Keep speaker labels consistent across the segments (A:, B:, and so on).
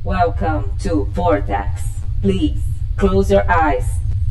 A: Welcome to Vortex. Please, close your eyes.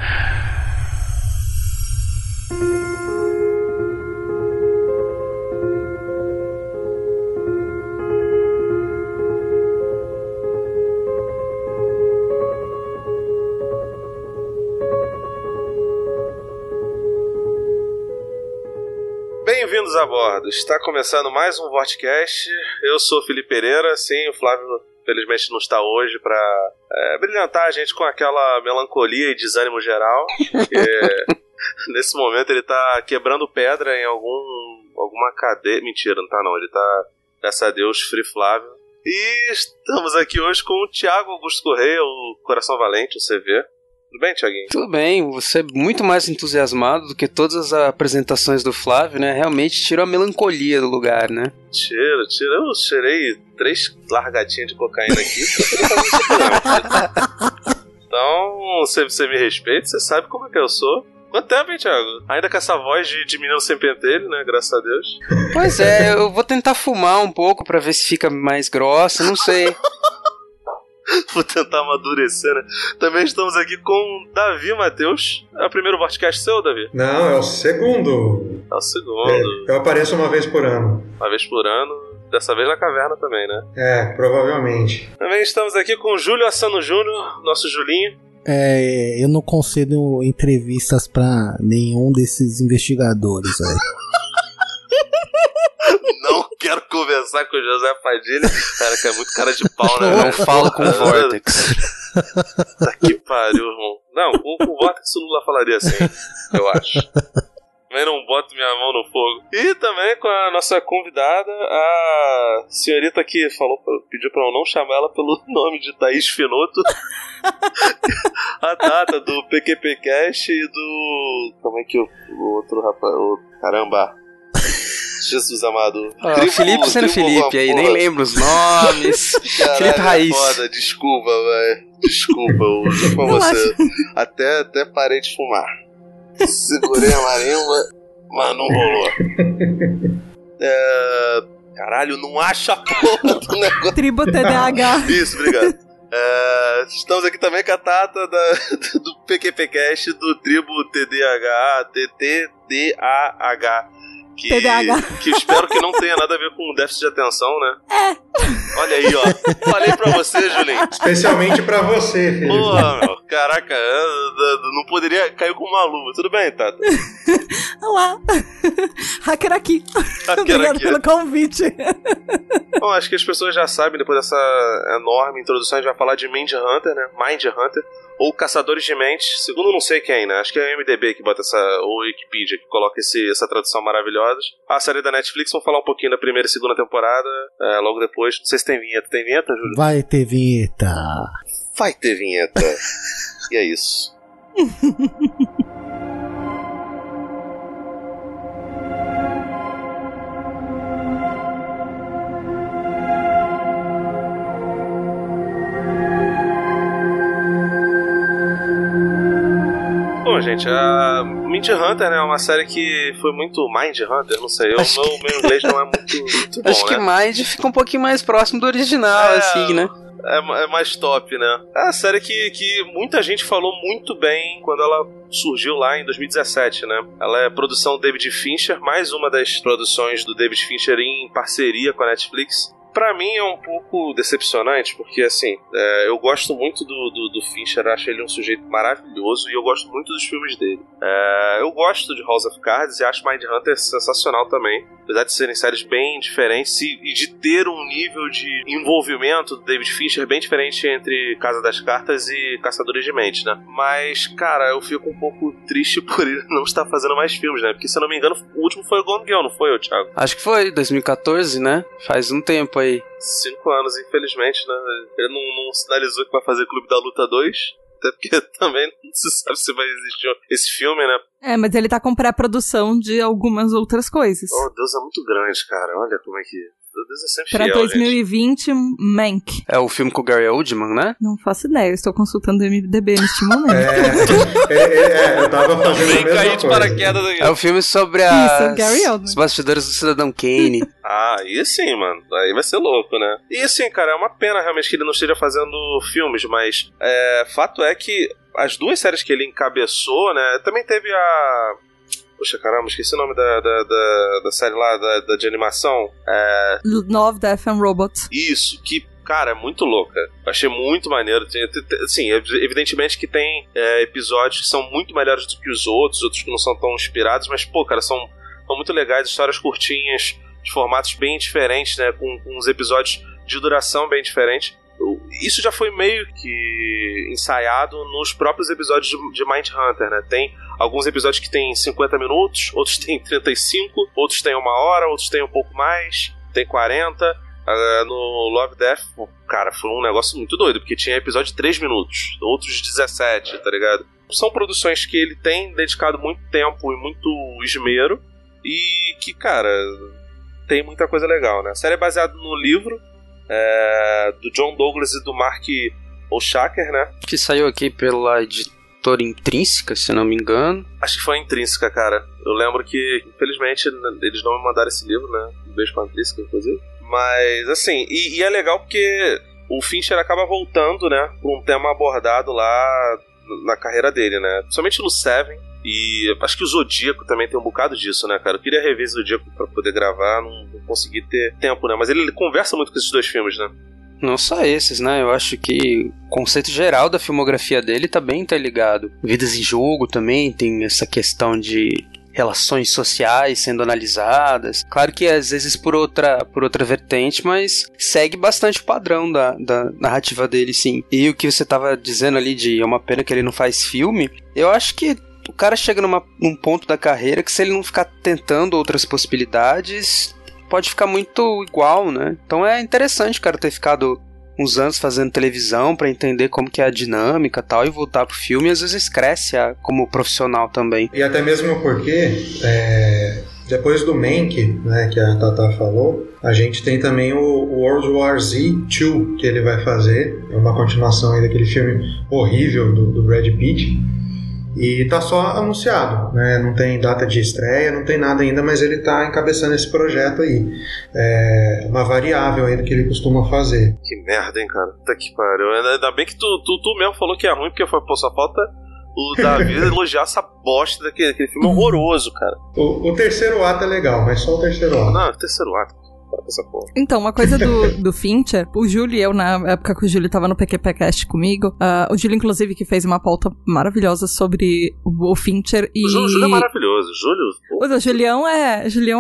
B: Bem-vindos a bordo. Está começando mais um Vortcast. Eu sou o Felipe Pereira. Sim, o Flávio felizmente não está hoje para brilhantar a gente com aquela melancolia e desânimo geral. Nesse momento ele está quebrando pedra em alguma cadeia. Mentira, não está não. Ele está, graças a Deus, Free Flávio. E estamos aqui hoje com o Thiago Augusto Correia, o Coração Valente, o CV. Tudo bem, Thiaguinho?
C: Tudo bem, você é muito mais entusiasmado do que todas as apresentações do Flávio, né? Realmente tirou a melancolia do lugar, né?
B: Tira. Eu cheirei 3 largadinhas de cocaína aqui Então, você me respeita, você sabe como é que eu sou. Quanto tempo, hein, Thiago? Ainda com essa voz de menino sem pentelho, né? Graças a Deus.
C: Pois é, eu vou tentar fumar um pouco pra ver se fica mais grossa, não sei.
B: Vou tentar amadurecer, né? Também estamos aqui com Davi Matheus. É o primeiro podcast seu, Davi?
D: Não, é o segundo.
B: É o segundo.
D: Eu apareço uma vez por ano.
B: Uma vez por ano. Dessa vez na caverna também, né?
D: É, provavelmente.
B: Também estamos aqui com o Júlio Assano Júnior, nosso Julinho.
E: Eu não concedo entrevistas pra nenhum desses investigadores, velho.
B: Não quero conversar com o José Padilha. Cara, que é muito cara de pau, né?
C: Não falo com o Vortex.
B: Tá que pariu, irmão. Não, com o Vortex o Lula falaria assim, eu acho. Também não boto minha mão no fogo. E também com a nossa convidada, a senhorita que pediu pra eu não chamar ela pelo nome de Thaís Finoto. A Tata do PQPcast e do... Como é que o outro rapaz... Caramba... Jesus amado.
C: Felipe sendo Felipe aí, nem lembro os nomes.
B: Caralho,
C: Felipe Raiz.
B: Foda, desculpa, velho. Desculpa, eu juro pra você. Até parei de fumar. Segurei a marimba, mas não rolou. Caralho, não acha a porra do negócio.
F: Tribo TDAH.
B: Isso, obrigado. Estamos aqui também com a Tata do PQPcast, do Tribo TDAH, TTDAH. Que espero que não tenha nada a ver com déficit de atenção, né? Olha aí, ó. Falei pra você, Julinho.
D: Especialmente pra você, Felipe.
B: Porra, meu. Caraca, não poderia cair com uma luva. Tudo bem, Tata?
F: Olá. Hacker aqui. Obrigado pelo convite.
B: Bom, acho que as pessoas já sabem, depois dessa enorme introdução, a gente vai falar de Mind Hunter, né? Mind Hunter. Ou Caçadores de Mentes, segundo não sei quem, né? Acho que é a MDB que bota ou a Wikipedia que coloca essa tradução maravilhosa. A série da Netflix, vamos falar um pouquinho da primeira e segunda temporada, logo depois. Não sei se tem vinheta. Tem vinheta, Júlio?
E: Vai ter vinheta.
B: Vai ter vinheta. E é isso. Bom, gente, a Mind Hunter, né, é uma série que foi muito Mind Hunter, não sei, meu inglês não é muito bom,
C: acho que Mind fica um pouquinho mais próximo do original, assim, né?
B: É mais top, né? É uma série que muita gente falou muito bem quando ela surgiu lá em 2017, né? Ela é produção David Fincher, mais uma das produções do David Fincher em parceria com a Netflix. Pra mim é um pouco decepcionante, porque assim, eu gosto muito do Fincher, acho ele um sujeito maravilhoso e eu gosto muito dos filmes dele. Eu gosto de House of Cards e acho Mindhunter sensacional também, apesar de serem séries bem diferentes e de ter um nível de envolvimento do David Fincher bem diferente entre Casa das Cartas e Caçadores de Mentes, né? Mas, cara, eu fico um pouco triste por ele não estar fazendo mais filmes, né? Porque, se eu não me engano, o último foi o Gone Girl, não foi, Thiago?
C: Acho que foi, 2014, né? Faz um tempo aí.
B: 5 anos, infelizmente, né? Ele não sinalizou que vai fazer Clube da Luta 2. Até porque também não se sabe se vai existir esse filme, né?
F: Mas ele tá com pré-produção de algumas outras coisas.
B: Oh, Deus é muito grande, cara. Olha como é que... Deus é sempre
F: pra
B: fiel,
F: 2020, gente. Mank.
C: É o filme com o Gary Oldman, né?
F: Não faço ideia, eu estou consultando o MDB neste momento.
D: Eu tava fazendo
B: Bem
D: a mesma
B: cair de
D: coisa.
B: paraquedas aqui.
C: É o filme sobre
F: Gary Oldman.
C: os bastidores do Cidadão Kane.
B: Ah, e sim, mano. Aí vai ser louco, né? E assim, cara, é uma pena realmente que ele não esteja fazendo filmes, mas fato é que as duas séries que ele encabeçou, né? Também teve a... Poxa, caramba, esqueci o nome da série lá, de animação.
F: Love, Death and Robots.
B: Isso, que, cara, é muito louca. Achei muito maneiro. Assim, evidentemente que tem episódios que são muito melhores do que os outros que não são tão inspirados, mas, pô, cara, são muito legais, histórias curtinhas, de formatos bem diferentes, né, com uns episódios de duração bem diferentes. Isso já foi meio que ensaiado nos próprios episódios de Mindhunter, né? Tem alguns episódios que tem 50 minutos, outros tem 35, outros tem 1 hora, outros tem um pouco mais, tem 40. No Love, Death, cara, foi um negócio muito doido, porque tinha episódio de 3 minutos, outros de 17, tá ligado? São produções que ele tem dedicado muito tempo e muito esmero, e que, cara, tem muita coisa legal, né? A série é baseada no livro do John Douglas e do Mark Oshakar, né? Que
C: saiu aqui pela editora Intrínseca, se não me engano.
B: Acho que foi a Intrínseca, cara. Eu lembro que, infelizmente, eles não me mandaram esse livro, né? Um beijo pra Intrínseca, inclusive. Mas, assim, e é legal porque o Fincher acaba voltando, né? Pra um tema abordado lá na carreira dele, né? Principalmente no Seven. E acho que o Zodíaco também tem um bocado disso, né, cara? Eu queria rever o Zodíaco pra poder gravar, não consegui ter tempo, né? Mas ele conversa muito com esses dois filmes, né?
C: Não só esses, né? Eu acho que o conceito geral da filmografia dele tá bem interligado. Vidas em Jogo também tem essa questão de relações sociais sendo analisadas. Claro que às vezes por outra vertente, mas segue bastante o padrão da narrativa dele, sim. E o que você tava dizendo ali de é uma pena que ele não faz filme, eu acho que o cara chega num ponto da carreira que se ele não ficar tentando outras possibilidades, pode ficar muito igual, né? Então é interessante o cara ter ficado uns anos fazendo televisão pra entender como que é a dinâmica e tal, e voltar pro filme, e às vezes cresce como profissional também.
D: E até mesmo porque, depois do Mank, né, que a Tata falou, a gente tem também o World War Z 2, que ele vai fazer, é uma continuação aí daquele filme horrível do Brad Pitt. E tá só anunciado, né? Não tem data de estreia, não tem nada ainda, mas ele tá encabeçando esse projeto aí. É uma variável aí do que ele costuma fazer.
B: Que merda, hein, cara? Puta que pariu. Ainda bem que tu mesmo falou que é ruim, porque só falta o Davi elogiar essa bosta daquele filme horroroso, cara.
D: O terceiro ato é legal, mas só o terceiro ato.
B: Não, o terceiro ato. Essa porra.
F: Então, uma coisa do Fincher, o Júlio e eu, na época que o Júlio tava no PQPcast comigo, o Júlio, inclusive, que fez uma pauta maravilhosa sobre o Fincher e...
B: O Júlio é maravilhoso.
F: O Julião é Julião.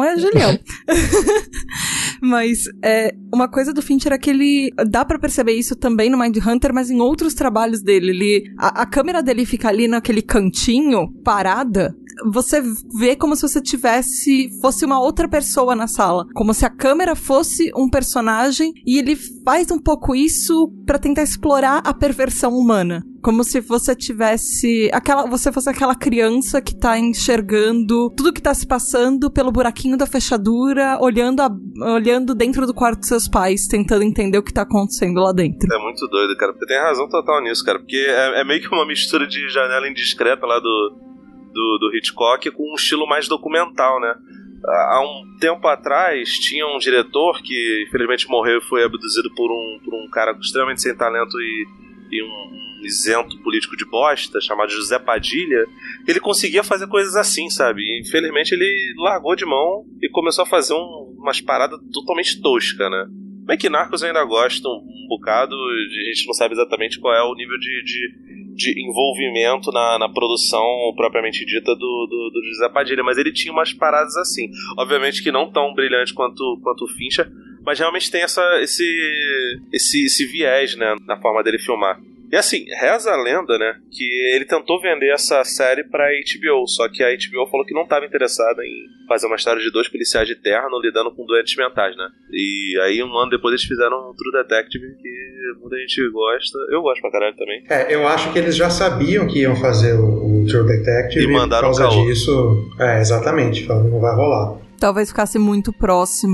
F: Mas uma coisa do Fincher é que ele... Dá pra perceber isso também no Mindhunter, mas em outros trabalhos dele. A câmera dele fica ali naquele cantinho, parada. Você vê como se você fosse uma outra pessoa na sala. Como se a câmera fosse um personagem, e ele faz um pouco isso pra tentar explorar a perversão humana. Como se você você fosse aquela criança que tá enxergando tudo que tá se passando pelo buraquinho da fechadura, olhando dentro do quarto dos seus pais, tentando entender o que tá acontecendo lá dentro.
B: É muito doido, cara. Você tem razão total nisso, cara. Porque é meio que uma mistura de Janela Indiscreta lá do Hitchcock com um estilo mais documental, né? Há um tempo atrás tinha um diretor que infelizmente morreu e foi abduzido por um cara extremamente sem talento e um isento político de bosta chamado José Padilha. Ele conseguia fazer coisas assim, sabe? E infelizmente ele largou de mão e começou a fazer umas paradas totalmente toscas, né? Bem que Narcos eu ainda gosto um bocado, a gente não sabe exatamente qual é o nível de envolvimento na produção propriamente dita do José Padilha, mas ele tinha umas paradas assim, obviamente que não tão brilhante quanto o Fincher, mas realmente tem esse viés, né, na forma dele filmar. E assim, reza a lenda, né, que ele tentou vender essa série pra HBO, só que a HBO falou que não estava interessada em fazer uma história de 2 policiais de terno lidando com doentes mentais, né. E aí 1 ano depois eles fizeram um True Detective, que muita gente gosta. Eu gosto pra caralho também.
D: Eu acho que eles já sabiam que iam fazer o True Detective
B: e mandaram
D: por causa disso. Exatamente, falaram, não vai rolar.
F: Talvez ficasse muito próximo.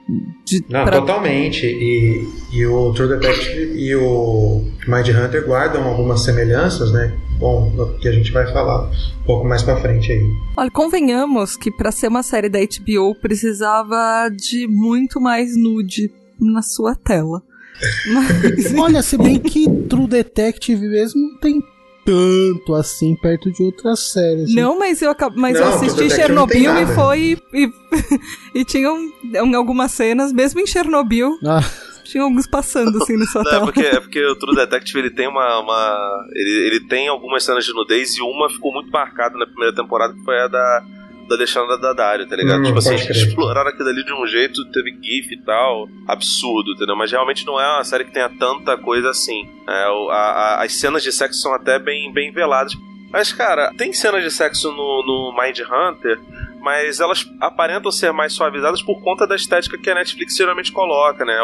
D: Totalmente. E o True Detective e o Mindhunter guardam algumas semelhanças, né? Bom, que a gente vai falar um pouco mais pra frente aí.
F: Olha, convenhamos que pra ser uma série da HBO precisava de muito mais nude na sua tela. Mas...
E: Olha, se bem que True Detective mesmo não tem tanto assim perto de outras séries.
F: Não, mas eu assisti Chernobyl e foi... E tinham algumas cenas, mesmo em Chernobyl... Tinha alguns passando assim na sua tela.
B: É porque o True Detective ele tem ele tem algumas cenas de nudez e uma ficou muito marcada na primeira temporada, que foi a da Alexandra Daddario, tá ligado? Tipo assim, exploraram aquilo ali de um jeito, teve gif e tal, absurdo, entendeu? Mas realmente não é uma série que tenha tanta coisa assim. As cenas de sexo são até bem veladas. Mas, cara, tem cenas de sexo no Mindhunter, mas elas aparentam ser mais suavizadas por conta da estética que a Netflix geralmente coloca, né?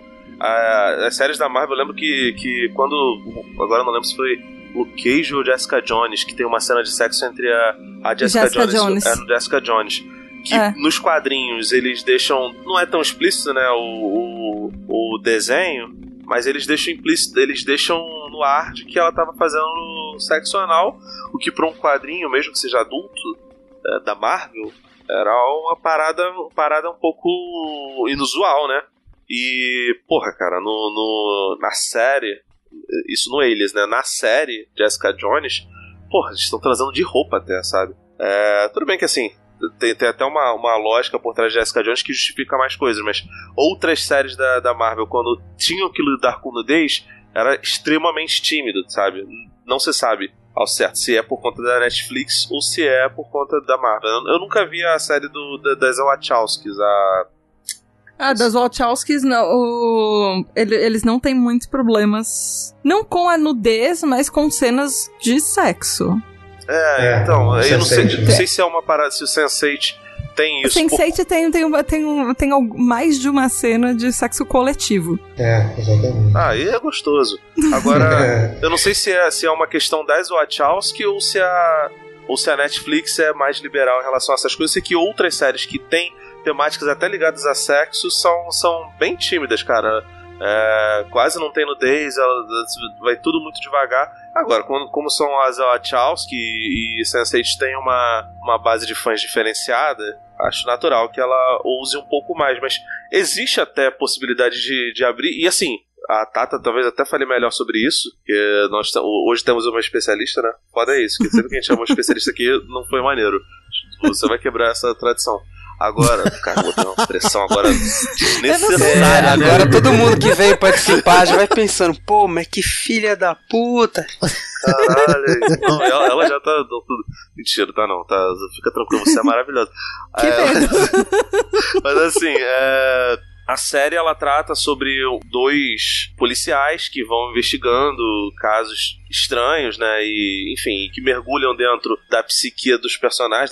B: As séries da Marvel, eu lembro que quando... Agora eu não lembro se foi Luke Cage ou Jessica Jones, que tem uma cena de sexo entre a Jessica Jones. No Jessica Jones. Que nos quadrinhos eles deixam... Não é tão explícito, né? O desenho, mas eles deixam implícito, eles deixam no ar de que ela tava fazendo sexo anal, o que pra um quadrinho, mesmo que seja adulto, da Marvel, era uma parada um pouco inusual, né? E, porra, cara, na série, isso no Alias, né? Na série Jessica Jones, porra, eles estão trazendo de roupa até, sabe? Tudo bem que assim, tem até uma lógica por trás de Jessica Jones que justifica mais coisas, mas outras séries da Marvel, quando tinham que lidar com nudez, era extremamente tímido, sabe? Não se sabe ao certo se é por conta da Netflix ou se é por conta da Marvel. Eu nunca vi a série das Wachowskis,
F: das Wachowskis, não. Eles não têm muitos problemas. Não com a nudez, mas com cenas de sexo.
B: Então, eu não sei se é uma parada, se o Sense8 tem isso.
F: O Sense8 tem mais de uma cena de sexo coletivo.
D: Exatamente.
B: Aí é gostoso. Agora, eu não sei se é uma questão das Wachowski ou se a Netflix é mais liberal em relação a essas coisas. Eu sei que outras séries que têm temáticas até ligadas a sexo são bem tímidas, cara. Quase não tem nudez, vai tudo muito devagar. Agora, como são as Wachowski e Sense8 tem uma base de fãs diferenciada, acho natural que ela ouse um pouco mais. Mas existe até possibilidade de abrir. E assim, a Tata talvez até fale melhor sobre isso, porque nós hoje temos uma especialista, né? Foda é isso, porque sempre que a gente chama um especialista aqui não foi maneiro. Você vai quebrar essa tradição. Agora, cara, vou dar uma pressão agora desnecessária, né?
C: Agora todo mundo que veio participar já vai pensando, pô, mas que filha da puta.
B: Caralho, não, ela já tá tudo. Mentira, tá não, tá, fica tranquilo, você é maravilhosa.
F: Que medo.
B: Mas assim, a série ela trata sobre 2 policiais que vão investigando casos estranhos, né? E, enfim, que mergulham dentro da psique dos personagens,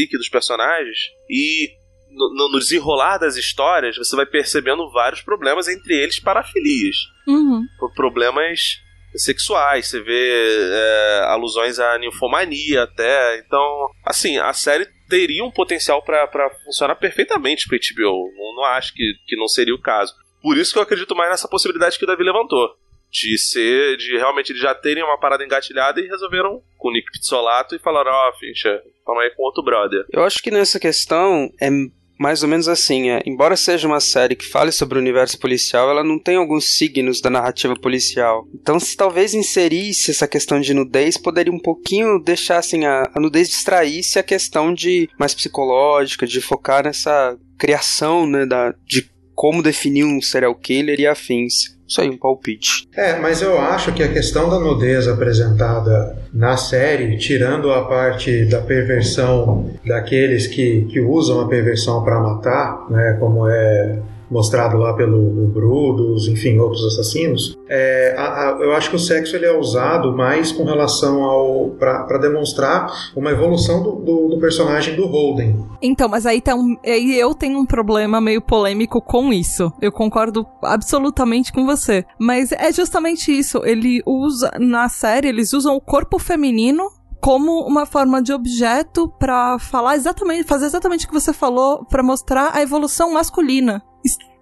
B: e no desenrolar das histórias você vai percebendo vários problemas, entre eles parafilias. Problemas sexuais, você vê alusões à ninfomania até. Então, assim, a série teria um potencial pra funcionar perfeitamente pra HBO. Não acho que não seria o caso. Por isso que eu acredito mais nessa possibilidade que o Davi levantou. De realmente eles já terem uma parada engatilhada e resolveram com o Nick Pizzolatto e falaram, Fincher, toma aí com outro brother.
C: Eu acho que nessa questão é mais ou menos assim, embora seja uma série que fale sobre o universo policial, ela não tem alguns signos da narrativa policial. Então, se talvez inserisse essa questão de nudez, poderia um pouquinho deixar assim, a nudez distraísse a questão de mais psicológica, de focar nessa criação, né, de como definir um serial killer e afins. Isso aí, um palpite.
D: Mas eu acho que a questão da nudez apresentada na série, tirando a parte da perversão daqueles que usam a perversão para matar, né, como é mostrado lá pelo Brutus, enfim, outros assassinos, eu acho que o sexo ele é usado mais com relação para demonstrar uma evolução do personagem do Holden.
F: Então, mas aí eu tenho um problema meio polêmico com isso. Eu concordo absolutamente com você. Mas é justamente isso. Na série, eles usam o corpo feminino como uma forma de objeto pra fazer exatamente o que você falou, pra mostrar a evolução masculina.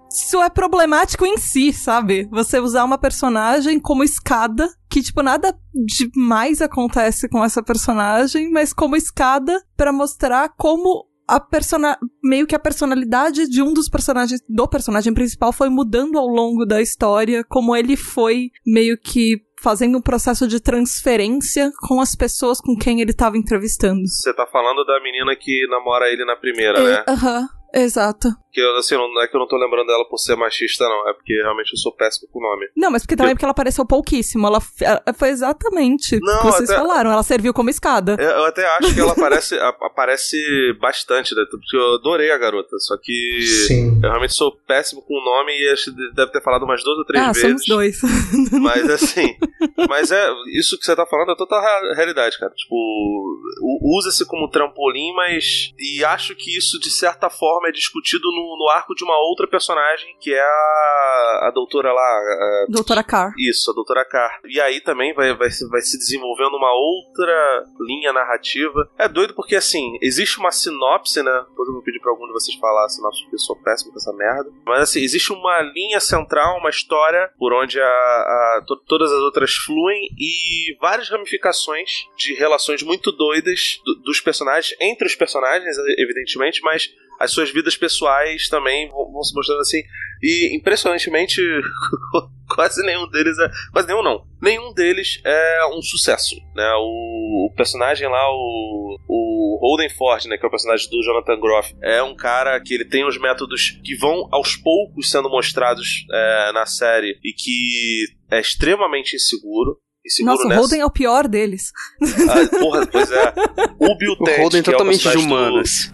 F: isso é problemático em si, sabe? Você usar uma personagem como escada, que, tipo, nada demais acontece com essa personagem, mas como escada pra mostrar como meio que a personalidade de um dos personagens, do personagem principal, foi mudando ao longo da história, como ele foi meio que fazendo um processo de transferência com as pessoas com quem ele tava entrevistando.
B: Você tá falando da menina que namora ele na primeira, né?
F: Aham. Exato.
B: Que assim, não é que eu não tô lembrando dela por ser machista, não. É porque realmente eu sou péssimo com o nome.
F: Não, mas porque ela apareceu pouquíssimo. Ela foi exatamente o que vocês falaram. Ela serviu como escada.
B: Eu até acho que ela aparece bastante, né? Porque eu adorei a garota. Só que
D: Sim.
B: eu realmente sou péssimo com o nome e acho que deve ter falado umas 2 ou 3 vezes.
F: Somos 2.
B: Mas assim, isso que você tá falando é total realidade, cara. Tipo, usa-se como trampolim, mas... E acho que isso, de certa forma, é discutido no arco de uma outra personagem, que é a doutora lá...
F: Doutora Carr.
B: Isso, a doutora Carr. E aí também vai se desenvolvendo uma outra linha narrativa. É doido porque, assim, existe uma sinopse, né? Depois eu vou pedir pra algum de vocês falar a sinopse, porque eu sou péssimo com essa merda. Mas, assim, existe uma linha central, uma história por onde todas as outras fluem e várias ramificações de relações muito doidas dos personagens, entre os personagens, evidentemente, mas as suas vidas pessoais também vão se mostrando assim. E, impressionantemente, quase nenhum deles é... Quase nenhum não. Nenhum deles é um sucesso, né? O personagem lá, o Holden Ford, né? Que é o personagem do Jonathan Groff. É um cara que ele tem uns métodos que vão aos poucos sendo mostrados na série e que é extremamente inseguro.
F: Nossa, o Holden é o pior deles.
B: Porra, pois é. O Bill Tate,
C: o Holden
B: que
C: totalmente
B: é o
C: de humanas.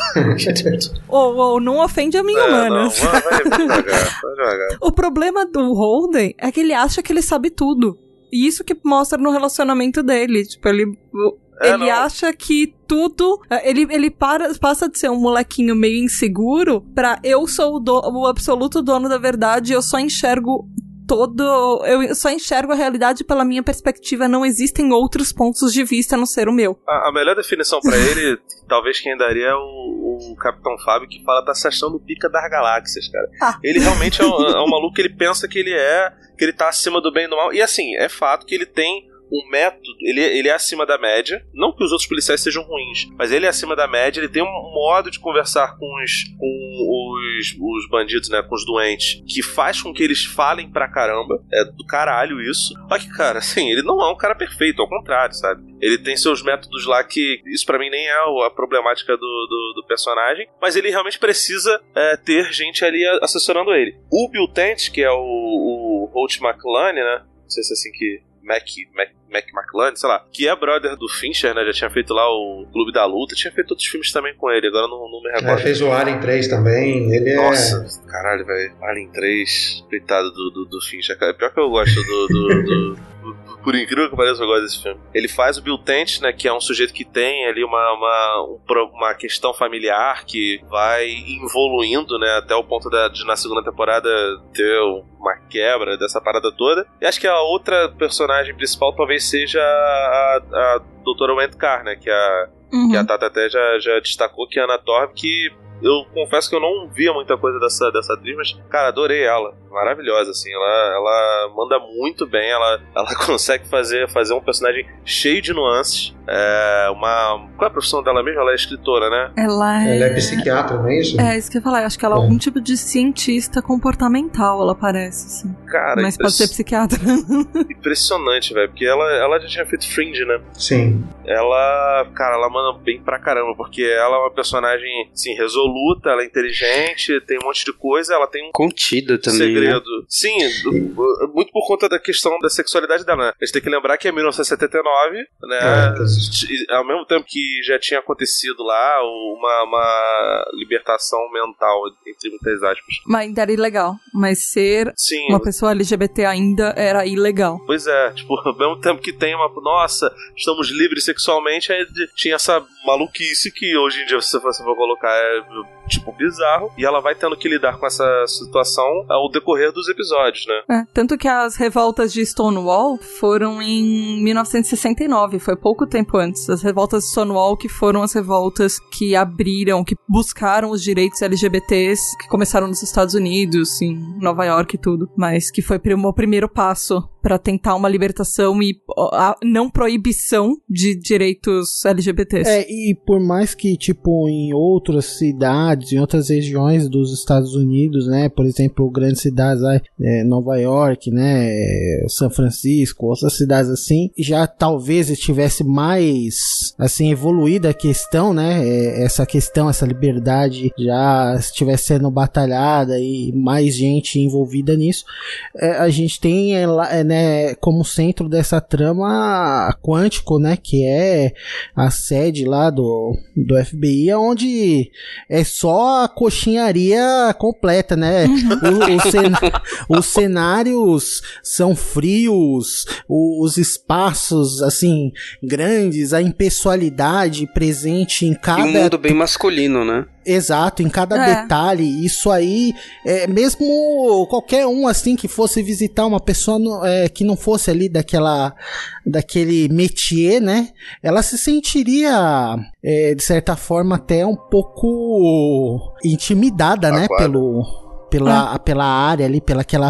F: Não ofende a minha humanas.
B: Não, vai devagar.
F: O problema do Holden é que ele acha que ele sabe tudo. E isso que mostra no relacionamento dele. Tipo, ele acha que tudo... Ele passa de ser um molequinho meio inseguro pra eu sou o absoluto dono da verdade e eu só enxergo eu só enxergo a realidade pela minha perspectiva, não existem outros pontos de vista a não ser o meu.
B: A melhor definição pra ele, talvez quem daria é o Capitão Fábio, que fala, tá se achando o pica das galáxias, cara. Ele realmente é um maluco que ele pensa que ele tá acima do bem e do mal, e assim, é fato que ele tem um método, ele é acima da média, não que os outros policiais sejam ruins, mas ele é acima da média, ele tem um modo de conversar com os bandidos, né, com os doentes, que faz com que eles falem pra caramba, é do caralho isso. Só que, cara, assim, ele não é um cara perfeito, ao contrário, sabe? Ele tem seus métodos lá que, isso pra mim nem é a problemática do personagem, mas ele realmente precisa ter gente ali assessorando ele. O Bill Tate, que é o Holt McClane, né, não sei se é assim que... Mac McClane, sei lá, que é brother do Fincher, né? Já tinha feito lá o Clube da Luta, tinha feito outros filmes também com ele, agora não me recordo.
D: Fez o Alien 3 também, ele
B: Nossa, caralho, velho. Alien 3, coitado do Fincher, cara. Pior que eu gosto por incrível que pareça, eu gosto desse filme. Ele faz o Bill Tate, né, que é um sujeito que tem ali uma questão familiar que vai evoluindo, né, até o ponto de na segunda temporada ter uma quebra dessa parada toda. E acho que a outra personagem principal talvez seja a doutora Wendy Carr, né, que a Tata até já destacou, que é a Anna Torv, que eu confesso que eu não via muita coisa dessa atriz, mas, cara, adorei ela. Maravilhosa, assim. Ela manda muito bem. Ela consegue fazer um personagem cheio de nuances. Qual é a profissão dela mesmo? Ela é escritora, né?
F: Ela
D: é psiquiatra, não é isso?
F: É, isso que eu ia falar. Eu acho que ela é algum tipo de cientista comportamental, ela parece, assim.
B: Cara,
F: mas pode ser psiquiatra.
B: Impressionante, velho. Porque ela já tinha feito Fringe, né?
D: Sim.
B: Ela manda bem pra caramba, porque ela é uma personagem, assim, resoluta, ela é inteligente, tem um monte de coisa, ela tem um
C: contida também,
B: segredo. Né? Sim, muito por conta da questão da sexualidade dela, né? A gente tem que lembrar que é 1979, né? Ao mesmo tempo que já tinha acontecido lá uma libertação mental, entre muitas aspas.
F: Mas ainda era ilegal. Mas ser uma pessoa LGBT ainda era ilegal.
B: Pois é, tipo, ao mesmo tempo que tem nossa, estamos livres sexualmente, aí tinha essa maluquice que hoje em dia, se você for colocar, é tipo bizarro, e ela vai tendo que lidar com essa situação ao decorrer dos episódios, né?
F: Tanto que as revoltas de Stonewall foram em 1969, foi pouco tempo antes. As revoltas de Stonewall que foram as revoltas que abriram, que buscaram os direitos LGBTs, que começaram nos Estados Unidos, em Nova York e tudo, mas que foi o primeiro passo para tentar uma libertação e a não proibição de direitos LGBTs.
E: E por mais que, tipo, em outras cidades, em outras regiões dos Estados Unidos, né, por exemplo, grandes cidades, Nova York, né, São Francisco, outras cidades assim, já talvez estivesse mais, assim, evoluída a questão, né, essa questão, essa liberdade já estivesse sendo batalhada e mais gente envolvida nisso. A gente tem, né, como centro dessa trama Quântico, né, que é a sede lá do FBI, onde é só a coxinharia completa, né? Os cenários são frios, os espaços, assim, grandes, a impessoalidade presente em cada...
C: E um mundo bem masculino, né?
E: Exato, em cada detalhe. Isso aí, mesmo qualquer um assim que fosse visitar uma pessoa que não fosse ali daquele métier, né? Ela se sentiria, de certa forma, até um pouco intimidada, né?
B: Claro.
E: Pela área ali,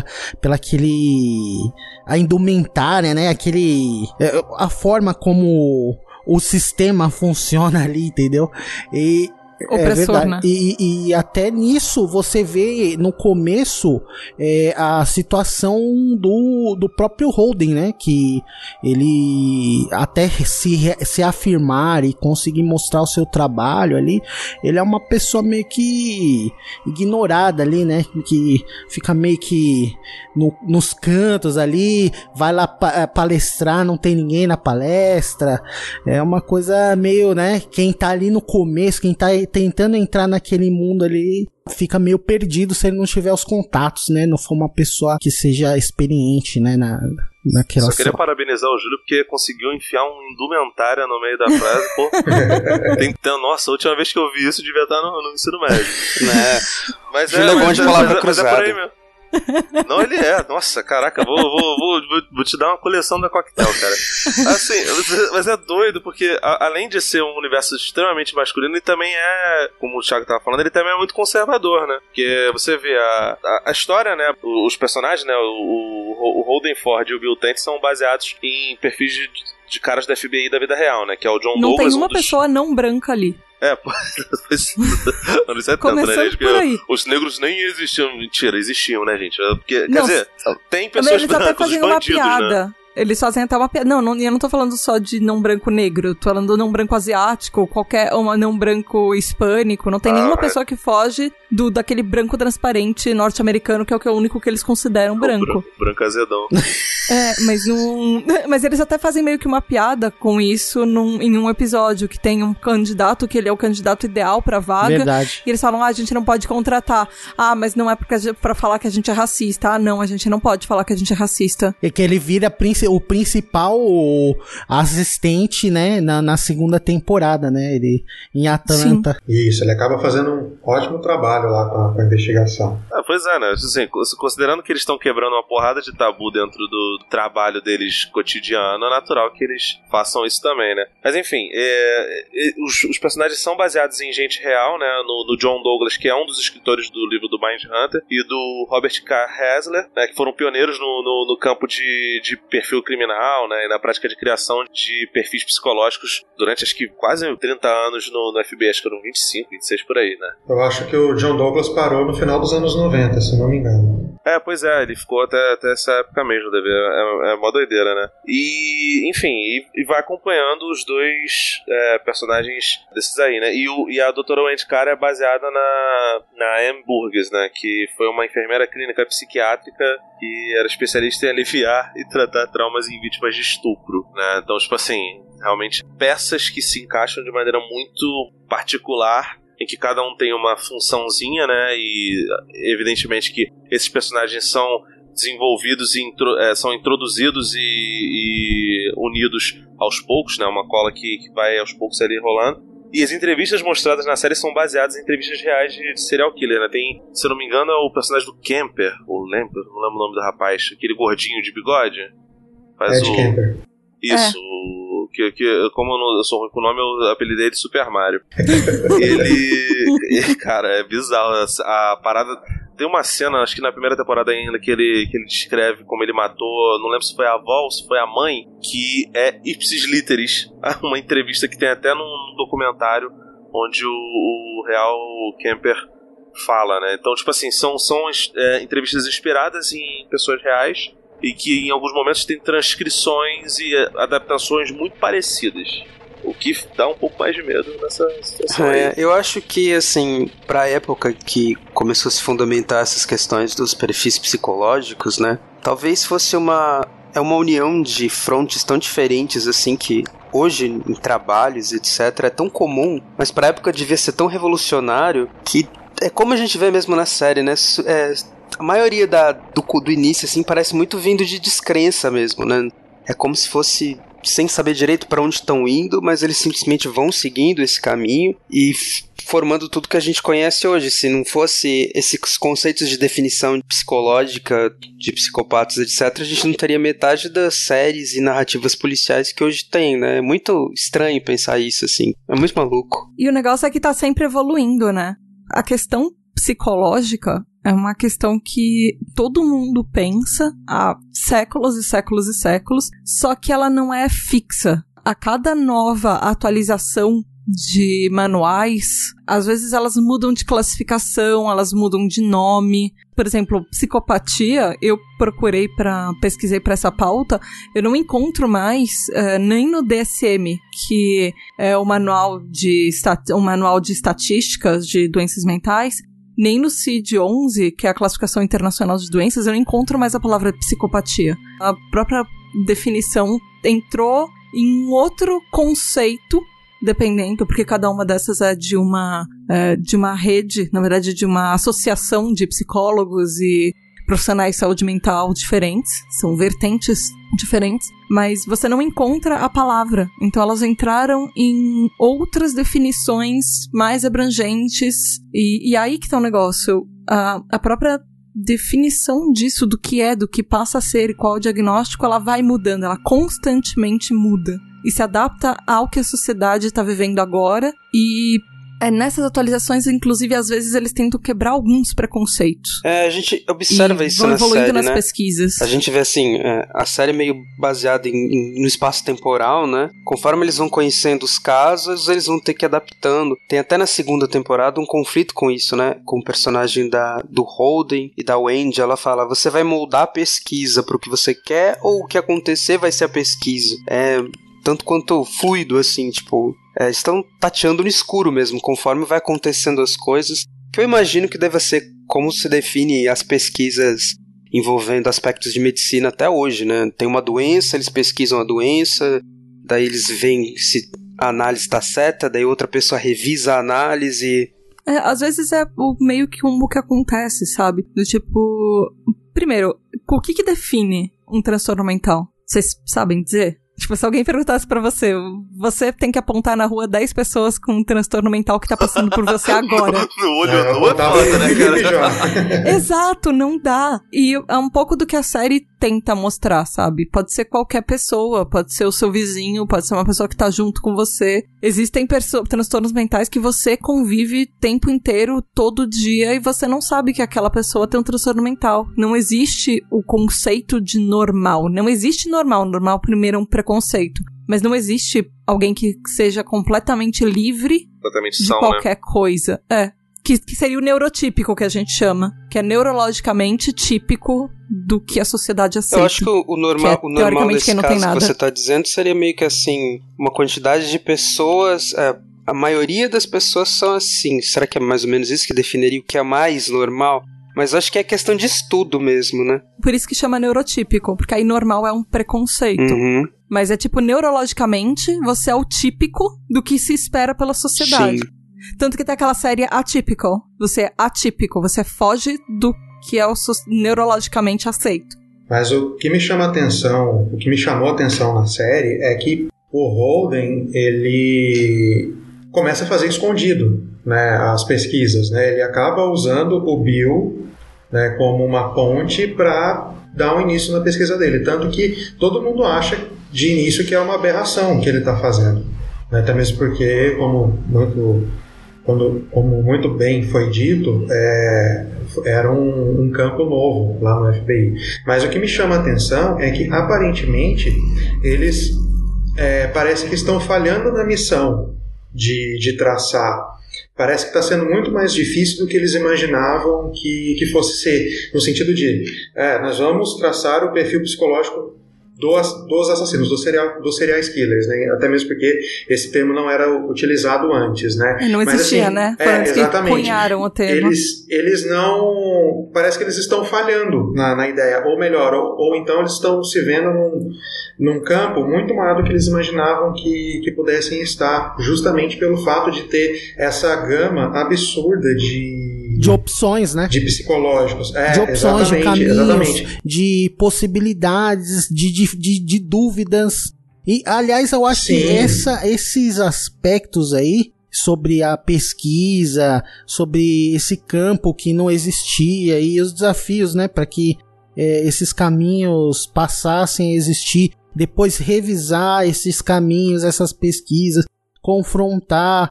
E: a indumentária, né? A forma como o sistema funciona ali, entendeu?
F: Opressor, né?
E: E até nisso você vê no começo a situação do próprio Holden, né? Que ele até se afirmar e conseguir mostrar o seu trabalho ali, ele é uma pessoa meio que ignorada ali, né? Que fica meio que nos cantos ali, vai lá palestrar, não tem ninguém na palestra. É uma coisa meio, né? Quem tá ali no começo, quem tá tentando entrar naquele mundo ali, fica meio perdido se ele não tiver os contatos, né? Não for uma pessoa que seja experiente, né? Naquela
B: Só queria parabenizar o Júlio porque conseguiu enfiar um indumentária no meio da frase. Pô, nossa, a última vez que eu vi isso devia estar no ensino médio.
C: Né?
B: Mas
C: Júlio é bom de palavra cruzada.
B: É por aí mesmo. Não, ele é. Nossa, caraca, vou te dar uma coleção da Coquetel, cara. Assim, mas é doido porque além de ser um universo extremamente masculino, ele também é, como o Thiago tava falando, ele também é muito conservador, né? Porque você vê a história, né? Os personagens, né? O Holden Ford e o Bill Tench são baseados em perfis de caras da FBI da vida real, né? Que é o John Douglas.
F: Não tem uma pessoa não branca ali.
B: Anos 70,
F: começando
B: né, gente?
F: por aí.
B: Os negros nem existiam. Mentira, existiam, né, gente? Porque, quer dizer, tem pessoas
F: eles até
B: brancas, os
F: fazem uma
B: bandidos,
F: piada.
B: né?
F: Eles fazem até uma piada. Não, eu não tô falando só de não branco negro. Tô falando não branco asiático, qualquer não branco hispânico. Não tem nenhuma pessoa que foge daquele branco transparente norte-americano, que é o único que eles consideram branco.
B: Branco azedão.
F: Mas eles até fazem meio que uma piada com isso em um episódio, que tem um candidato, que ele é o candidato ideal pra vaga.
E: Verdade.
F: E eles falam, a gente não pode contratar. Mas não é pra falar que a gente é racista. Não, a gente não pode falar que a gente é racista.
E: E que ele vira o principal assistente, né, na segunda temporada, né, ele em Atlanta.
F: Sim.
D: Isso, ele acaba fazendo um ótimo trabalho lá com a investigação.
B: Pois é, né, assim, considerando que eles estão quebrando uma porrada de tabu dentro do trabalho deles cotidiano, é natural que eles façam isso também, né. Mas enfim, os personagens são baseados em gente real, né, no John Douglas, que é um dos escritores do livro do Mindhunter, e do Robert K. Hasler, né, que foram pioneiros no campo de perfil criminal, né, e na prática de criação de perfis psicológicos durante acho que quase 30 anos no FBI, acho que eram 25, 26 por aí, né.
D: Eu acho que o John Douglas parou no final dos anos 90, se não me engano.
B: Pois é, ele ficou até essa época mesmo, deve é mó doideira, né. E, enfim, e vai acompanhando os dois personagens desses aí, né, e a doutora Wendy Carr é baseada na Anne Burgess, né, que foi uma enfermeira clínica psiquiátrica que era especialista em aliviar e tratar traumas em vítimas de estupro, né? Então, tipo assim, realmente peças que se encaixam de maneira muito particular, em que cada um tem uma funçãozinha, né? E evidentemente que esses personagens são desenvolvidos e são introduzidos e unidos aos poucos, né? Uma cola que vai aos poucos ali rolando. E as entrevistas mostradas na série são baseadas em entrevistas reais de serial killer, né? Tem, se eu não me engano, o personagem do Kemper, ou Lemper, não lembro o nome do rapaz, aquele gordinho de bigode. Faz
D: Ed Kemper.
B: Isso, que como eu sou ruim com o nome, eu apelidei de Super Mario. ele, cara, é bizarro. A parada... Tem uma cena, acho que na primeira temporada ainda, que ele descreve como ele matou, não lembro se foi a avó ou se foi a mãe, que é ipsis literis. Uma entrevista que tem até num documentário onde o real Kemper fala, né? Então, tipo assim, são entrevistas inspiradas em pessoas reais e que em alguns momentos tem transcrições e adaptações muito parecidas. O que dá um pouco mais de medo nessa situação aí.
C: Eu acho que, assim, pra época que começou a se fundamentar essas questões dos perfis psicológicos, né? Talvez fosse uma união de frontes tão diferentes, assim, que hoje, em trabalhos, etc., é tão comum, mas pra época devia ser tão revolucionário que é como a gente vê mesmo na série, né? A maioria do início, assim, parece muito vindo de descrença mesmo, né? É como se fosse... sem saber direito para onde estão indo, mas eles simplesmente vão seguindo esse caminho e formando tudo que a gente conhece hoje. Se não fosse esses conceitos de definição psicológica de psicopatas, etc., a gente não teria metade das séries e narrativas policiais que hoje tem, né? É muito estranho pensar isso, assim. É muito maluco.
F: E o negócio é que tá sempre evoluindo, né? A questão psicológica é uma questão que todo mundo pensa há séculos e séculos e séculos, só que ela não é fixa. A cada nova atualização de manuais, às vezes elas mudam de classificação, elas mudam de nome. Por exemplo, psicopatia, eu pesquisei para essa pauta, eu não encontro mais nem no DSM, que é o manual de estatísticas de doenças mentais, nem no CID-11, que é a classificação internacional de doenças, eu não encontro mais a palavra psicopatia. A própria definição entrou em um outro conceito, dependendo, porque cada uma dessas é de uma rede, na verdade de uma associação de psicólogos e profissionais de saúde mental diferentes, são vertentes diferentes, mas você não encontra a palavra. Então elas entraram em outras definições mais abrangentes, e aí que tá o negócio. A própria definição disso, do que passa a ser e qual o diagnóstico, ela vai mudando, ela constantemente muda e se adapta ao que a sociedade está vivendo agora. E nessas atualizações, inclusive, às vezes eles tentam quebrar alguns preconceitos.
C: A gente observa isso na série,
F: vão evoluindo nas
C: né?
F: pesquisas.
C: A gente vê, assim, a série é meio baseada no espaço temporal, né? Conforme eles vão conhecendo os casos, eles vão ter que ir adaptando. Tem até na segunda temporada um conflito com isso, né? Com o personagem do Holden e da Wendy. Ela fala, você vai moldar a pesquisa pro que você quer ou o que acontecer vai ser a pesquisa? Tanto quanto fluido, assim, tipo... estão tateando no escuro mesmo, conforme vai acontecendo as coisas, que eu imagino que deva ser como se define as pesquisas envolvendo aspectos de medicina até hoje, né? Tem uma doença, eles pesquisam a doença, daí eles veem se a análise está certa, daí outra pessoa revisa a análise.
F: Às vezes é meio que como que acontece, sabe? Do tipo... Primeiro, o que define um transtorno mental? Vocês sabem dizer? Tipo, se alguém perguntasse pra você, você tem que apontar na rua 10 pessoas com um transtorno mental que tá passando por você agora.
B: No olho nu é foda, né, cara?
F: Exato, não dá. E é um pouco do que a série tenta mostrar, sabe? Pode ser qualquer pessoa, pode ser o seu vizinho, pode ser uma pessoa que tá junto com você. Existem transtornos mentais que você convive o tempo inteiro, todo dia, e você não sabe que aquela pessoa tem um transtorno mental. Não existe o conceito de normal. Não existe normal. Normal, primeiro, é um preconceito. Mas não existe alguém que seja completamente livre
B: completamente
F: de qualquer coisa. Que seria o neurotípico, que a gente chama. Que é neurologicamente típico do que a sociedade aceita.
C: Eu acho que o normal nesse caso que você está dizendo seria meio que assim, uma quantidade de pessoas... a maioria das pessoas são assim. Será que é mais ou menos isso que definiria o que é mais normal? Mas acho que é questão de estudo mesmo, né?
F: Por isso que chama neurotípico, porque aí normal é um preconceito.
C: Uhum.
F: Mas é tipo, neurologicamente, você é o típico do que se espera pela sociedade.
C: Sim.
F: Tanto que tem aquela série Atypical. Você é atípico, você foge do que é o neurologicamente aceito.
D: Mas o que me chamou a atenção na série é que o Holden, ele começa a fazer escondido, né, as pesquisas, né? Ele acaba usando o Bill, né, como uma ponte para dar um início na pesquisa dele, tanto que todo mundo acha de início que é uma aberração que ele está fazendo, né? Até mesmo porque, como muito bem foi dito, era um campo novo lá no FBI. Mas o que me chama a atenção é que, aparentemente, eles parece que estão falhando na missão de traçar. Parece que está sendo muito mais difícil do que eles imaginavam que fosse ser, no sentido de nós vamos traçar o perfil psicológico dos assassinos, dos serial killers, né? Até mesmo porque esse termo não era utilizado antes, né?
F: Não existia, mas, assim, né?
D: Exatamente.
F: Que cunharam o termo.
D: Eles não... Parece que eles estão falhando na ideia, ou melhor, ou então eles estão se vendo num campo muito maior do que eles imaginavam que pudessem estar, justamente pelo fato de ter essa gama absurda de
E: opções, né?
D: De psicológicos.
E: De opções, de caminhos, de possibilidades, de dúvidas. E, aliás, eu acho que esses aspectos aí, sobre a pesquisa, sobre esse campo que não existia e os desafios, né, para que esses caminhos passassem a existir, depois revisar esses caminhos, essas pesquisas, confrontar,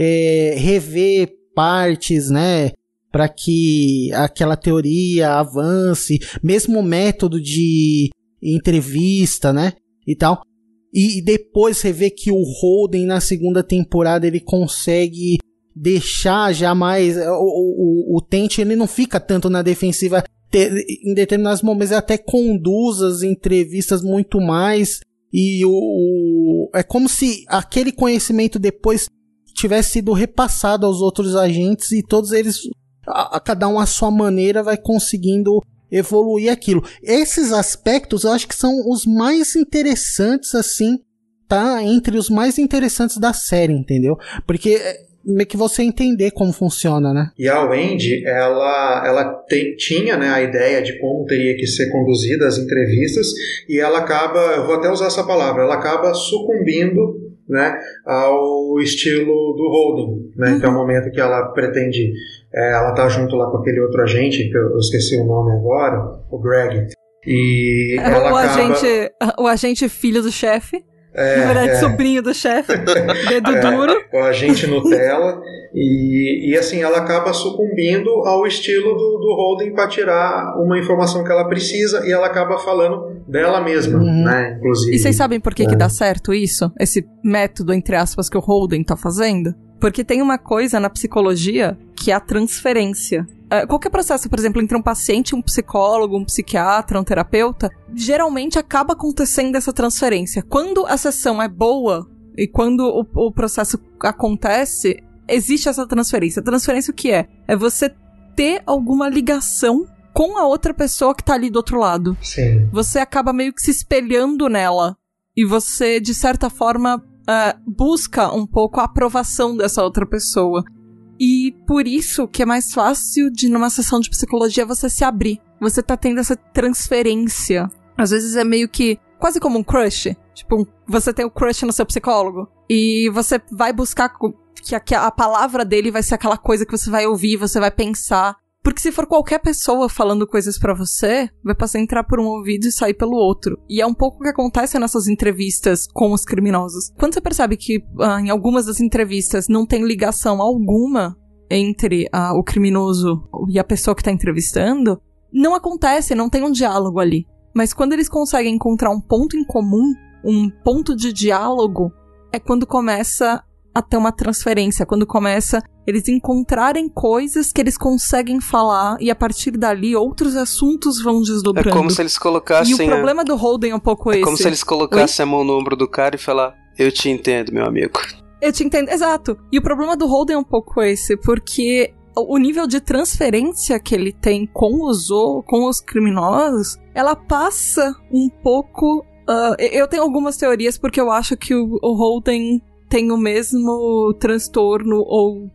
E: rever partes, né, para que aquela teoria avance, mesmo o método de entrevista, né, e tal. E depois você vê que o Holden na segunda temporada ele consegue deixar já mais o Tench, ele não fica tanto na defensiva, em determinados momentos ele até conduz as entrevistas muito mais, e é como se aquele conhecimento depois tivesse sido repassado aos outros agentes, e todos eles, cada um à sua maneira, vai conseguindo evoluir aquilo. Esses aspectos eu acho que são os mais interessantes, assim, tá entre os mais interessantes da série, entendeu? Porque meio que você entender como funciona, né?
D: E a Wendy, ela tinha, né, a ideia de como teria que ser conduzida as entrevistas, e ela acaba, eu vou até usar essa palavra, ela acaba sucumbindo, né, ao estilo do Holden, né, que é o momento que ela pretende, ela tá junto lá com aquele outro agente, que eu esqueci o nome agora, o Greg, e ela
F: o agente filho do chefe, na verdade sobrinho do chefe, dedo duro,
D: o agente Nutella, e assim, ela acaba sucumbindo ao estilo do Holden para tirar uma informação que ela precisa, e ela acaba falando dela mesma, né, inclusive.
F: E vocês sabem por que dá certo isso? Esse método, entre aspas, que o Holden tá fazendo? Porque tem uma coisa na psicologia que é a transferência. Qualquer processo, por exemplo, entre um paciente, um psicólogo, um psiquiatra, um terapeuta, geralmente acaba acontecendo essa transferência. Quando a sessão é boa e quando o processo acontece, existe essa transferência. A transferência o que é? É você ter alguma ligação com a outra pessoa que tá ali do outro lado.
D: Sim.
F: Você acaba meio que se espelhando nela. E você, de certa forma, busca um pouco a aprovação dessa outra pessoa. E por isso que é mais fácil de, numa sessão de psicologia, você se abrir. Você tá tendo essa transferência. Às vezes é meio que quase como um crush. Tipo, você tem o crush no seu psicólogo. E você vai buscar que a palavra dele vai ser aquela coisa que você vai ouvir, você vai pensar. Porque se for qualquer pessoa falando coisas pra você, vai passar a entrar por um ouvido e sair pelo outro. E é um pouco o que acontece nessas entrevistas com os criminosos. Quando você percebe que em algumas das entrevistas não tem ligação alguma entre o criminoso e a pessoa que tá entrevistando, não acontece, não tem um diálogo ali. Mas quando eles conseguem encontrar um ponto em comum, um ponto de diálogo, é quando começa a ter uma transferência, quando começa eles encontrarem coisas que eles conseguem falar, e a partir dali outros assuntos vão desdobrando.
C: É como se eles colocassem...
F: E o problema do Holden é um pouco esse.
C: É como se eles colocassem a mão no ombro do cara e falar: eu te entendo, meu amigo.
F: Eu te entendo, exato. E o problema do Holden é um pouco esse, porque o nível de transferência que ele tem com os criminosos, ela passa um pouco... eu tenho algumas teorias porque eu acho que o Holden tem o mesmo transtorno, ou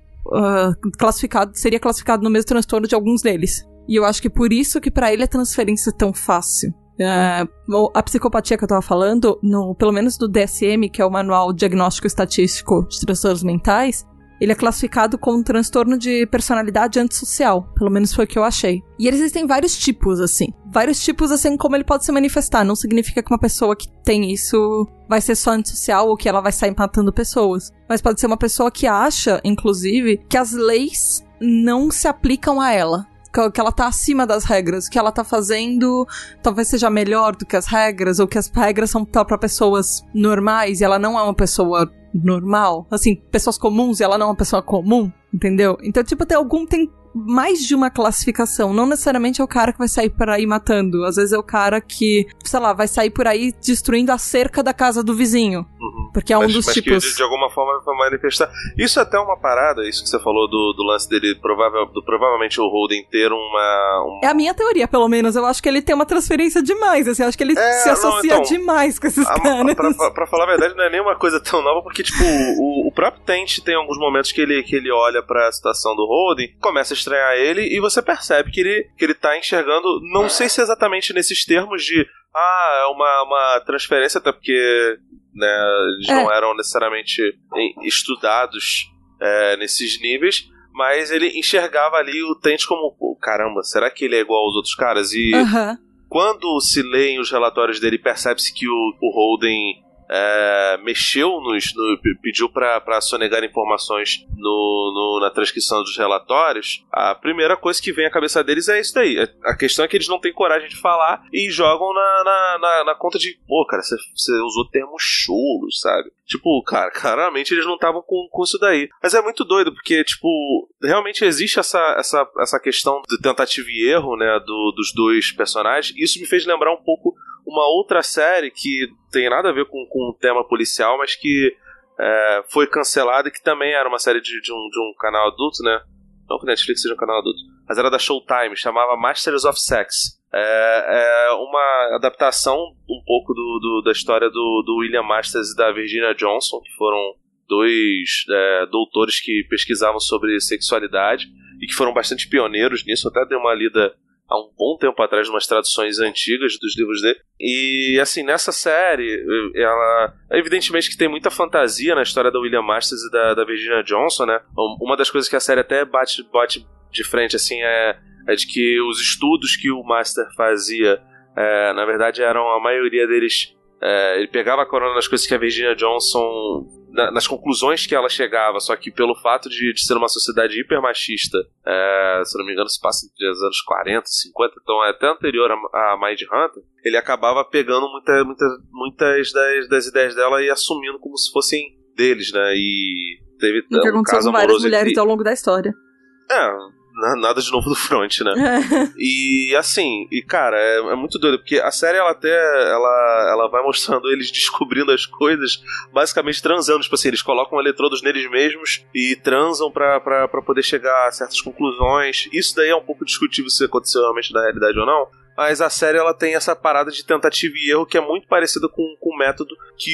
F: seria classificado no mesmo transtorno de alguns deles. E eu acho que por isso que pra ele a transferência é tão fácil. A psicopatia que eu tava falando, pelo menos no DSM, que é o Manual Diagnóstico Estatístico de Transtornos Mentais, ele é classificado como um transtorno de personalidade antissocial. Pelo menos foi o que eu achei. E existem vários tipos, assim. Vários tipos, assim, como ele pode se manifestar. Não significa que uma pessoa que tem isso vai ser só antissocial ou que ela vai sair matando pessoas. Mas pode ser uma pessoa que acha, inclusive, que as leis não se aplicam a ela. Que ela tá acima das regras. Que ela tá fazendo talvez seja melhor do que as regras. Ou que as regras são pra pessoas normais e ela não é uma pessoa normal, assim, pessoas comuns e ela não é uma pessoa comum, entendeu? Então, tipo, tem mais de uma classificação, não necessariamente é o cara que vai sair por aí matando, às vezes é o cara que, sei lá, vai sair por aí destruindo a cerca da casa do vizinho, porque é um dos tipos...
B: que de alguma forma vai manifestar. Isso é até uma parada, isso que você falou do lance dele, provavelmente o Holden ter uma...
F: É a minha teoria, pelo menos, eu acho que ele tem uma transferência demais, assim, eu acho que ele se associa demais com esses caras.
B: Pra falar a verdade, não é nem uma coisa tão nova, porque, tipo, o próprio Tench tem alguns momentos que ele olha pra situação do Holden, começa a estranhar ele, e você percebe que ele tá enxergando, não sei se exatamente nesses termos de é uma transferência, até porque, né, eles não eram necessariamente estudados nesses níveis, mas ele enxergava ali o Tench como, caramba, será que ele é igual aos outros caras? E quando se leem os relatórios dele, percebe-se que o Holden pediu pra sonegar informações na transcrição dos relatórios. A primeira coisa que vem à cabeça deles é isso daí. A questão é que eles não têm coragem de falar e jogam na conta de, cara, você usou termos chulos, sabe? Tipo, cara, claramente eles não estavam com isso daí. Mas é muito doido, porque, tipo, realmente existe essa questão de tentativa e erro, né, dos dois personagens. Isso me fez lembrar um pouco uma outra série que tem nada a ver com o tema policial, mas que foi cancelada e que também era uma série de um canal adulto, né? Não que o Netflix seja um canal adulto, mas era da Showtime, chamava Masters of Sex. É uma adaptação um pouco da história do William Masters e da Virginia Johnson, que foram dois doutores que pesquisavam sobre sexualidade e que foram bastante pioneiros nisso. Até dei uma lida há um bom tempo atrás de umas traduções antigas dos livros dele. E, assim, nessa série, ela... evidentemente que tem muita fantasia na história da William Masters e da Virginia Johnson, né? Uma das coisas que a série até bate de frente, assim, é de que os estudos que o Master fazia, na verdade, eram a maioria deles... ele pegava a carona nas coisas que a Virginia Johnson... nas conclusões que ela chegava, só que pelo fato de ser uma sociedade hipermachista, se não me engano se passa entre os anos 40 e 50, então é até anterior a Mindhunter, ele acabava pegando muitas das ideias dela e assumindo como se fossem deles, né, e teve um caso amoroso com várias
F: mulheres ao longo da história.
B: Nada de novo do front, né? E assim, cara, é muito doido, porque a série ela vai mostrando eles descobrindo as coisas, basicamente transando, tipo assim, eles colocam eletrodos neles mesmos e transam pra poder chegar a certas conclusões. Isso daí é um pouco discutível se aconteceu realmente na realidade ou não, mas a série ela tem essa parada de tentativa e erro que é muito parecida com o método que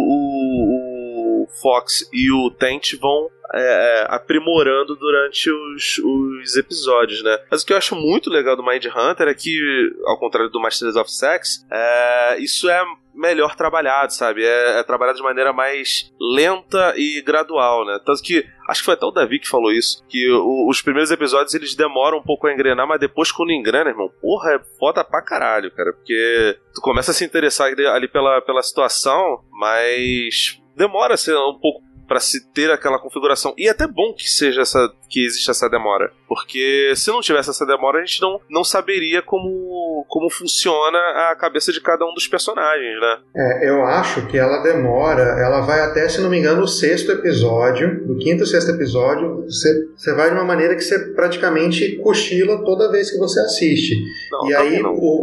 B: o Fox e o Tench vão aprimorando durante os episódios, né? Mas o que eu acho muito legal do Mindhunter é que, ao contrário do Masters of Sex, isso é melhor trabalhado, sabe? É trabalhado de maneira mais lenta e gradual, né? Tanto que, acho que foi até o Davi que falou isso, que os primeiros episódios eles demoram um pouco a engrenar, mas depois quando engrena, irmão, porra, é foda pra caralho, cara, porque tu começa a se interessar ali pela situação, mas demora a ser um pouco pra se ter aquela configuração. E é até bom que existe essa demora. Porque se não tivesse essa demora, a gente não saberia como funciona a cabeça de cada um dos personagens, né?
D: Eu acho que ela demora, ela vai até, se não me engano, o 6º episódio, do 5º ou 6º episódio, você vai de uma maneira que você praticamente cochila toda vez que você assiste.
B: Não,
D: e aí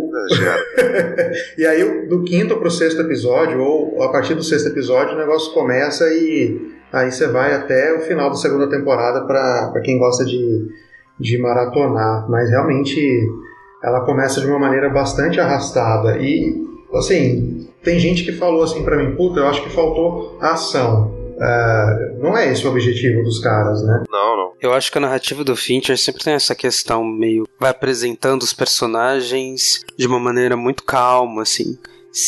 D: e aí do 5º pro 6º episódio, ou a partir do 6º episódio, o negócio começa e aí você vai até o final da segunda temporada para quem gosta de maratonar, mas realmente ela começa de uma maneira bastante arrastada e, assim, tem gente que falou assim pra mim, puta, eu acho que faltou ação. não é esse o objetivo dos caras, né?
B: Não.
C: Eu acho que a narrativa do Fincher sempre tem essa questão meio... vai apresentando os personagens de uma maneira muito calma, assim.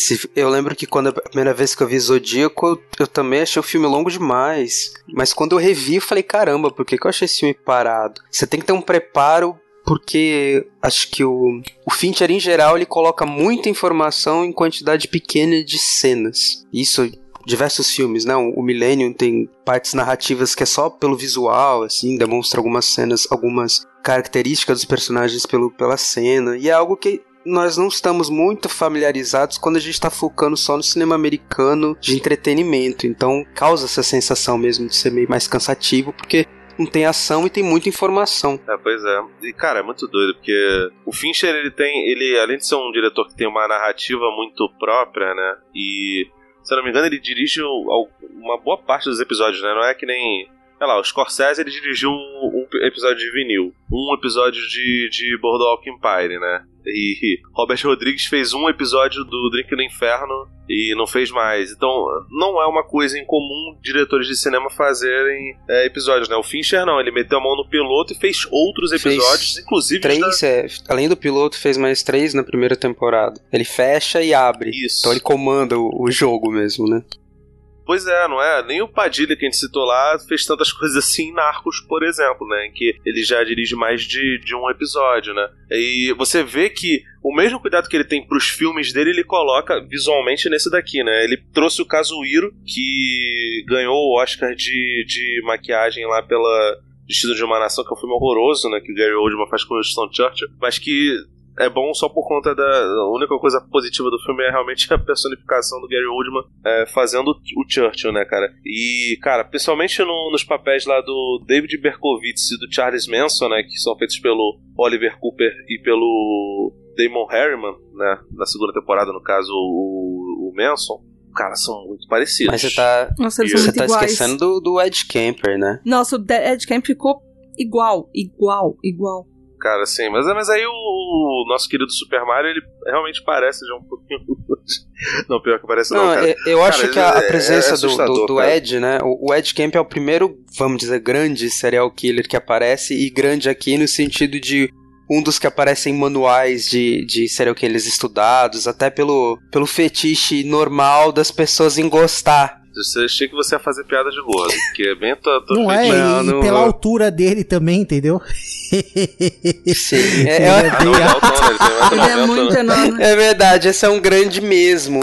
C: Eu lembro que quando a primeira vez que eu vi Zodíaco, eu também achei o filme longo demais. Mas quando eu revi, eu falei, caramba, por que eu achei esse filme parado? Você tem que ter um preparo, porque acho que o Fincher, em geral, ele coloca muita informação em quantidade pequena de cenas. Isso... diversos filmes, né? O Millennium tem partes narrativas que é só pelo visual, assim, demonstra algumas cenas, algumas características dos personagens pela cena, e é algo que nós não estamos muito familiarizados quando a gente está focando só no cinema americano de entretenimento, então causa essa sensação mesmo de ser meio mais cansativo, porque não tem ação e tem muita informação.
B: Pois é. E, cara, é muito doido, porque o Fincher, ele além de ser um diretor que tem uma narrativa muito própria, né, e se eu não me engano, ele dirige uma boa parte dos episódios, né? Não é que nem... sei lá, o Scorsese, ele dirigiu um episódio de Vinil, um episódio de Boardwalk Empire, né? E Robert Rodrigues fez um episódio do Drink no Inferno e não fez mais. Então, não é uma coisa incomum diretores de cinema fazerem episódios, né? O Fincher não, ele meteu a mão no piloto e fez outros episódios, inclusive...
C: 3, além do piloto, fez mais 3 na primeira temporada. Ele fecha e abre.
B: Isso.
C: Então ele comanda o jogo mesmo, né?
B: Pois é, não é? Nem o Padilha, que a gente citou lá, fez tantas coisas assim em Narcos, por exemplo, né? Em que ele já dirige mais de um episódio, né? E você vê que o mesmo cuidado que ele tem pros filmes dele, ele coloca visualmente nesse daqui, né? Ele trouxe o Kazuhiro, que ganhou o Oscar de maquiagem lá pela Destino de uma Nação, que é um filme horroroso, né? Que o Gary Oldman faz com o Winston Churchill, mas que... é bom só por conta a única coisa positiva do filme é realmente a personificação do Gary Oldman fazendo o Churchill, né, cara? E, cara, principalmente nos papéis lá do David Berkowitz e do Charles Manson, né, que são feitos pelo Oliver Cooper e pelo Damon Harriman, né, na segunda temporada, no caso, o Manson. Cara, são muito parecidos.
C: Mas você tá esquecendo do Ed Kemper, né?
F: Nossa, o Ed Kemper ficou igual.
B: Cara, sim, mas aí o nosso querido Super Mario, ele realmente parece já um pouquinho... Não, pior que parece não, cara.
C: Eu acho que a presença do
B: Ed,
C: Ed, né, o Ed Kemp é o primeiro, vamos dizer, grande serial killer que aparece, e grande aqui no sentido de um dos que aparecem em manuais de serial killers estudados, até pelo fetiche normal das pessoas em gostar.
B: Eu achei que você ia fazer piada de gordo, porque é bem...
E: Não é, e pela altura dele também, entendeu?
C: Sim.
F: Ele é muito enorme.
C: É verdade, esse é um grande mesmo.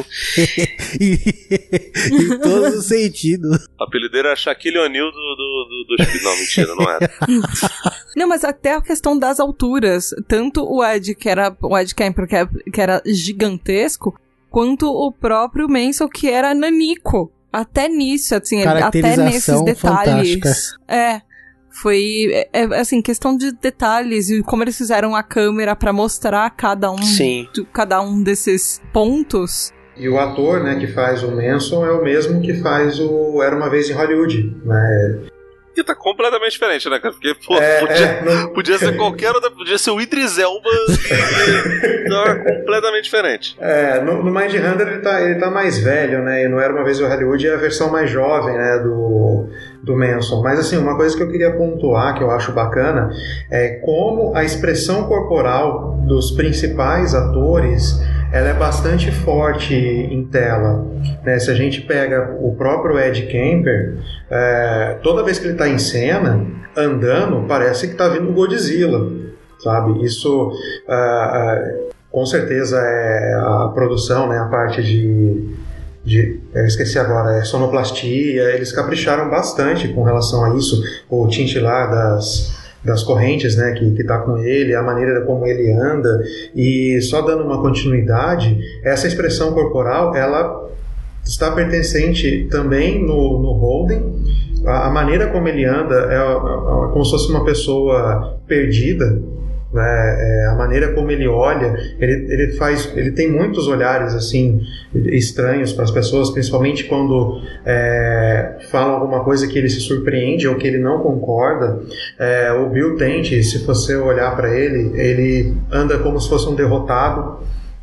E: Em todos os sentidos.
B: O apelido dele era Shaquille O'Neal do... Não, mentira, não era.
F: Não, mas até a questão das alturas. Tanto o Ed Kemper, que era gigantesco, quanto o próprio Manson, que era nanico. Até nisso, assim, até nesses detalhes. Fantástica. Foi, assim, questão de detalhes e como eles fizeram a câmera pra mostrar cada um desses pontos.
D: E o ator, né, que faz o Manson é o mesmo que faz o Era Uma Vez em Hollywood, né?
B: Que tá completamente diferente, né, cara? Porque, pô, podia ser qualquer outra, podia ser o Idris Elba não, completamente diferente.
D: No Mindhunter ele tá mais velho, né? E no Era Uma Vez em Hollywood é a versão mais jovem, né, do Manson. Mas, assim, uma coisa que eu queria pontuar, que eu acho bacana, é como a expressão corporal dos principais atores, ela é bastante forte em tela, né? Se a gente pega o próprio Ed Kemper, toda vez que ele está em cena, andando, parece que está vindo o Godzilla, sabe? Isso, com certeza, é a produção, né? A parte eu esqueci agora, sonoplastia, eles capricharam bastante com relação a isso, o tintilar das correntes, né, que tá com ele, a maneira como ele anda, e só dando uma continuidade, essa expressão corporal, ela está pertencente também no Holden. A maneira como ele anda é como se fosse uma pessoa perdida, né? A maneira como ele olha, ele tem muitos olhares assim estranhos para as pessoas, principalmente quando falam alguma coisa que ele se surpreende ou que ele não concorda. O Bill Tench, se você olhar para ele anda como se fosse um derrotado,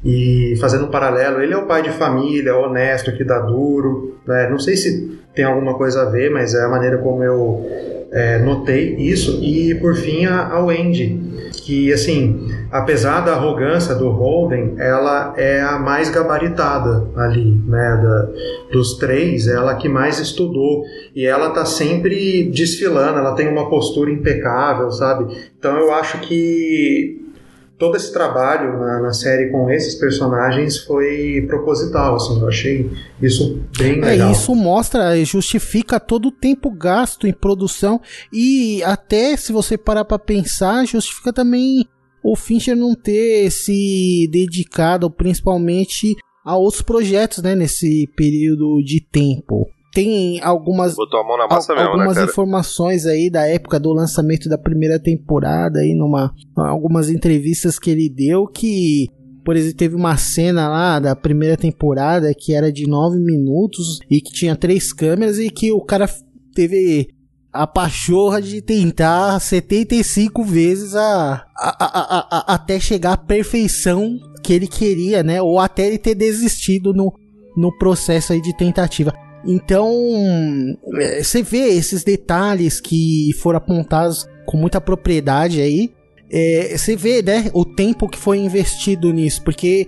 D: E fazendo um paralelo, ele é o pai de família, honesto, que dá duro, né? Não sei se tem alguma coisa a ver, mas é a maneira como eu notei isso. E por fim a Wendy, que assim, apesar da arrogância do Holden, ela é a mais gabaritada ali, né? Dos três, ela que mais estudou, e ela tá sempre desfilando, ela tem uma postura impecável, sabe? Então eu acho que todo esse trabalho na série com esses personagens foi proposital, assim, eu achei isso bem legal.
E: Isso mostra, justifica todo o tempo gasto em produção, e até se você parar pra pensar, justifica também o Fincher não ter se dedicado principalmente a outros projetos, né, nesse período de tempo. Tem algumas,
B: botou a mão na massa mesmo,
E: algumas,
B: né, cara?
E: Informações aí da época do lançamento da primeira temporada, aí algumas entrevistas que ele deu, que, por exemplo, teve uma cena lá da primeira temporada que era de 9 minutos e que tinha 3 câmeras, e que o cara teve a pachorra de tentar 75 vezes até chegar à perfeição que ele queria, né? Ou até ele ter desistido no processo aí de tentativa. Então, você vê esses detalhes que foram apontados com muita propriedade aí. Você vê, né, o tempo que foi investido nisso, porque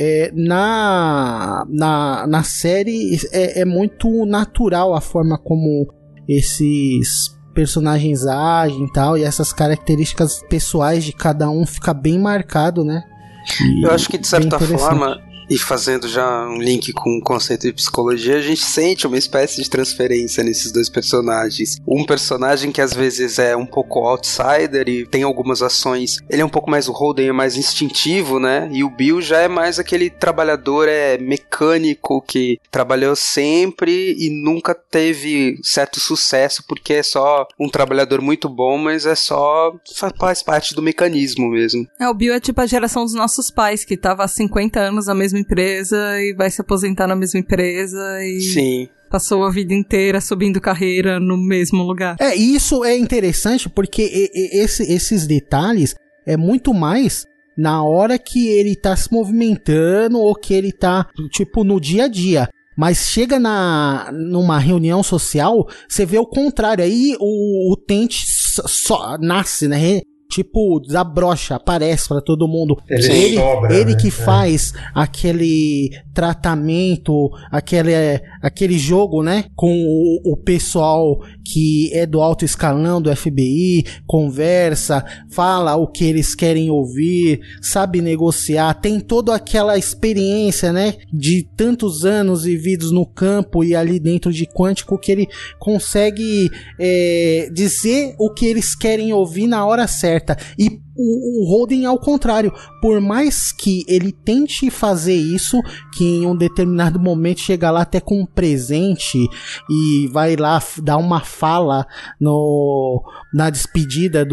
E: na série é muito natural a forma como esses personagens agem e tal, e essas características pessoais de cada um fica bem marcado, né?
C: Eu acho que de certa forma, e fazendo já um link com o conceito de psicologia, a gente sente uma espécie de transferência nesses dois personagens. Um personagem que às vezes é um pouco outsider e tem algumas ações, ele é um pouco mais, o Holden é mais instintivo, né? E o Bill já é mais aquele trabalhador mecânico que trabalhou sempre e nunca teve certo sucesso porque é só um trabalhador muito bom, mas faz parte do mecanismo mesmo.
F: O Bill é tipo a geração dos nossos pais, que tava há 50 anos na mesma empresa e vai se aposentar na mesma empresa e
C: sim,
F: passou a vida inteira subindo carreira no mesmo lugar.
E: Isso é interessante porque esses detalhes é muito mais na hora que ele tá se movimentando ou que ele tá, tipo, no dia a dia. Mas chega numa reunião social, você vê o contrário. Aí o Tench só nasce, né? Tipo, desabrocha, aparece pra todo mundo. Ele que faz aquele tratamento, aquele jogo, né? Com o pessoal que é do alto escalão do FBI, conversa, fala o que eles querem ouvir, sabe negociar, tem toda aquela experiência, né? De tantos anos vividos no campo e ali dentro de Quantico, que ele consegue dizer o que eles querem ouvir na hora certa. E o Holden, ao contrário, por mais que ele tente fazer isso, que em um determinado momento chega lá até com um presente e vai lá dar uma fala na despedida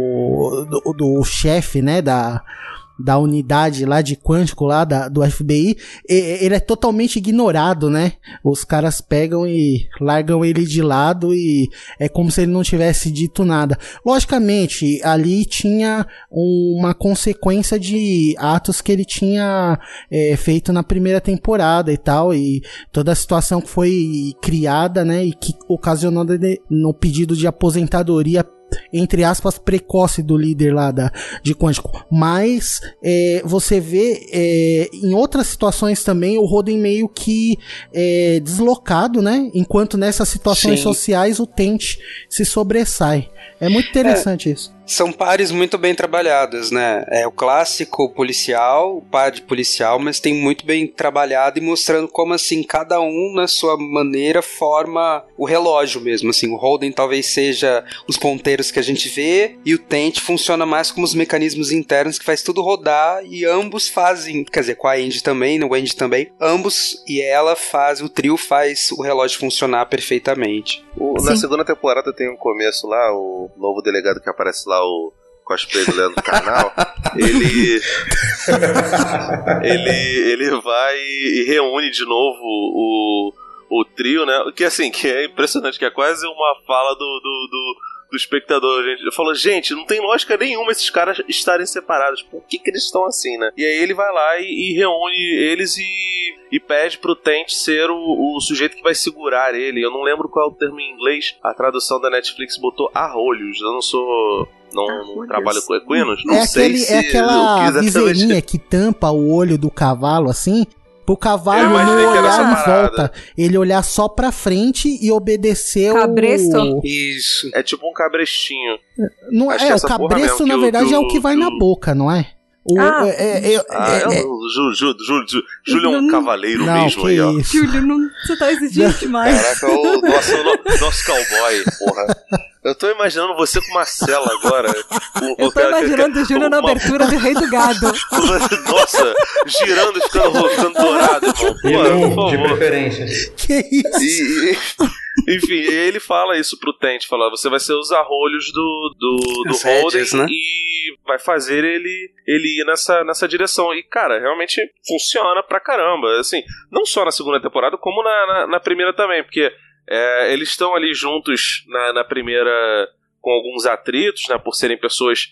E: do chefe, né, da unidade lá de Quantico, lá do FBI, ele é totalmente ignorado, né? Os caras pegam e largam ele de lado e é como se ele não tivesse dito nada. Logicamente, ali tinha uma consequência de atos que ele tinha feito na primeira temporada e tal, e toda a situação que foi criada, né, e que ocasionou no pedido de aposentadoria, entre aspas, precoce do líder lá de Quantico. Mas você vê em outras situações também o Holden meio que deslocado, né? Enquanto nessas situações sociais o Tench se sobressai. É muito interessante isso.
C: São pares muito bem trabalhados, né? É o clássico policial, o par de policial, mas tem muito bem trabalhado e mostrando como, assim, cada um, na sua maneira, forma o relógio mesmo, assim. O Holden talvez seja os ponteiros que a gente vê e o Tench funciona mais como os mecanismos internos que faz tudo rodar e ambos fazem, quer dizer, com a Andy também, no Andy também, ambos e ela faz, o trio faz o relógio funcionar perfeitamente.
B: Na segunda temporada tem um começo lá, o novo delegado que aparece lá, o cosplay do Leandro Carnal, ele vai e reúne de novo o trio, né? Que assim, que é impressionante, que é quase uma fala do espectador. Ele falou, gente, não tem lógica nenhuma esses caras estarem separados. Por que eles estão assim, né? E aí ele vai lá e reúne eles e pede pro Tent ser o sujeito que vai segurar ele. Eu não lembro qual é o termo em inglês. A tradução da Netflix botou arrolhos. Eu não trabalho com equinos. Não sei se
E: é aquela viseirinha que tampa o olho do cavalo, assim, pro cavalo não olhar em volta. Ele olhar só pra frente e obedecer
F: cabresto?
B: Isso. É tipo um cabrestinho.
E: Não, o cabresto, na verdade, é o que vai na boca, não é?
B: Júlio é um cavaleiro mesmo aí, ó.
F: Júlio, você tá exigindo demais.
B: Caraca, o nosso cowboy, porra. Eu tô imaginando você com uma cela agora.
F: Eu tô imaginando o Júlio na abertura do Rei do Gado.
B: Nossa, girando e ficando dourado, irmão. Pô,
D: de preferência.
E: Que isso?
B: Enfim, ele fala isso pro Tent, fala, você vai ser os arrolhos do Holden, né? E vai fazer ele ir nessa direção. E, cara, realmente funciona pra caramba. Assim, não só na segunda temporada, como na primeira também, porque eles estão ali juntos na primeira com alguns atritos, né, por serem pessoas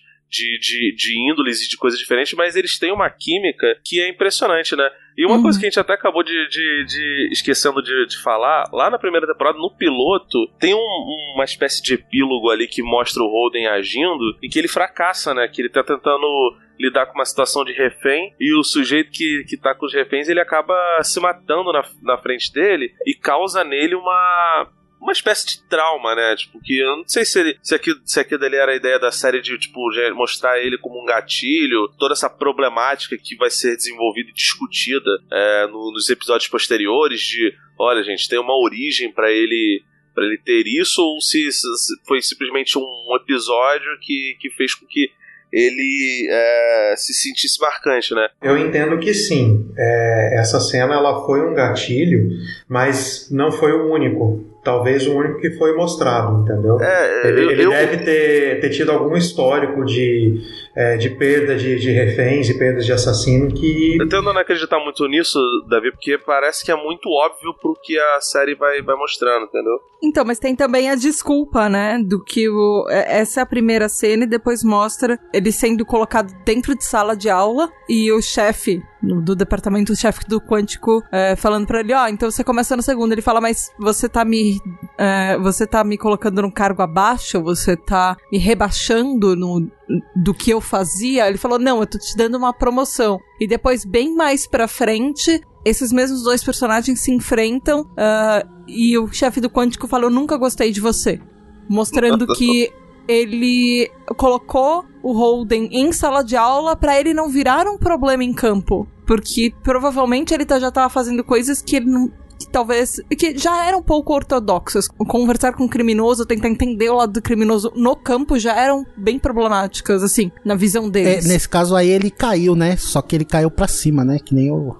B: de índoles e de coisas diferentes, mas eles têm uma química que é impressionante, né? E uma coisa que a gente até acabou de esquecendo de falar, lá na primeira temporada, no piloto, tem uma espécie de epílogo ali que mostra o Holden agindo e que ele fracassa, né? Que ele tá tentando lidar com uma situação de refém e o sujeito que tá com os reféns, ele acaba se matando na frente dele e causa nele uma espécie de trauma, né? Tipo, que eu não sei se aquilo dali era a ideia da série de, tipo, mostrar ele como um gatilho, toda essa problemática que vai ser desenvolvida e discutida nos episódios posteriores de, olha, gente, tem uma origem pra ele ter isso, ou se foi simplesmente um episódio que fez com que ele se sentisse marcante, né?
D: Eu entendo que sim. Essa cena ela foi um gatilho, mas não foi o único. Talvez o único que foi mostrado, entendeu? Ele deve ter tido algum histórico de perda de reféns e perda de assassino que...
B: Eu tento não acreditar muito nisso, Davi, porque parece que é muito óbvio pro que a série vai mostrando, entendeu?
F: Então, mas tem também a desculpa, né? Do que essa é a primeira cena e depois mostra ele sendo colocado dentro de sala de aula e o chefe do departamento, o chefe do Quântico, falando pra ele, então você começa no segundo. Ele fala, mas você tá me colocando num cargo abaixo? Você tá me rebaixando do que eu fazia? Ele falou, não, eu tô te dando uma promoção. E depois, bem mais pra frente, esses mesmos dois personagens se enfrentam e o chefe do Quântico fala, eu nunca gostei de você. Mostrando que ele colocou o Holden em sala de aula pra ele não virar um problema em campo. Porque provavelmente ele já tava fazendo coisas que ele não... que já eram um pouco ortodoxas. Conversar com um criminoso, tentar entender o lado do criminoso no campo já eram bem problemáticas, assim, na visão deles.
E: Nesse caso aí ele caiu, né? Só que ele caiu pra cima, né? Que nem o...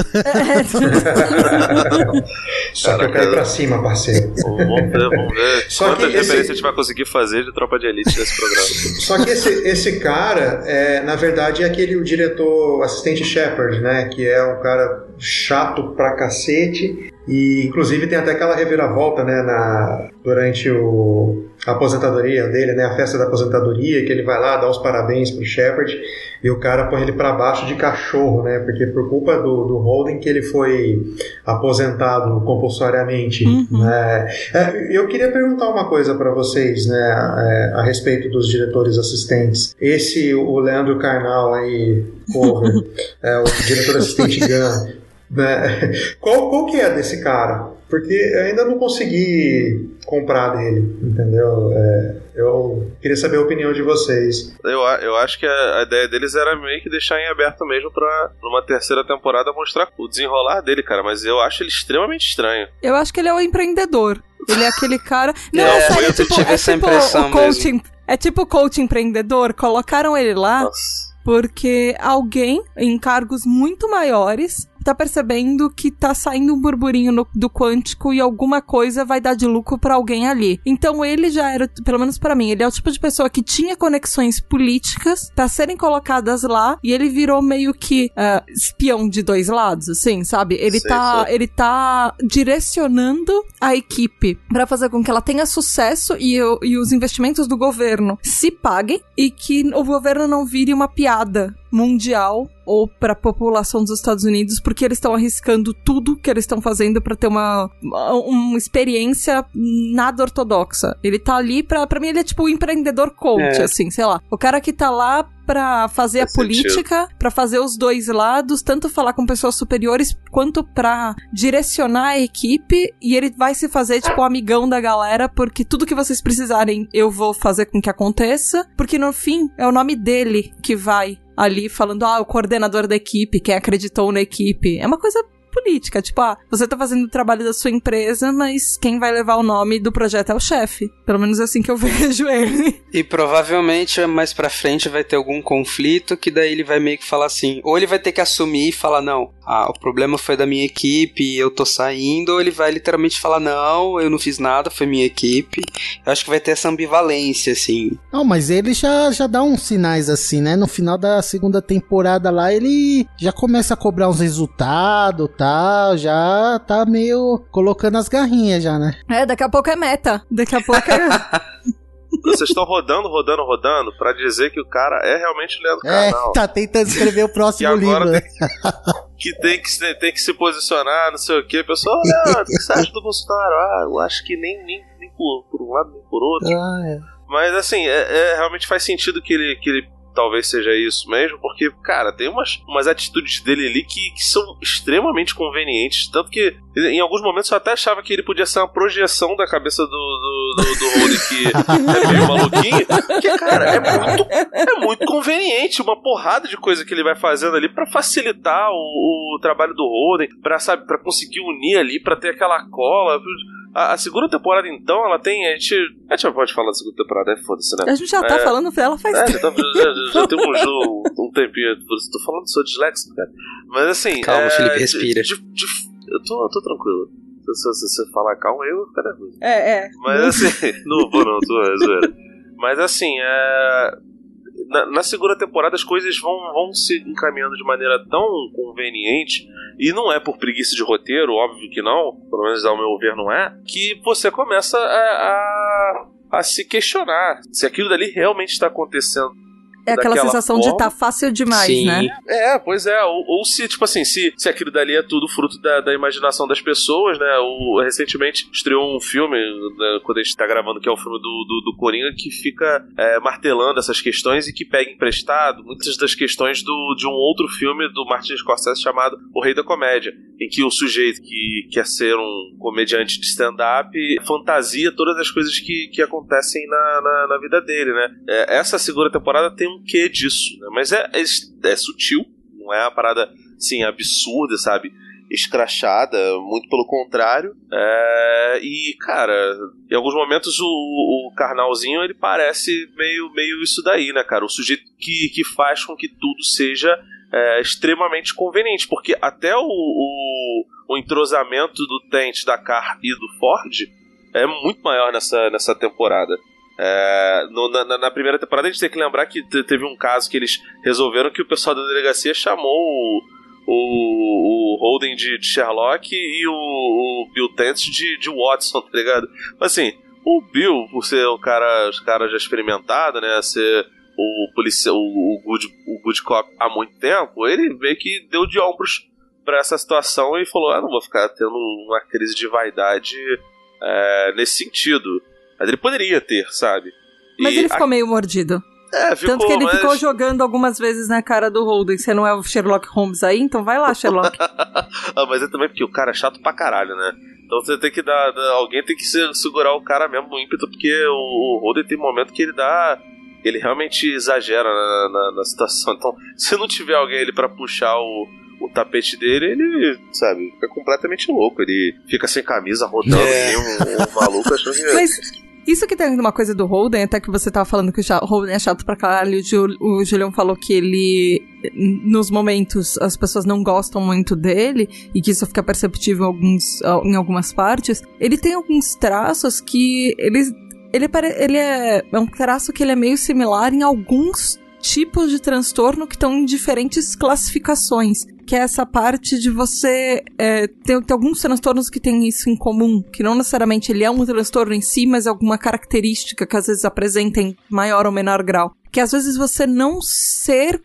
D: Só que eu caí pra cima, parceiro.
B: Vamos ver quantas referências a gente vai conseguir fazer de Tropa de Elite nesse programa.
D: Só que esse cara, na verdade, é o diretor assistente Shepard, né? Que é um cara chato pra cacete. E inclusive tem até aquela reviravolta, né, durante a aposentadoria dele, né, a festa da aposentadoria, que ele vai lá dar os parabéns pro Shepard e o cara põe ele pra baixo de cachorro, né, porque por culpa do Holden que ele foi aposentado compulsoriamente. Né. Eu queria perguntar uma coisa pra vocês, né, a respeito dos diretores assistentes. O Leandro Carnal aí, o diretor assistente Gunn, né? Qual que é desse cara? Porque eu ainda não consegui comprar dele, entendeu? Eu queria saber a opinião de vocês.
B: Eu acho que a ideia deles era meio que deixar em aberto mesmo pra numa terceira temporada mostrar o desenrolar dele, cara, mas eu acho ele extremamente estranho.
F: Eu acho que ele é o empreendedor. Ele é aquele cara... Não,
C: sério, eu tive essa impressão mesmo.
F: É tipo o coach empreendedor, colocaram ele lá... Nossa. Porque alguém em cargos muito maiores tá percebendo que tá saindo um burburinho do quântico e alguma coisa vai dar de lucro pra alguém ali. Então ele já era, pelo menos pra mim, ele é o tipo de pessoa que tinha conexões políticas pra serem colocadas lá, e ele virou meio que espião de dois lados, assim, sabe? Ele tá direcionando a equipe pra fazer com que ela tenha sucesso e os investimentos do governo se paguem, e que o governo não vire uma piada mundial ou pra população dos Estados Unidos, porque eles estão arriscando tudo que eles estão fazendo pra ter uma experiência nada ortodoxa. Ele tá ali pra mim ele é tipo um empreendedor coach, assim, sei lá. O cara que tá lá pra fazer a política, pra fazer os dois lados, tanto falar com pessoas superiores, quanto pra direcionar a equipe, e ele vai se fazer, tipo, amigão da galera, porque tudo que vocês precisarem eu vou fazer com que aconteça, porque no fim é o nome dele que vai ali falando, o coordenador da equipe, quem acreditou na equipe. É uma coisa política, tipo, você tá fazendo o trabalho da sua empresa, mas quem vai levar o nome do projeto é o chefe. Pelo menos é assim que eu vejo ele.
C: E provavelmente mais pra frente vai ter algum conflito que daí ele vai meio que falar assim, ou ele vai ter que assumir e falar, não, o problema foi da minha equipe, eu tô saindo, ou ele vai literalmente falar, não, eu não fiz nada, foi minha equipe. Eu acho que vai ter essa ambivalência, assim.
E: Não, mas ele já dá uns sinais assim, né? No final da segunda temporada lá, ele já começa a cobrar uns resultados, tal, já tá meio colocando as garrinhas já, né?
F: Daqui a pouco é meta. Daqui a pouco é...
B: Vocês estão rodando pra dizer que o cara é realmente o Leandro Carnal.
E: Tá tentando escrever o próximo livro, né?
B: Que tem que se posicionar, não sei o que. Pessoal, Leandro, o que você acha do Bolsonaro? Eu acho que nem por um lado, nem por outro. Mas assim, realmente faz sentido que ele talvez seja isso mesmo, porque, cara, tem umas atitudes dele ali que são extremamente convenientes, tanto que em alguns momentos eu até achava que ele podia ser uma projeção da cabeça do Holden, que é meio maluquinho, porque, cara, é muito conveniente, uma porrada de coisa que ele vai fazendo ali pra facilitar o trabalho do Holden, pra conseguir unir ali, pra ter aquela cola. A segunda temporada, então, ela tem... A gente já pode falar da segunda temporada, foda-se, né?
F: A gente já tá falando dela faz tempo.
B: Já tem um tempinho. Tô falando, sou disléxico, cara. Mas assim...
C: Calma, Felipe, respira.
B: Eu tô tranquilo. Se você falar calma, eu vou ficar nervoso.
F: Mas
B: assim... Não vou não, tô zoeira. Mas assim, na segunda temporada as coisas vão se encaminhando de maneira tão conveniente, e não é por preguiça de roteiro, óbvio que não, pelo menos ao meu ver não é, que você começa a se questionar se aquilo dali realmente está acontecendo.
F: É aquela sensação de tá fácil demais,
C: sim,
F: né?
B: Pois é. Ou se, tipo assim, se aquilo dali é tudo fruto da imaginação das pessoas, né? Recentemente estreou um filme, né, quando a gente tá gravando, que é o filme do Coringa, que fica martelando essas questões e que pega emprestado muitas das questões de um outro filme do Martin Scorsese chamado O Rei da Comédia, em que o sujeito que quer ser um comediante de stand-up fantasia todas as coisas que acontecem na vida dele, né? Essa segunda temporada tem um quê disso, né? Mas é sutil, não é uma parada assim absurda, sabe? Escrachada, muito pelo contrário. E, cara, em alguns momentos o Carnalzinho ele parece meio isso daí, né, cara? O sujeito que faz com que tudo seja extremamente conveniente, porque até o entrosamento do Tent, da Carr e do Ford é muito maior nessa temporada. Na primeira temporada a gente tem que lembrar que teve um caso que eles resolveram, que o pessoal da delegacia chamou o Holden de Sherlock e o Bill Tent de Watson, tá ligado? Mas assim, o Bill, por ser um cara já experimentado, né, ser o good cop há muito tempo, ele meio que deu de ombros pra essa situação e falou, não vou ficar tendo uma crise de vaidade nesse sentido. Mas ele poderia ter, sabe?
F: Mas ele ficou meio mordido. Tanto que ele ficou jogando algumas vezes na cara do Holden. Você não é o Sherlock Holmes aí? Então vai lá, Sherlock.
B: Mas é também porque o cara é chato pra caralho, né? Então você tem que alguém tem que segurar o cara mesmo no ímpeto, porque o Holden tem momento que ele realmente exagera na situação. Então, se não tiver alguém ali pra puxar o tapete dele, ele, sabe, fica completamente louco. Ele fica sem camisa, rodando, um maluco, achando que...
F: Isso que tem uma coisa do Holden, até que você tava falando que o Holden é chato pra caralho, o Julião falou que ele, nos momentos, as pessoas não gostam muito dele, e que isso fica perceptível em algumas partes. Ele tem alguns traços que ele é um traço que ele é meio similar em alguns tipos de transtorno que estão em diferentes classificações, que é essa parte de você tem alguns transtornos que tem isso em comum, que não necessariamente ele é um transtorno em si, mas alguma característica que às vezes apresenta em maior ou menor grau, que às vezes você não ser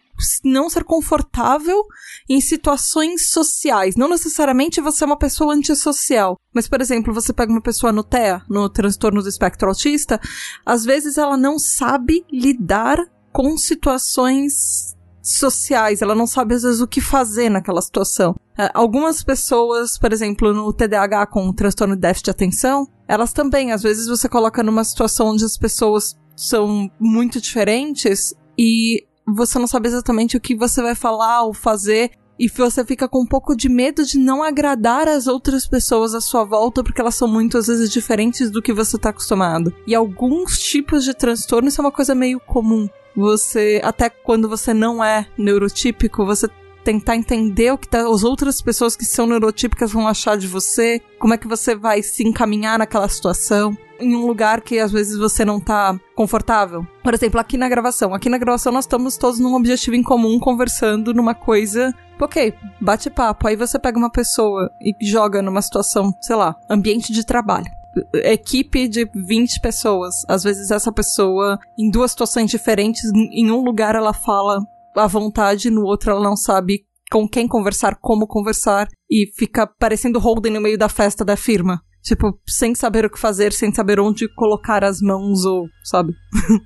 F: confortável em situações sociais. Não necessariamente você é uma pessoa antissocial. Mas, por exemplo, você pega uma pessoa no TEA, no transtorno do espectro autista, às vezes ela não sabe lidar com situações sociais. Ela não sabe, às vezes, o que fazer naquela situação. Algumas pessoas, por exemplo, no TDAH com o transtorno de déficit de atenção, elas também, às vezes, você coloca numa situação onde as pessoas são muito diferentes e você não sabe exatamente o que você vai falar ou fazer, e você fica com um pouco de medo de não agradar as outras pessoas à sua volta, porque elas são muito, às vezes, diferentes do que você está acostumado. E alguns tipos de transtorno, isso é uma coisa meio comum. Você, até quando você não é neurotípico, você tentar entender o que as outras pessoas que são neurotípicas vão achar de você, como é que você vai se encaminhar naquela situação, em um lugar que às vezes você não tá confortável. Por exemplo, aqui na gravação nós estamos todos num objetivo em comum, conversando numa coisa, ok, bate papo, aí você pega uma pessoa e joga numa situação, sei lá, ambiente de trabalho. Equipe de 20 pessoas. Às vezes essa pessoa, em duas situações diferentes, em um lugar ela fala à vontade, no outro ela não sabe com quem conversar, como conversar, e fica parecendo Holden no meio da festa da firma. Tipo, sem saber o que fazer, sem saber onde colocar as mãos, ou, sabe?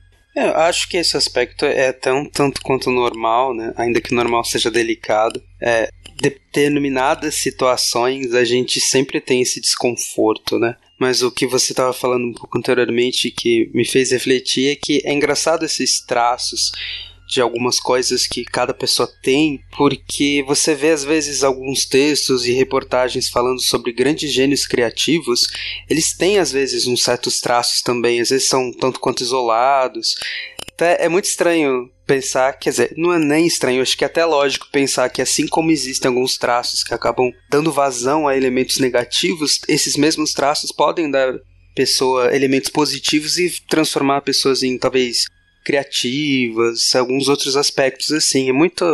C: Eu acho que esse aspecto é tanto quanto normal, né? Ainda que o normal seja delicado. Determinadas situações a gente sempre tem esse desconforto, né? Mas o que você estava falando um pouco anteriormente que me fez refletir é que é engraçado esses traços de algumas coisas que cada pessoa tem, porque você vê às vezes alguns textos e reportagens falando sobre grandes gênios criativos, eles têm às vezes uns certos traços também, às vezes são tanto quanto isolados. Então é muito estranho pensar, quer dizer, não é nem estranho, acho que é até lógico pensar que assim como existem alguns traços que acabam dando vazão a elementos negativos, esses mesmos traços podem dar pessoa elementos positivos e transformar pessoas em talvez criativas, alguns outros aspectos assim. É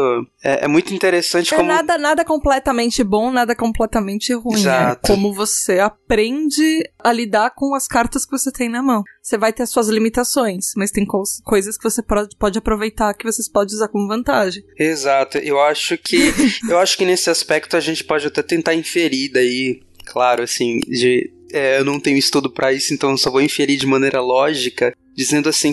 C: muito interessante como...
F: Nada completamente bom, nada completamente ruim.
C: Exato.
F: É como você aprende a lidar com as cartas que você tem na mão. Você vai ter as suas limitações, mas tem coisas que você pode aproveitar, que você pode usar como vantagem.
C: Exato. Eu acho que nesse aspecto a gente pode até tentar inferir daí, claro, assim, eu não tenho estudo pra isso, então eu só vou inferir de maneira lógica, dizendo assim,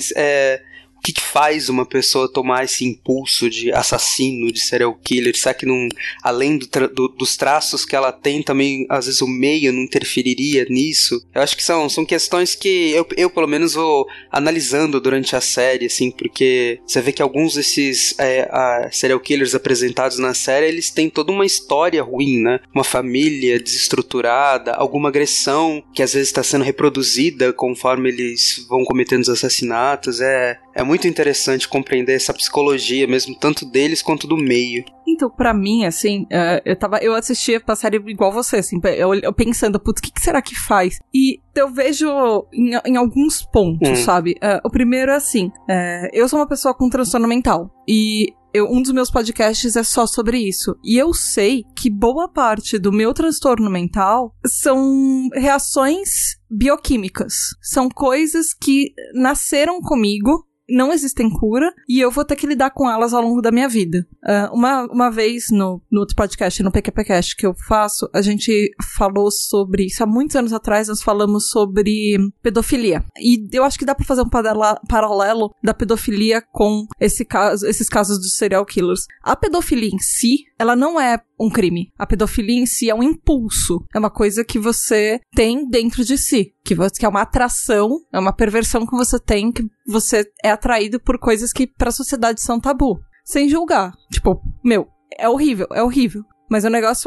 C: o que faz uma pessoa tomar esse impulso de assassino, de serial killer? Será que além dos traços que ela tem, também às vezes o meio não interferiria nisso? Eu acho que são questões que eu pelo menos vou analisando durante a série, assim, porque você vê que alguns desses serial killers apresentados na série, eles têm toda uma história ruim, né? Uma família desestruturada, alguma agressão que às vezes está sendo reproduzida conforme eles vão cometendo os assassinatos. É muito interessante compreender essa psicologia mesmo, tanto deles quanto do meio.
F: Então, pra mim, assim, eu assistia pra série igual você, assim, eu pensando, putz, o que será que faz? E eu vejo em alguns pontos, sabe? O primeiro é assim, eu sou uma pessoa com transtorno mental, e um dos meus podcasts é só sobre isso. E eu sei que boa parte do meu transtorno mental são reações bioquímicas. São coisas que nasceram comigo, não existem cura, e eu vou ter que lidar com elas ao longo da minha vida. Uma vez no outro podcast, no PQPcast que eu faço, a gente falou sobre isso há muitos anos atrás, nós falamos sobre pedofilia. E eu acho que dá pra fazer um paralelo da pedofilia com esses casos dos serial killers. A pedofilia em si, ela não é um crime. A pedofilia em si é um impulso. É uma coisa que você tem dentro de si. Que é uma atração, é uma perversão que você tem, que você é atraído por coisas que pra sociedade são tabu. Sem julgar. Tipo, é horrível. Mas o negócio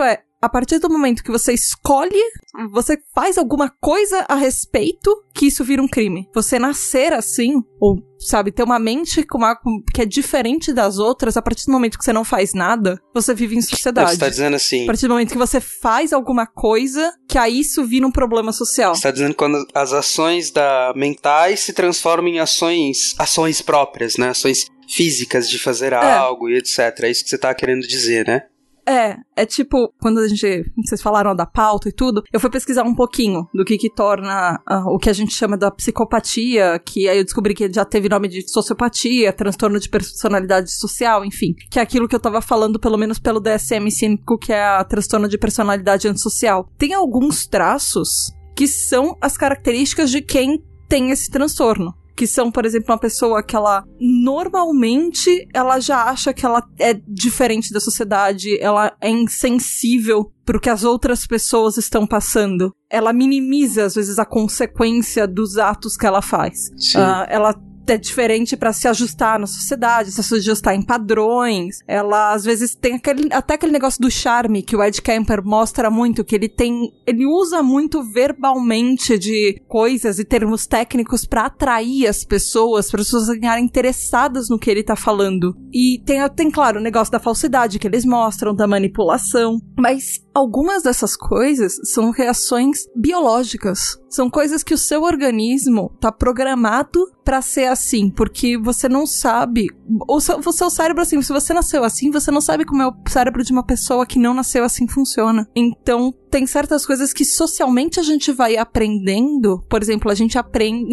F: a partir do momento que você escolhe, você faz alguma coisa a respeito, que isso vira um crime. Você nascer assim, ou, sabe, ter uma mente que é diferente das outras, a partir do momento que você não faz nada, você vive em sociedade.
C: Você tá dizendo assim...
F: A partir do momento que você faz alguma coisa, que aí isso vira um problema social.
C: Você tá dizendo que quando as ações mentais se transformam em ações próprias, né? Ações físicas de fazer algo e etc. É isso que você tá querendo dizer, né?
F: É tipo, quando vocês falaram da pauta e tudo, eu fui pesquisar um pouquinho do que torna o que a gente chama da psicopatia, que aí eu descobri que já teve nome de sociopatia, transtorno de personalidade social, enfim, que é aquilo que eu tava falando, pelo menos pelo DSM-5, que é a transtorno de personalidade antissocial. Tem alguns traços que são as características de quem tem esse transtorno. Que são, por exemplo, uma pessoa que ela normalmente ela já acha que ela é diferente da sociedade, ela é insensível pro que as outras pessoas estão passando. Ela minimiza, às vezes, a consequência dos atos que ela faz. Ela é diferente pra se ajustar na sociedade, se ajustar em padrões. Ela, às vezes, tem até aquele negócio do charme que o Ed Kemper mostra muito, que ele usa muito verbalmente de coisas e termos técnicos pra atrair as pessoas ficarem interessadas no que ele tá falando. E tem, claro, o negócio da falsidade que eles mostram, da manipulação. Mas algumas dessas coisas são reações biológicas. São coisas que o seu organismo tá programado pra ser assim, porque você não sabe... O seu cérebro, assim, se você nasceu assim, você não sabe como é o cérebro de uma pessoa que não nasceu assim funciona. Então, tem certas coisas que socialmente a gente vai aprendendo. Por exemplo, a gente aprende...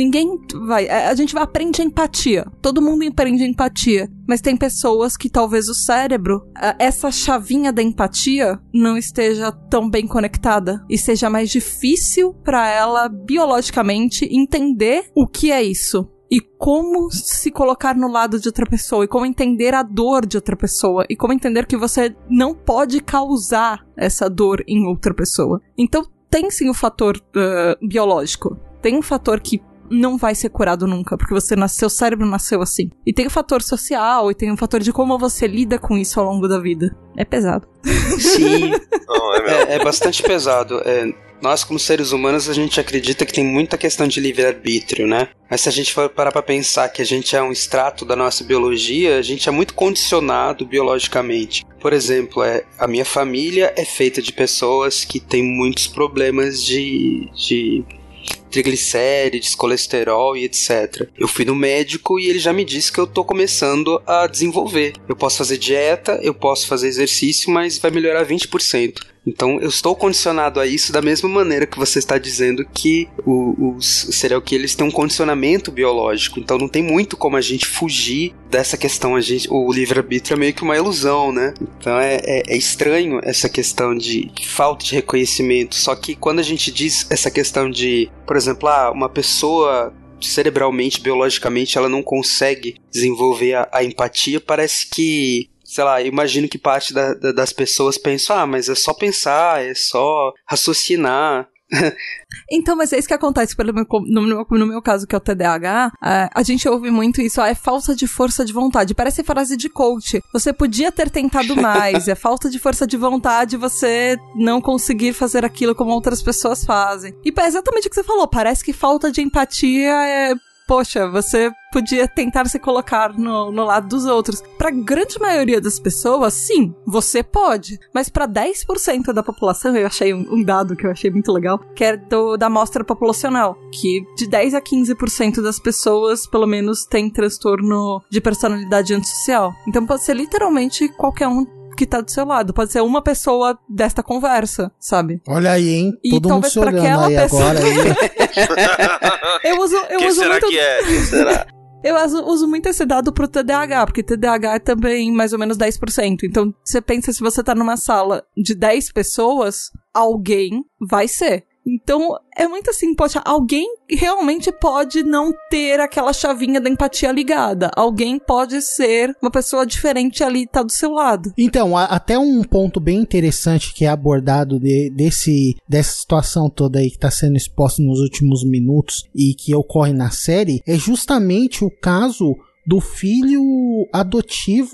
F: A gente vai aprender empatia. Todo mundo aprende empatia. Mas tem pessoas que talvez o cérebro, essa chavinha da empatia, não esteja tão bem conectada. E seja mais difícil pra ela, biologicamente, entender o que é isso. E como se colocar no lado de outra pessoa. E como entender a dor de outra pessoa. E como entender que você não pode causar essa dor em outra pessoa. Então, tem sim o fator biológico. Tem um fator que não vai ser curado nunca, porque seu cérebro nasceu assim. E tem o fator social, e tem o fator de como você lida com isso ao longo da vida. É pesado.
C: Sim, é bastante pesado. Nós, como seres humanos, a gente acredita que tem muita questão de livre-arbítrio, né? Mas se a gente for parar pra pensar que a gente é um extrato da nossa biologia, a gente é muito condicionado biologicamente. Por exemplo, a minha família é feita de pessoas que têm muitos problemas de triglicérides, colesterol e etc. Eu fui no médico e ele já me disse que eu tô começando a desenvolver. Eu posso fazer dieta, eu posso fazer exercício, mas vai melhorar 20%. Então eu estou condicionado a isso da mesma maneira que você está dizendo que os serial killers têm um condicionamento biológico. Então não tem muito como a gente fugir dessa questão. O livre-arbítrio é meio que uma ilusão, né? Então é estranho essa questão de falta de reconhecimento. Só que quando a gente diz essa questão de, por exemplo, uma pessoa cerebralmente, biologicamente, ela não consegue desenvolver a empatia, parece que, sei lá, imagino que parte das pessoas pensam, mas é só pensar, é só raciocinar.
F: Então, mas é isso que acontece no meu caso, que é o TDAH, a gente ouve muito isso, é falta de força de vontade, parece frase de coach, você podia ter tentado mais, é falta de força de vontade você não conseguir fazer aquilo como outras pessoas fazem. E é exatamente o que você falou, parece que falta de empatia poxa, você podia tentar se colocar no lado dos outros. Pra grande maioria das pessoas, sim, você pode. Mas pra 10% da população, eu achei um dado que eu achei muito legal, que é da amostra populacional, que de 10 a 15% das pessoas, pelo menos, tem transtorno de personalidade antissocial. Então pode ser literalmente qualquer um que tá do seu lado. Pode ser uma pessoa desta conversa, sabe?
E: Olha aí, hein?
F: E
E: todo mundo se olhando aí pessoa... agora. Eu uso
B: será
F: muito...
B: que é? Quem será?
F: Eu uso muito esse dado pro TDAH, porque TDAH é também mais ou menos 10%. Então, você pensa, se você tá numa sala de 10 pessoas, alguém vai ser. Então, é muito assim, poxa, alguém realmente pode não ter aquela chavinha da empatia ligada. Alguém pode ser uma pessoa diferente ali, tá do seu lado.
E: Então, até um ponto bem interessante que é abordado dessa situação toda aí que tá sendo exposta nos últimos minutos e que ocorre na série, é justamente o caso do filho adotivo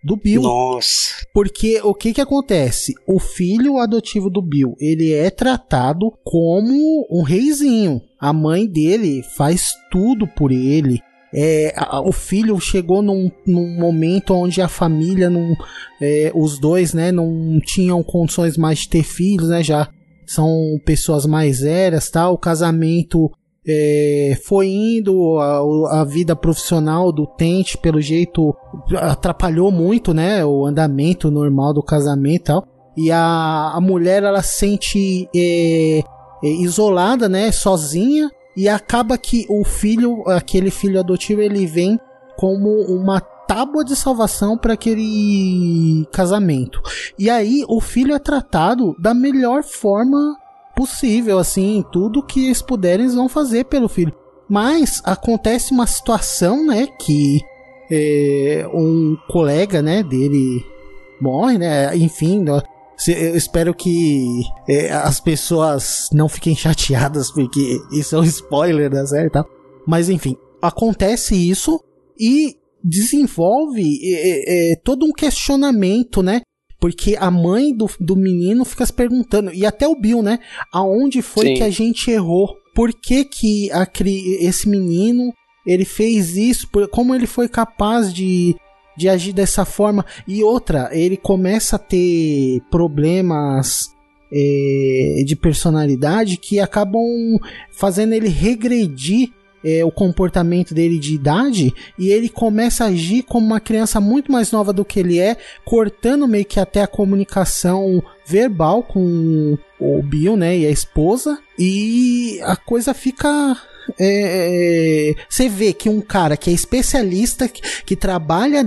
E: do Bill.
C: Nossa.
E: Porque o que acontece? O filho adotivo do Bill, ele é tratado como um reizinho. A mãe dele faz tudo por ele. O filho chegou num momento onde a família, os dois, né, não tinham condições mais de ter filhos, né, já são pessoas mais velhas, tá? O casamento foi indo, a vida profissional do Tench, pelo jeito, atrapalhou muito, né, o andamento normal do casamento e tal. E a mulher, ela se sente isolada, né, sozinha. E acaba que aquele filho adotivo, ele vem como uma tábua de salvação para aquele casamento. E aí o filho é tratado da melhor forma possível, assim, tudo que eles puderem eles vão fazer pelo filho. Mas acontece uma situação, né, que um colega, né, dele morre, né, enfim... Eu espero que as pessoas não fiquem chateadas, porque isso é um spoiler da série e tal. Mas enfim, acontece isso e desenvolve todo um questionamento, né? Porque a mãe do menino fica se perguntando, e até o Bill, né? Aonde foi que a gente errou? Por que esse menino, ele fez isso? Como ele foi capaz de agir dessa forma? E outra, ele começa a ter problemas de personalidade que acabam fazendo ele regredir o comportamento dele de idade, e ele começa a agir como uma criança muito mais nova do que ele é, cortando meio que até a comunicação verbal com o Bill, né, e a esposa, e a coisa fica... você vê que um cara que é especialista, que trabalha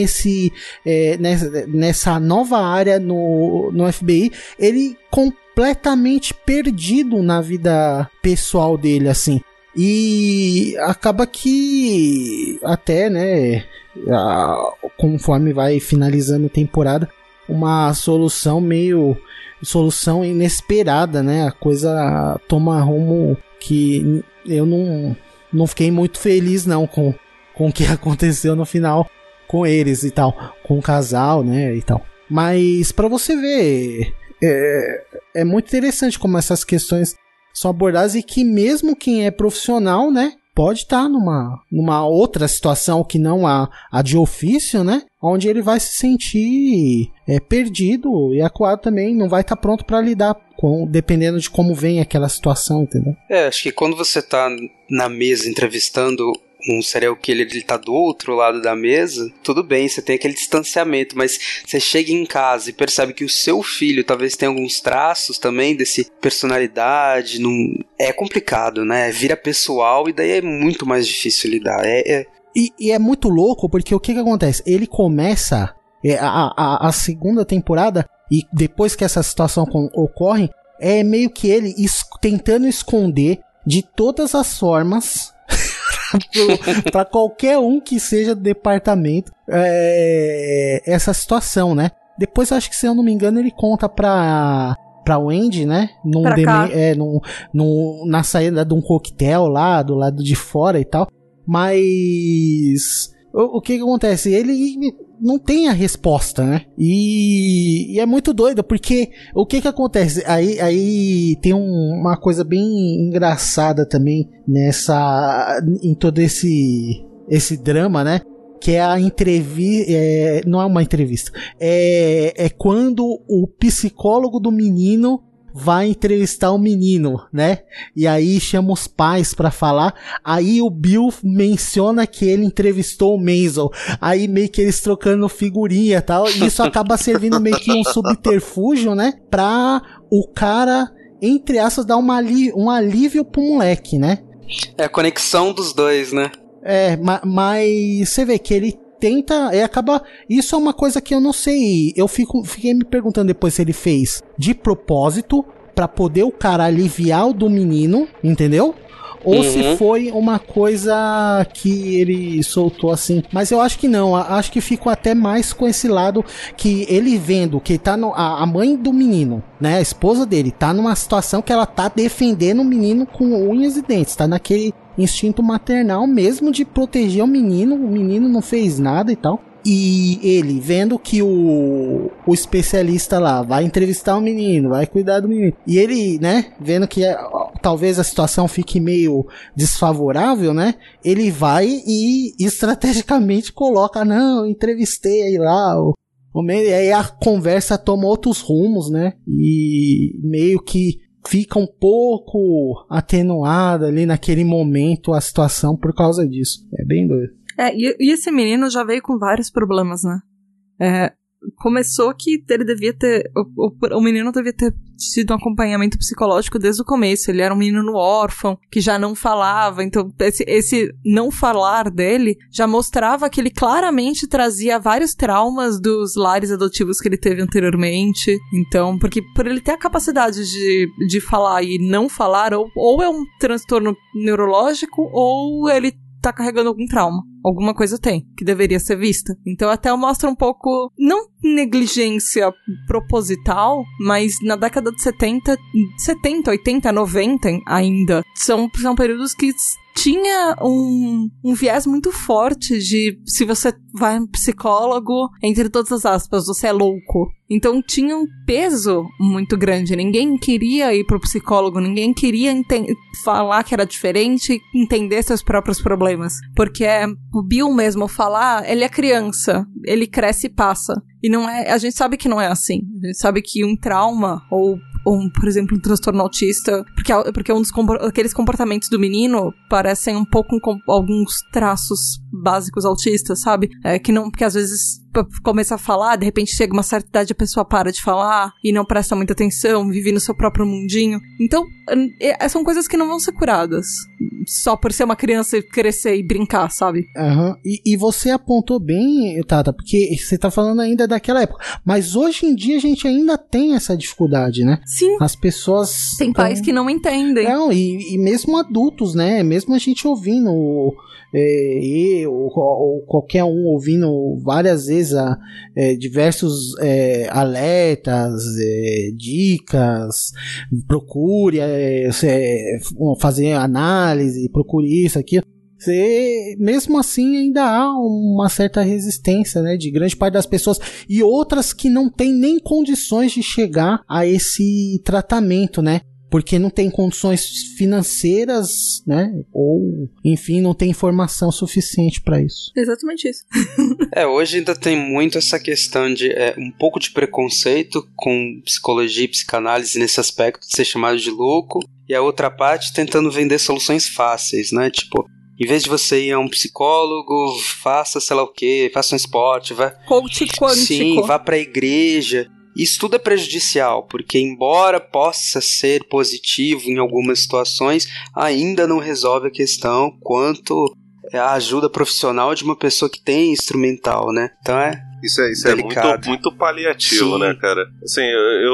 E: nessa nova área no FBI, ele completamente perdido na vida pessoal dele, assim. E acaba que até, né, conforme vai finalizando a temporada, uma solução inesperada, né? A coisa toma rumo que eu não fiquei muito feliz não com o que aconteceu no final com eles e tal, com o casal, né, e tal. Mas pra você ver, é muito interessante como essas questões são abordadas, e que mesmo quem é profissional, né, pode estar numa outra situação que não a de ofício, né, onde ele vai se sentir perdido e acuado também, não vai estar pronto para lidar com, dependendo de como vem aquela situação, entendeu?
C: Acho que quando você tá na mesa entrevistando um serial killer, ele tá do outro lado da mesa, tudo bem, você tem aquele distanciamento, mas você chega em casa e percebe que o seu filho talvez tenha alguns traços também desse personalidade, é complicado, né? Vira pessoal e daí é muito mais difícil lidar.
E: E é muito louco, porque o que acontece? Ele começa a segunda temporada, e depois que essa situação ocorre, é meio que ele tentando esconder de todas as formas para qualquer um que seja do departamento essa situação, né? Depois, acho que, se eu não me engano, ele conta pra Wendy, né? Na saída de um coquetel lá do lado de fora e tal. Mas o que acontece? Ele não tem a resposta, né? E é muito doido, porque o que acontece? Aí tem uma coisa bem engraçada também em todo esse drama, né? Que é a entrevista. Não é uma entrevista. É quando o psicólogo do menino vai entrevistar o menino, né? E aí chama os pais pra falar. Aí o Bill menciona que ele entrevistou o Maisel. Aí meio que eles trocando figurinha e tal. E isso acaba servindo meio que um subterfúgio, né? Pra o cara, entre aspas, dar um alívio pro moleque, né?
C: É a conexão dos dois, né?
E: Mas você vê que ele tenta, acaba... Isso é uma coisa que eu não sei. Eu fiquei me perguntando depois se ele fez de propósito pra poder o cara aliviar o do menino, entendeu? Ou se foi uma coisa que ele soltou assim. Mas eu acho que não. Acho que ficou até mais com esse lado que ele vendo que tá a mãe do menino, né? A esposa dele tá numa situação que ela tá defendendo o menino com unhas e dentes. Tá naquele instinto maternal mesmo de proteger o menino. O menino não fez nada e tal. E ele, vendo que o especialista lá vai entrevistar o menino, vai cuidar do menino, e ele, né, vendo que talvez a situação fique meio desfavorável, né, ele vai e estrategicamente coloca, não, eu entrevistei aí lá e aí a conversa toma outros rumos, né, e meio que fica um pouco atenuada ali naquele momento a situação por causa disso. É bem doido.
F: E esse menino já veio com vários problemas, né? Começou que ele devia ter... O menino devia ter tido um acompanhamento psicológico desde o começo. Ele era um menino órfão, que já não falava. Então, esse não falar dele já mostrava que ele claramente trazia vários traumas dos lares adotivos que ele teve anteriormente. Então, porque por ele ter a capacidade de falar e não falar, ou é um transtorno neurológico, ou ele tá carregando algum trauma. Alguma coisa tem, que deveria ser vista. Então até mostra um pouco, não negligência proposital, mas na década de 70, 80, 90 ainda, são períodos que tinha um viés muito forte de se você vai a um psicólogo, entre todas as aspas, você é louco. Então tinha um peso muito grande. Ninguém queria ir pro psicólogo, ninguém queria falar que era diferente, entender seus próprios problemas. Porque o Bill mesmo falar, ele é criança, ele cresce e passa. E não é, a gente sabe que não é assim. A gente sabe que um trauma, ou por exemplo, um transtorno autista, porque aqueles comportamentos do menino parecem um pouco com alguns traços básicos autistas, sabe? Porque às vezes começa a falar, de repente chega uma certa idade, a pessoa para de falar e não presta muita atenção, vive no seu próprio mundinho. Então, são coisas que não vão ser curadas só por ser uma criança e crescer e brincar, sabe?
E: Uhum. E você apontou bem, Tata, porque você tá falando ainda daquela época, mas hoje em dia a gente ainda tem essa dificuldade, né?
F: Sim.
E: As pessoas...
F: Tem pais que não entendem.
E: Não, e mesmo adultos, né? Mesmo a gente ouvindo... ou qualquer um ouvindo várias vezes diversos alertas, dicas, procure fazer análise, procure isso, aquilo. Mesmo assim ainda há uma certa resistência, né, de grande parte das pessoas, e outras que não têm nem condições de chegar a esse tratamento, né? Porque não tem condições financeiras, né? Ou, enfim, não tem informação suficiente para isso.
F: Exatamente isso.
C: Hoje ainda tem muito essa questão de um pouco de preconceito com psicologia e psicanálise nesse aspecto de ser chamado de louco, e a outra parte tentando vender soluções fáceis, né? Tipo, em vez de você ir a um psicólogo, faça sei lá o quê, faça um esporte, vá...
F: Coach quântico.
C: Sim, vá pra igreja... Isso tudo é prejudicial, porque embora possa ser positivo em algumas situações, ainda não resolve a questão quanto a ajuda profissional de uma pessoa que tem instrumental, né? Então
B: Isso é muito paliativo, sim, né, cara? Assim,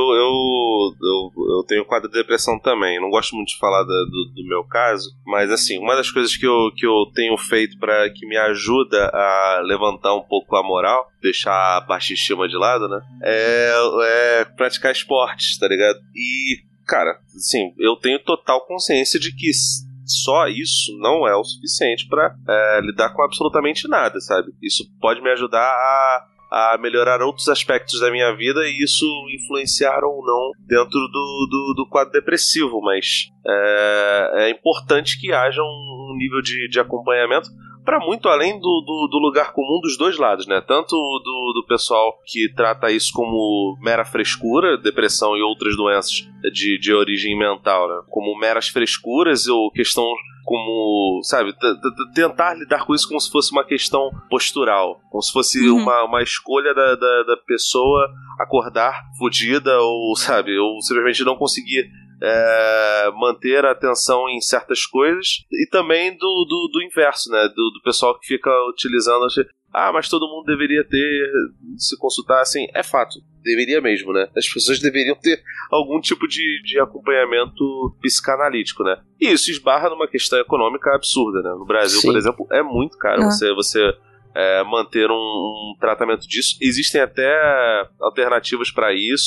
B: eu tenho quadro de depressão também. Não gosto muito de falar do meu caso, mas assim, uma das coisas que eu tenho feito que me ajuda a levantar um pouco a moral, deixar a baixa estima de lado, né, é praticar esportes, tá ligado? E, cara, assim, eu tenho total consciência de que só isso não é o suficiente pra lidar com absolutamente nada, sabe? Isso pode me ajudar a melhorar outros aspectos da minha vida e isso influenciar ou não dentro do quadro depressivo, mas é importante que haja um nível de acompanhamento para muito além do lugar comum dos dois lados, né? Tanto do pessoal que trata isso como mera frescura, depressão e outras doenças de origem mental, né? Como meras frescuras ou questão como, sabe, tentar lidar com isso como se fosse uma questão postural, como se fosse uma escolha da pessoa acordar fodida ou, sabe, ou simplesmente não conseguir manter a atenção em certas coisas, e também do inverso, né, do pessoal que fica utilizando, mas todo mundo deveria se consultar, assim, é fato, deveria mesmo, né, as pessoas deveriam ter algum tipo de acompanhamento psicanalítico, né, e isso esbarra numa questão econômica absurda, né, no Brasil, sim, por exemplo, é muito caro você manter um tratamento disso. Existem até alternativas para isso.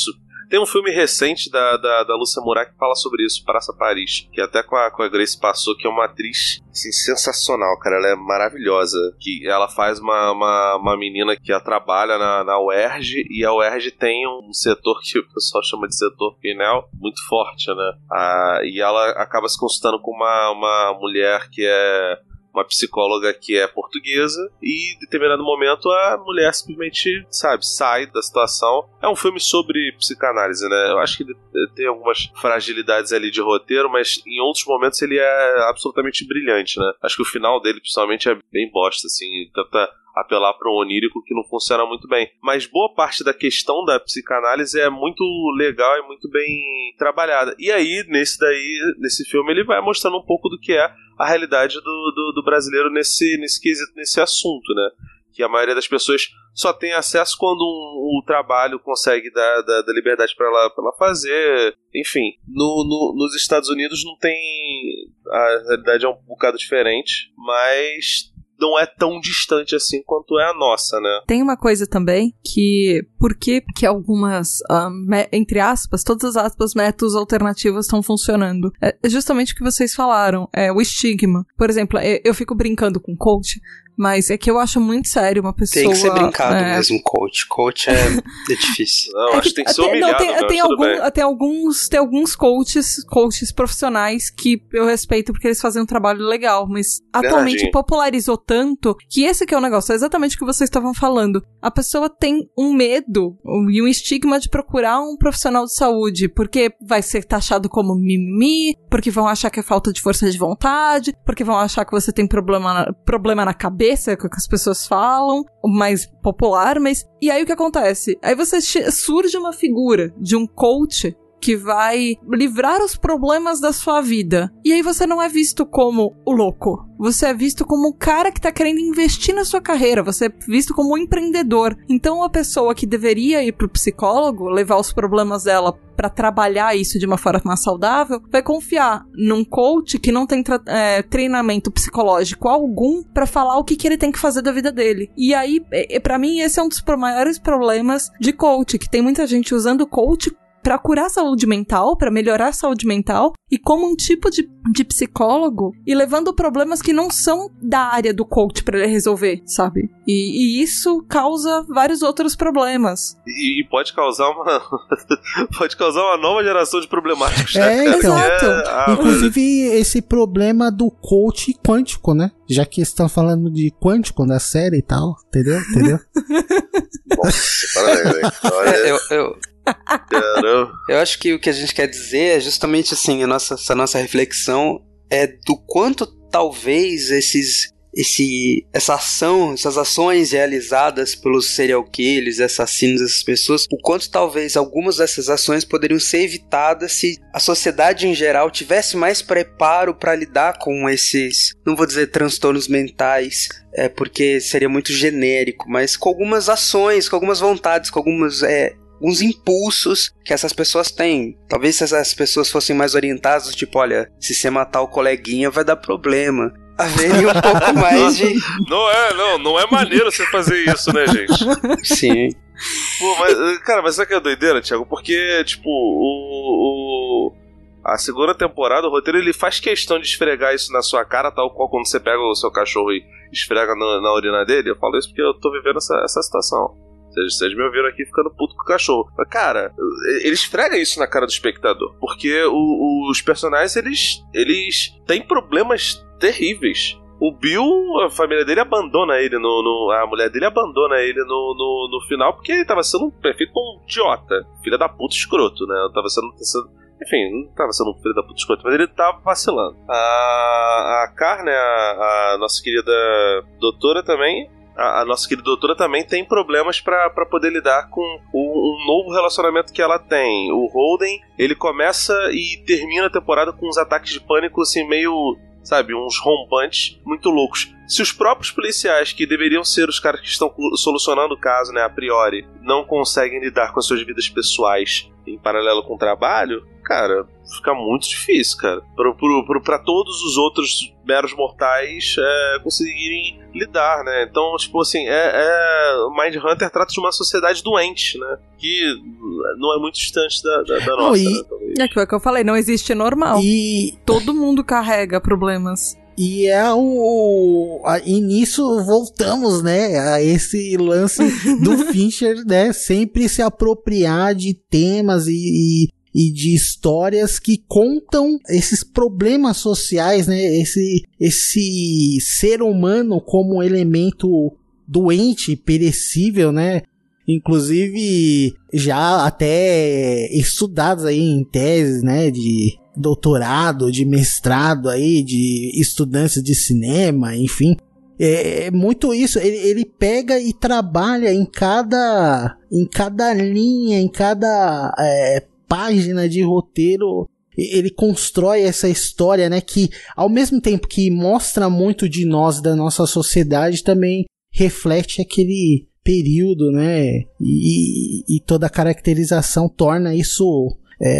B: Tem um filme recente da Lúcia Murat que fala sobre isso, Praça Paris, que até com a Grace passou, que é uma atriz assim, sensacional, cara. Ela é maravilhosa. Que ela faz uma menina que trabalha na UERJ, e a UERJ tem um setor que o pessoal chama de setor Pinel, muito forte, né? E ela acaba se consultando com uma mulher que é uma psicóloga que é portuguesa, e em determinado momento a mulher simplesmente, sai da situação. É um filme sobre psicanálise, né? Eu acho que ele tem algumas fragilidades ali de roteiro, mas em outros momentos ele é absolutamente brilhante, né? Acho que o final dele, principalmente, é bem bosta, assim, tenta apelar para um onírico que não funciona muito bem. Mas boa parte da questão da psicanálise é muito legal e muito bem trabalhada. E aí, nesse filme, ele vai mostrando um pouco do que é a realidade do brasileiro nesse quesito, nesse assunto, né? Que a maioria das pessoas só tem acesso quando o trabalho consegue dar liberdade para ela fazer. Enfim, nos Estados Unidos não tem... A realidade é um bocado diferente, mas não é tão distante assim quanto é a nossa, né?
F: Tem uma coisa também que... Por que algumas, entre aspas, todas as aspas, métodos alternativos estão funcionando? É justamente o que vocês falaram, o estigma. Por exemplo, eu fico brincando com coach, mas é que eu acho muito sério uma pessoa...
C: Tem que ser brincado mesmo, coach. Coach é difícil.
B: Não, acho que tem que ser humilhado.
F: Tem alguns coaches profissionais que eu respeito porque eles fazem um trabalho legal, mas atualmente popularizou tanto que esse que é o negócio, é exatamente o que vocês estavam falando. A pessoa tem um medo e um estigma de procurar um profissional de saúde, porque vai ser taxado como mimimi, porque vão achar que é falta de força de vontade, porque vão achar que você tem problema na cabeça, que as pessoas falam, mais popular, mas... E aí o que acontece? Aí surge uma figura de um coach que vai livrar os problemas da sua vida. E aí você não é visto como o louco. Você é visto como um cara que tá querendo investir na sua carreira. Você é visto como um empreendedor. Então a pessoa que deveria ir pro psicólogo, levar os problemas dela pra trabalhar isso de uma forma mais saudável, vai confiar num coach que não tem treinamento psicológico algum pra falar o que ele tem que fazer da vida dele. E aí, pra mim, esse é um dos maiores problemas de coach, que tem muita gente usando coach pra curar a saúde mental, pra melhorar a saúde mental, e como um tipo de psicólogo, e levando problemas que não são da área do coach pra ele resolver, sabe? E isso causa vários outros problemas.
B: E pode causar uma nova geração de problemáticos.
E: Então.
F: Exato.
E: Inclusive, esse problema do coach quântico, né? Já que estão falando de quântico na série e tal, entendeu?
B: Nossa, parabéns,
C: Eu acho que o que a gente quer dizer é justamente assim, essa nossa reflexão é do quanto talvez essas ações realizadas pelos serial killers, assassinos, essas pessoas, o quanto talvez algumas dessas ações poderiam ser evitadas se a sociedade em geral tivesse mais preparo para lidar com esses, não vou dizer transtornos mentais, porque seria muito genérico, mas com algumas ações, com algumas vontades, com alguns impulsos que essas pessoas têm. Talvez se essas pessoas fossem mais orientadas, tipo, olha, se você matar o coleguinha vai dar problema. Haveria um pouco mais de...
B: Não é maneiro você fazer isso, né, gente?
C: Sim.
B: Pô, mas sabe que é doideira, Thiago? Porque, tipo, a segunda temporada, o roteiro, ele faz questão de esfregar isso na sua cara, tal qual quando você pega o seu cachorro e esfrega na urina dele. Eu falo isso porque eu tô vivendo essa situação. Vocês me ouviram aqui ficando puto com o cachorro. Mas, cara, ele esfrega isso na cara do espectador. Porque os personagens, eles têm problemas terríveis. O Bill, a família dele abandona ele a mulher dele abandona ele no final porque ele tava sendo feito um idiota. Filha da puta escroto, né? Enfim, não tava sendo um filho da puta escroto, mas ele tava vacilando. A Car, né? A nossa querida doutora também. A nossa querida doutora também tem problemas pra poder lidar com um novo relacionamento que ela tem. O Holden, ele começa e termina a temporada com uns ataques de pânico, assim, meio, sabe, uns rompantes muito loucos. Se os próprios policiais, que deveriam ser os caras que estão solucionando o caso, né, a priori, não conseguem lidar com as suas vidas pessoais em paralelo com o trabalho, cara, fica muito difícil, cara. Pra todos os outros meros mortais conseguirem lidar, né? Então, tipo assim, Mindhunter trata de uma sociedade doente, né? Que não é muito distante da nossa, né?
F: É aquilo que eu falei, não existe normal. Todo mundo carrega problemas.
E: E e nisso voltamos, né, a esse lance do Fincher, né, sempre se apropriar de temas e de histórias que contam esses problemas sociais, né, esse ser humano como um elemento doente, perecível, né, inclusive já até estudados aí em teses, né, de doutorado, de mestrado aí, de estudantes de cinema, enfim. É muito isso, ele pega e trabalha em cada linha, em cada página de roteiro, ele constrói essa história, né, que ao mesmo tempo que mostra muito de nós, da nossa sociedade, também reflete aquele período, né, e toda a caracterização torna isso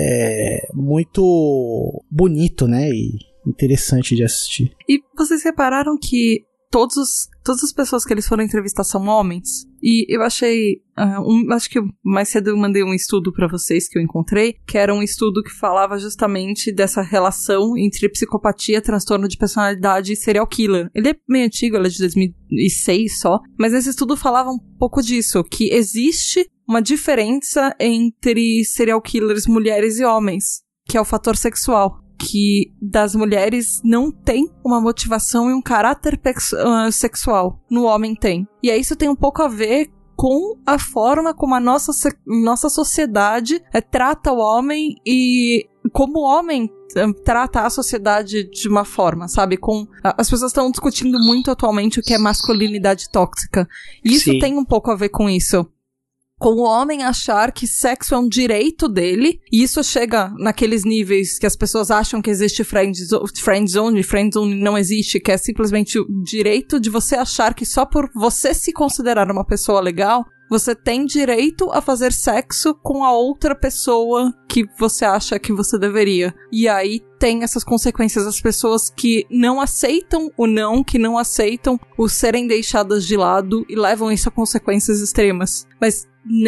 E: muito bonito, né, e interessante de assistir.
F: E vocês repararam que todas as pessoas que eles foram entrevistar são homens? E eu achei, acho que mais cedo eu mandei um estudo pra vocês que eu encontrei, que era um estudo que falava justamente dessa relação entre psicopatia, transtorno de personalidade e serial killer. Ele é meio antigo, ele é de 2006 só, mas esse estudo falava um pouco disso, que existe uma diferença entre serial killers mulheres e homens, que é o fator sexual. Que das mulheres não tem uma motivação e um caráter sexual. No homem tem. E aí isso tem um pouco a ver com a forma como a nossa sociedade trata o homem e como o homem trata a sociedade de uma forma, sabe? As pessoas estão discutindo muito atualmente o que é masculinidade tóxica. E isso tem um pouco a ver com isso. Com o homem achar que sexo é um direito dele, e isso chega naqueles níveis que as pessoas acham que existe friendzone não existe, que é simplesmente o direito de você achar que só por você se considerar uma pessoa legal, você tem direito a fazer sexo com a outra pessoa que você acha que você deveria. E aí tem essas consequências, as pessoas que não aceitam o não, que não aceitam o serem deixadas de lado e levam isso a consequências extremas. Mas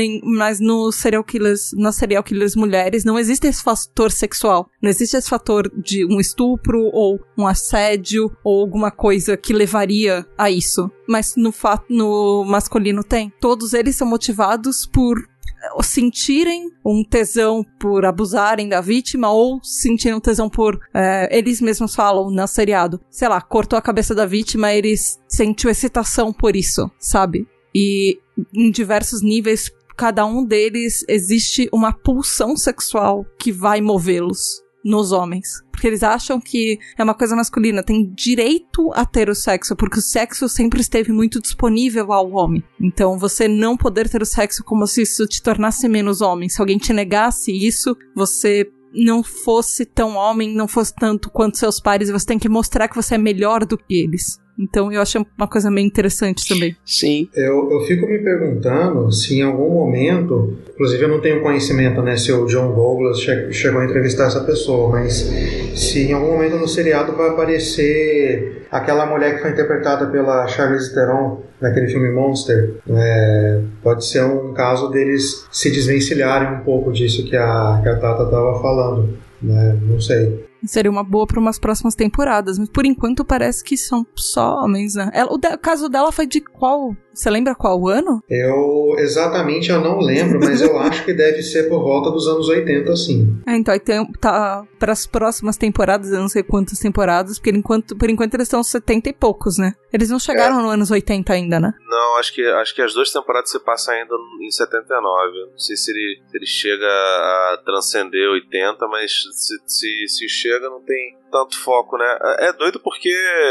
F: nas serial killers mulheres não existe esse fator sexual. Não existe esse fator de um estupro ou um assédio ou alguma coisa que levaria a isso. Mas no masculino tem. Todos eles são motivados por sentirem um tesão por abusarem da vítima ou sentirem um tesão por... eles mesmos falam no seriado. Sei lá, cortou a cabeça da vítima, eles sentiu excitação por isso, sabe? E em diversos níveis, cada um deles existe uma pulsão sexual que vai movê-los nos homens. Porque eles acham que é uma coisa masculina, tem direito a ter o sexo, porque o sexo sempre esteve muito disponível ao homem. Então você não poder ter o sexo como se isso te tornasse menos homem. Se alguém te negasse isso, você não fosse tão homem, não fosse tanto quanto seus pares, você tem que mostrar que você é melhor do que eles. Então eu acho uma coisa meio interessante também.
C: Sim.
D: Eu fico me perguntando se em algum momento, inclusive eu não tenho conhecimento, né, se o John Douglas chegou a entrevistar essa pessoa, mas se em algum momento no seriado vai aparecer aquela mulher que foi interpretada pela Charlize Theron naquele filme Monster. Pode ser um caso deles se desvencilharem um pouco disso que a Tata estava falando, né? Não sei.
F: Seria uma boa para umas próximas temporadas, mas por enquanto parece que são só homens, né? O caso dela foi de qual? Você lembra qual ano?
D: Exatamente eu não lembro, mas eu acho que deve ser por volta dos anos 80, sim.
F: Então, tá para as próximas temporadas, eu não sei quantas temporadas, porque por enquanto eles estão 70 e poucos, né? Eles não chegaram no anos 80 ainda, né?
B: Não, acho que as duas temporadas se passam ainda em 79. Não sei se ele chega a transcender 80, mas se chega não tem tanto foco, né? É doido porque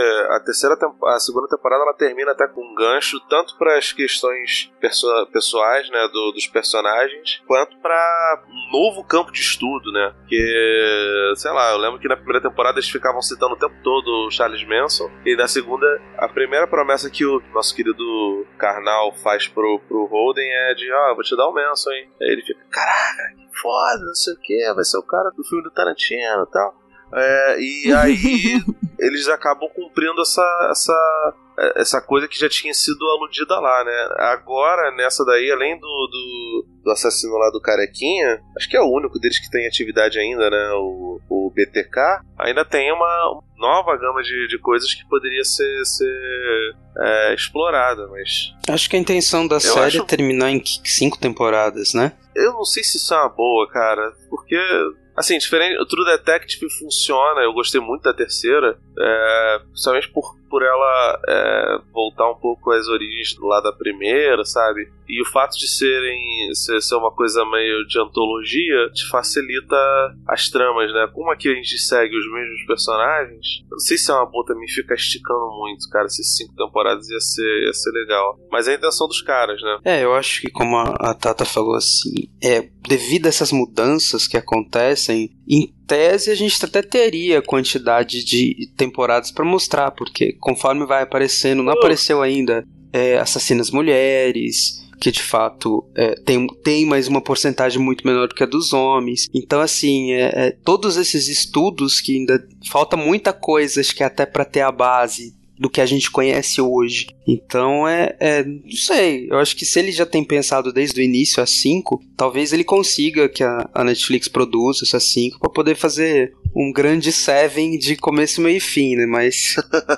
B: a segunda temporada ela termina até com um gancho tanto para as questões pessoais, né, dos personagens, quanto para um novo campo de estudo, né? Que, sei lá, eu lembro que na primeira temporada eles ficavam citando o tempo todo o Charles Manson, e na segunda, a primeira promessa que o nosso querido Karnal faz pro Holden é de, vou te dar o Manson, hein? Aí ele fica, caraca, foda, não sei o que, vai ser o cara do filme do Tarantino e tal. E aí eles acabam cumprindo essa coisa que já tinha sido aludida lá, né? Agora, nessa daí, além do assassino lá do Carequinha, acho que é o único deles que tem atividade ainda, né? O BTK, ainda tem uma nova gama de coisas que poderia ser explorada, mas...
C: Acho que a intenção da série é terminar em 5 temporadas, né?
B: Eu não sei se isso é uma boa, cara, porque... Assim, diferente, o True Detective funciona, eu gostei muito da terceira, principalmente por ela voltar um pouco às origens lá da primeira, sabe? E o fato de ser uma coisa meio de antologia te facilita as tramas, né? Como aqui a gente segue os mesmos personagens, eu não sei se é uma boa também ficar esticando muito, cara, se 5 temporadas ia ser legal. Mas é a intenção dos caras, né?
C: Eu acho que como a Tata falou assim, devido a essas mudanças que acontecem, em tese a gente até teria quantidade de temporadas pra mostrar, porque conforme vai aparecendo, não apareceu ainda assassinas mulheres, que de fato tem mais uma porcentagem muito menor do que a dos homens. Então assim, todos esses estudos que ainda falta muita coisa, acho que até pra ter a base do que a gente conhece hoje. Então não sei, eu acho que se ele já tem pensado desde o início as 5, talvez ele consiga que a Netflix produza essas 5 para poder fazer um grande 7 de começo, meio e fim, né? Mas...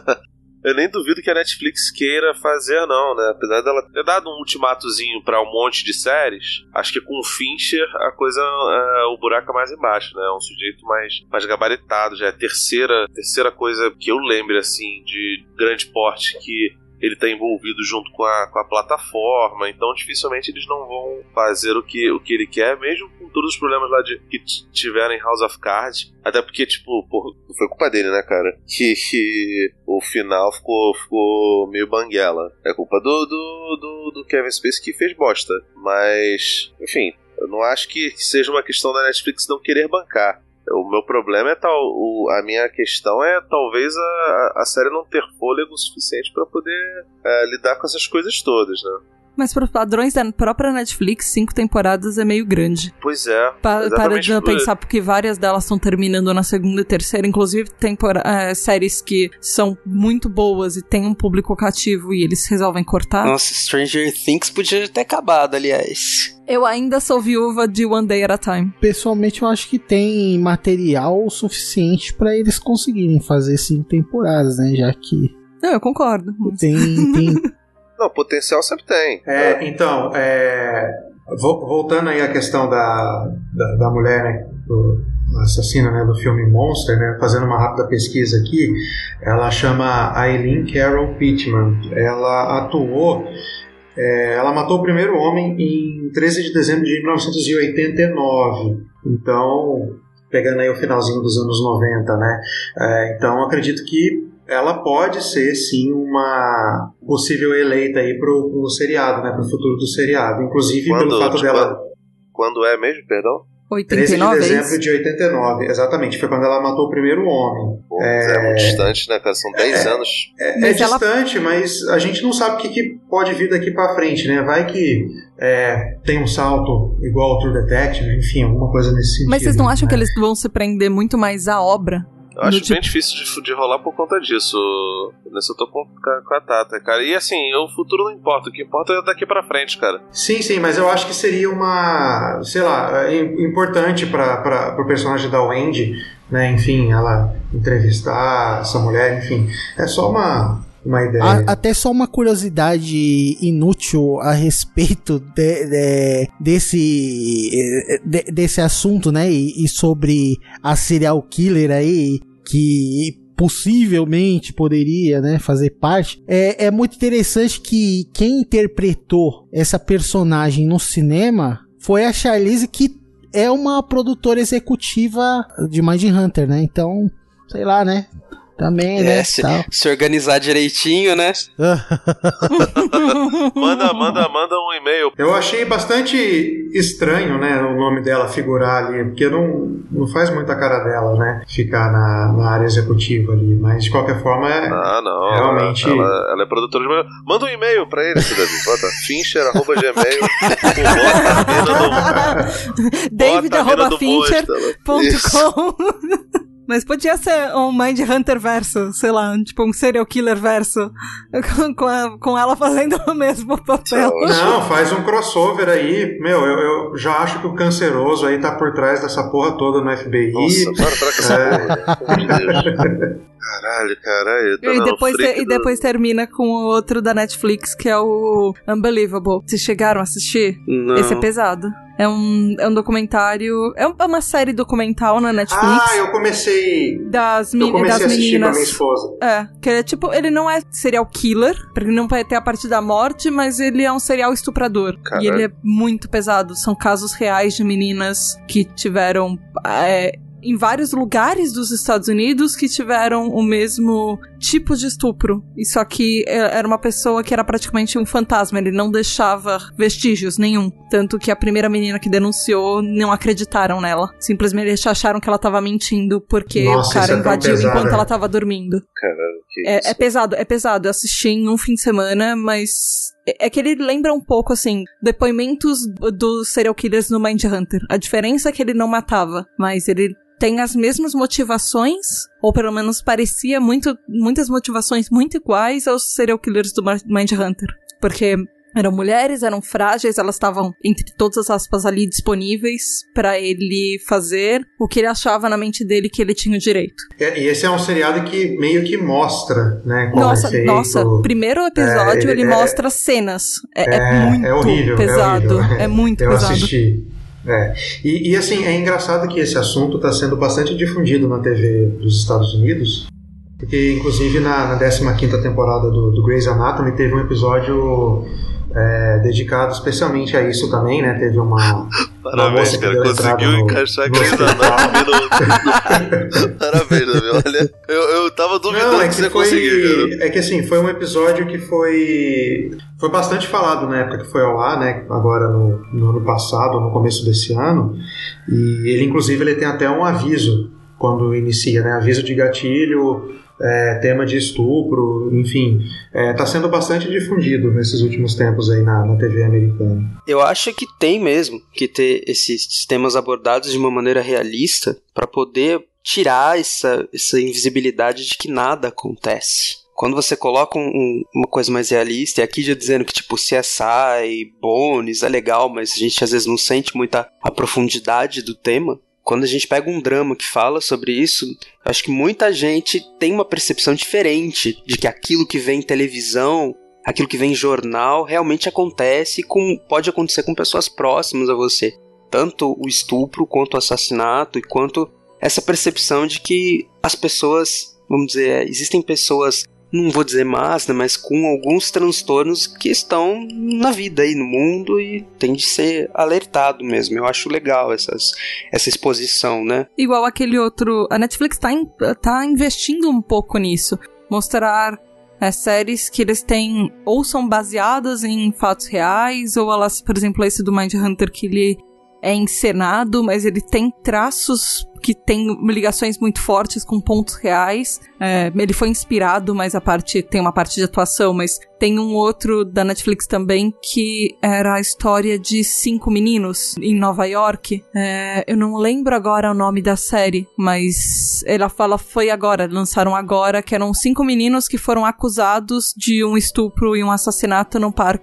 B: Eu nem duvido que a Netflix queira fazer, não, né? Apesar dela ter dado um ultimatozinho pra um monte de séries, acho que com o Fincher a coisa, o buraco é mais embaixo, né? É um sujeito mais gabaritado, já é a terceira coisa que eu lembro, assim, de grande porte que ele tá envolvido junto com a plataforma, então dificilmente eles não vão fazer o que ele quer, mesmo com todos os problemas lá que tiveram em House of Cards, até porque, tipo, não foi culpa dele, né, cara, que o final ficou meio banguela, é culpa do Kevin Spacey que fez bosta, mas, enfim, eu não acho que seja uma questão da Netflix não querer bancar. O meu problema a minha questão é talvez a série não ter fôlego suficiente para poder lidar com essas coisas todas, né?
F: Mas para os padrões da própria Netflix, 5 temporadas é meio grande.
B: Pois é.
F: Para de pensar, porque várias delas estão terminando na segunda e terceira, inclusive séries que são muito boas e tem um público cativo e eles resolvem cortar.
C: Nossa, Stranger Things podia ter acabado, aliás.
F: Eu ainda sou viúva de One Day at a Time.
E: Pessoalmente, eu acho que tem material suficiente para eles conseguirem fazer 5 temporadas, né? Já que...
F: Não, eu concordo.
E: Tem...
B: Não, potencial sempre tem.
D: Então, voltando aí à questão da mulher, né, assassina, né, do filme Monster, né, fazendo uma rápida pesquisa aqui, ela chama Eileen Carol Pittman. Ela atuou... ela matou o primeiro homem em 13 de dezembro de 1989. Então, pegando aí o finalzinho dos anos 90, né? Então, acredito que ela pode ser, sim, uma possível eleita aí pro seriado, né? Pro futuro do seriado. Inclusive, pelo fato dela...
B: Quando é mesmo, perdão?
F: 89,
D: 13 de dezembro de 89, exatamente, foi quando ela matou o primeiro homem.
B: Pô, é muito distante, né, cara? São 10 anos.
D: É distante, mas a gente não sabe o que pode vir daqui pra frente, né? Vai que tem um salto igual ao True Detective, enfim, alguma coisa nesse sentido.
F: Mas vocês não acham que eles vão se prender muito mais à obra?
B: Eu acho bem difícil de rolar por conta disso. Nessa eu tô com a Tata, cara. E assim, o futuro não importa. O que importa é daqui pra frente, cara.
D: Sim, mas eu acho que seria uma... sei lá, importante pro personagem da Wendy, né? Enfim, ela entrevistar essa mulher, enfim. É só uma ideia.
E: Até só uma curiosidade inútil a respeito desse assunto, né? E sobre a serial killer aí, que possivelmente poderia, né, fazer parte. É muito interessante que quem interpretou essa personagem no cinema foi a Charlize, que é uma produtora executiva de Mindhunter, né? Então, sei lá, né? também, né?
C: Se organizar direitinho, né?
B: Manda um e-mail.
D: Eu achei bastante estranho, né, o nome dela figurar ali, porque não faz muita cara dela, né, ficar na área executiva ali, mas de qualquer forma realmente...
B: Ela é produtora de... Manda um e-mail pra ele, Davi. Bota fincher@gmail.
F: David@fincher.com. Mas podia ser um Mind Hunter verso, sei lá, tipo um serial killer verso, com ela fazendo o mesmo papel.
D: Não, faz um crossover aí. Meu, eu já acho que o canceroso aí tá por trás dessa porra toda no FBI.
B: Nossa, para com essa porra. Caralho.
F: E depois termina com o outro da Netflix, que é o Unbelievable. Vocês chegaram a assistir?
C: Não.
F: Esse é pesado. É um documentário... É uma série documental na Netflix.
D: Ah, eu comecei
F: das
D: a assistir com a minha
F: meninas.
D: esposa.
F: Que é tipo... Ele não é serial killer, porque ele não vai ter a parte da morte, mas ele é um serial estuprador.
B: Caralho.
F: E ele é muito pesado. São casos reais de meninas que tiveram... em vários lugares dos Estados Unidos que tiveram o mesmo tipo de estupro. E só que era uma pessoa que era praticamente um fantasma, ele não deixava vestígios nenhum. Tanto que a primeira menina que denunciou não acreditaram nela. Simplesmente eles acharam que ela tava mentindo porque o cara invadiu enquanto ela tava dormindo.
B: Caralho, que isso.
F: É pesado. Eu assisti em um fim de semana, mas... É que ele lembra um pouco, assim, depoimentos dos serial killers no Mindhunter. A diferença é que ele não matava, mas ele tem as mesmas motivações, ou pelo menos parecia muitas motivações muito iguais aos serial killers do Mindhunter. Porque eram mulheres, eram frágeis, elas estavam, entre todas as aspas, ali disponíveis pra ele fazer o que ele achava na mente dele que ele tinha o direito.
D: E esse é um seriado que meio que mostra, né, como
F: Nossa, primeiro episódio ele mostra cenas. É muito
D: horrível,
F: pesado. É muito pesado.
D: Eu assisti. E assim, é engraçado que esse assunto está sendo bastante difundido na TV dos Estados Unidos, porque inclusive na 15ª temporada do Grey's Anatomy teve um episódio dedicado especialmente a isso também, né? Teve uma
B: Parabéns, cara, conseguiu encaixar Grey's Anatomy no... Parabéns, Davi, olha, eu tava duvidando que você conseguiu, cara.
D: É que assim, foi um episódio que foi bastante falado na época que foi ao ar, né? Agora no ano passado, no começo desse ano, e ele inclusive ele tem até um aviso quando inicia, né? Aviso de gatilho, tema de estupro, enfim, tá sendo bastante difundido nesses últimos tempos aí na TV americana.
C: Eu acho que tem mesmo que ter esses temas abordados de uma maneira realista para poder tirar essa invisibilidade de que nada acontece. Quando você coloca uma coisa mais realista, e aqui já dizendo que tipo CSI, Bones, é legal, mas a gente às vezes não sente muita a profundidade do tema. Quando a gente pega um drama que fala sobre isso, acho que muita gente tem uma percepção diferente de que aquilo que vem em televisão, aquilo que vem em jornal, realmente acontece e pode acontecer com pessoas próximas a você. Tanto o estupro, quanto o assassinato, e quanto essa percepção de que as pessoas, vamos dizer, existem pessoas, não vou dizer más, né, mas com alguns transtornos que estão na vida aí, no mundo, e tem de ser alertado mesmo. Eu acho legal essa exposição, né?
F: Igual aquele outro... A Netflix tá investindo um pouco nisso. Mostrar séries que eles têm... Ou são baseadas em fatos reais, ou elas, por exemplo, esse do Mindhunter, que ele é encenado, mas ele tem traços que tem ligações muito fortes com pontos reais. Ele foi inspirado, mas tem uma parte de atuação, mas tem um outro da Netflix também que era a história de 5 meninos em Nova York. Eu não lembro agora o nome da série, mas ela fala, lançaram agora, que eram 5 meninos que foram acusados de um estupro e um assassinato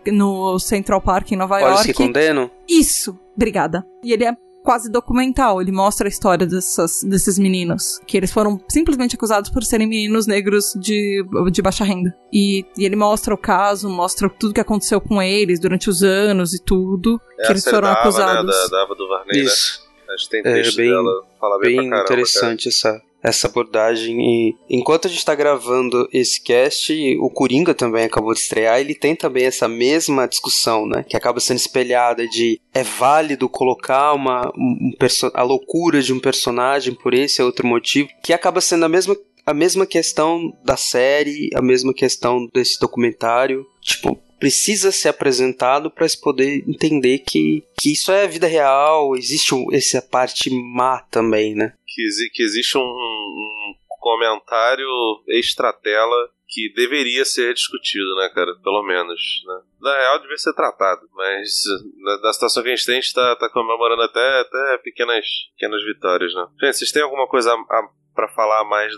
F: no Central Park em Nova York.
C: Olhos que condenam?
F: Isso, obrigada. E ele é quase documental, ele mostra a história desses meninos, que eles foram simplesmente acusados por serem meninos negros de baixa renda. E ele mostra o caso, mostra tudo que aconteceu com eles durante os anos e tudo, que eles foram acusados.
B: Né, da Ava DuVernay,
C: isso.
B: Né? A gente tem texto dela, fala bem pra caramba.
C: Interessante essa abordagem. E enquanto a gente tá gravando esse cast, o Coringa também acabou de estrear, ele tem também essa mesma discussão, né, que acaba sendo espelhada de é válido colocar a loucura de um personagem por esse ou outro motivo, que acaba sendo a mesma a mesma questão da série, a mesma questão desse documentário. Tipo, precisa ser apresentado para se poder entender que isso é vida real, existe essa parte má também, né?
B: Que existe um comentário extra-tela que deveria ser discutido, né, cara? Pelo menos, né? Na real, devia ser tratado, mas na situação que a gente tá comemorando até pequenas vitórias, né? Gente, vocês têm alguma coisa pra falar mais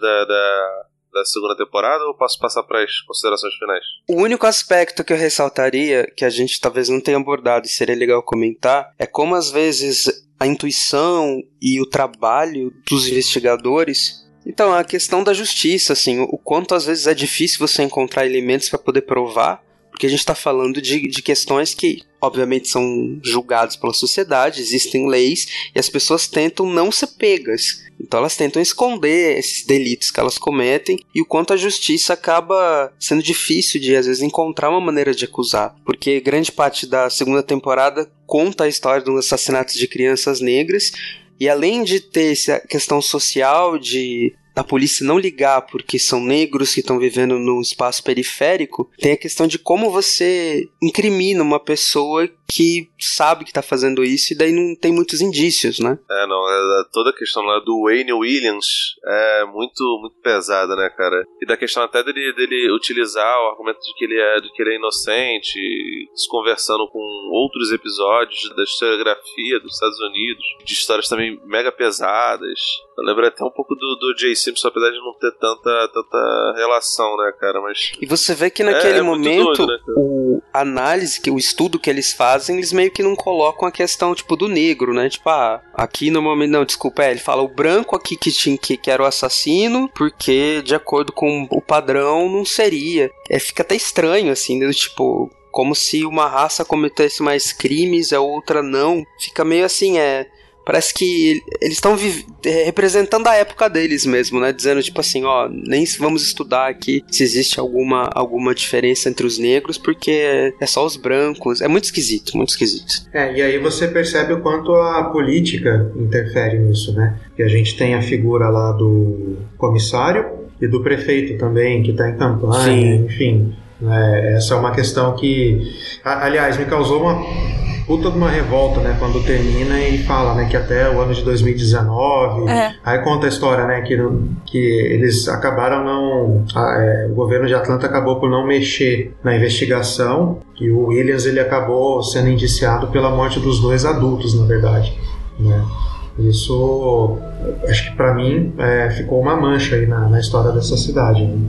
B: da segunda temporada ou posso passar para as considerações finais?
C: O único aspecto que eu ressaltaria, que a gente talvez não tenha abordado e seria legal comentar, é como às vezes a intuição e o trabalho dos investigadores. Então, a questão da justiça, assim, o quanto às vezes é difícil você encontrar elementos para poder provar, porque a gente está falando de questões que, obviamente, são julgadas pela sociedade, existem leis, e as pessoas tentam não ser pegas. Então elas tentam esconder esses delitos que elas cometem, e o quanto a justiça acaba sendo difícil de, às vezes, encontrar uma maneira de acusar. Porque grande parte da segunda temporada conta a história dos assassinatos de crianças negras, e além de ter essa questão social de a polícia não ligar porque são negros que estão vivendo num espaço periférico, tem a questão de como você incrimina uma pessoa que sabe que está fazendo isso e daí não tem muitos indícios, né?
B: Toda a questão lá do Wayne Williams é muito, muito pesada, né, cara? E da questão até dele utilizar o argumento de que ele é inocente, se conversando com outros episódios da historiografia dos Estados Unidos, de histórias também mega pesadas. Eu lembro até um pouco do Jay Simpson, apesar de não ter tanta relação, né, cara? Mas
C: e você vê que naquele momento,
B: doido, né,
C: a análise, o estudo que eles fazem, eles meio que não colocam a questão, tipo, do negro, né? Tipo, aqui normalmente, não, desculpa, ele fala o branco aqui que era o assassino, porque de acordo com o padrão não seria. Fica até estranho, assim, né? Tipo, como se uma raça cometesse mais crimes e a outra não. Fica meio assim, parece que eles estão representando a época deles mesmo, né? Dizendo tipo assim, nem vamos estudar aqui se existe alguma diferença entre os negros, porque é só os brancos. É muito esquisito, muito esquisito.
D: E aí você percebe o quanto a política interfere nisso, né? Que a gente tem a figura lá do comissário e do prefeito também, que está em campanha, sim, enfim. Essa é uma questão que, aliás, me causou uma puta de uma revolta, né, quando termina e fala, né, que até o ano de 2019, aí conta a história, né, que eles acabaram o governo de Atlanta acabou por não mexer na investigação, e o Williams, ele acabou sendo indiciado pela morte dos 2 adultos, na verdade, né. Isso, acho que pra mim, ficou uma mancha aí na história dessa cidade, né.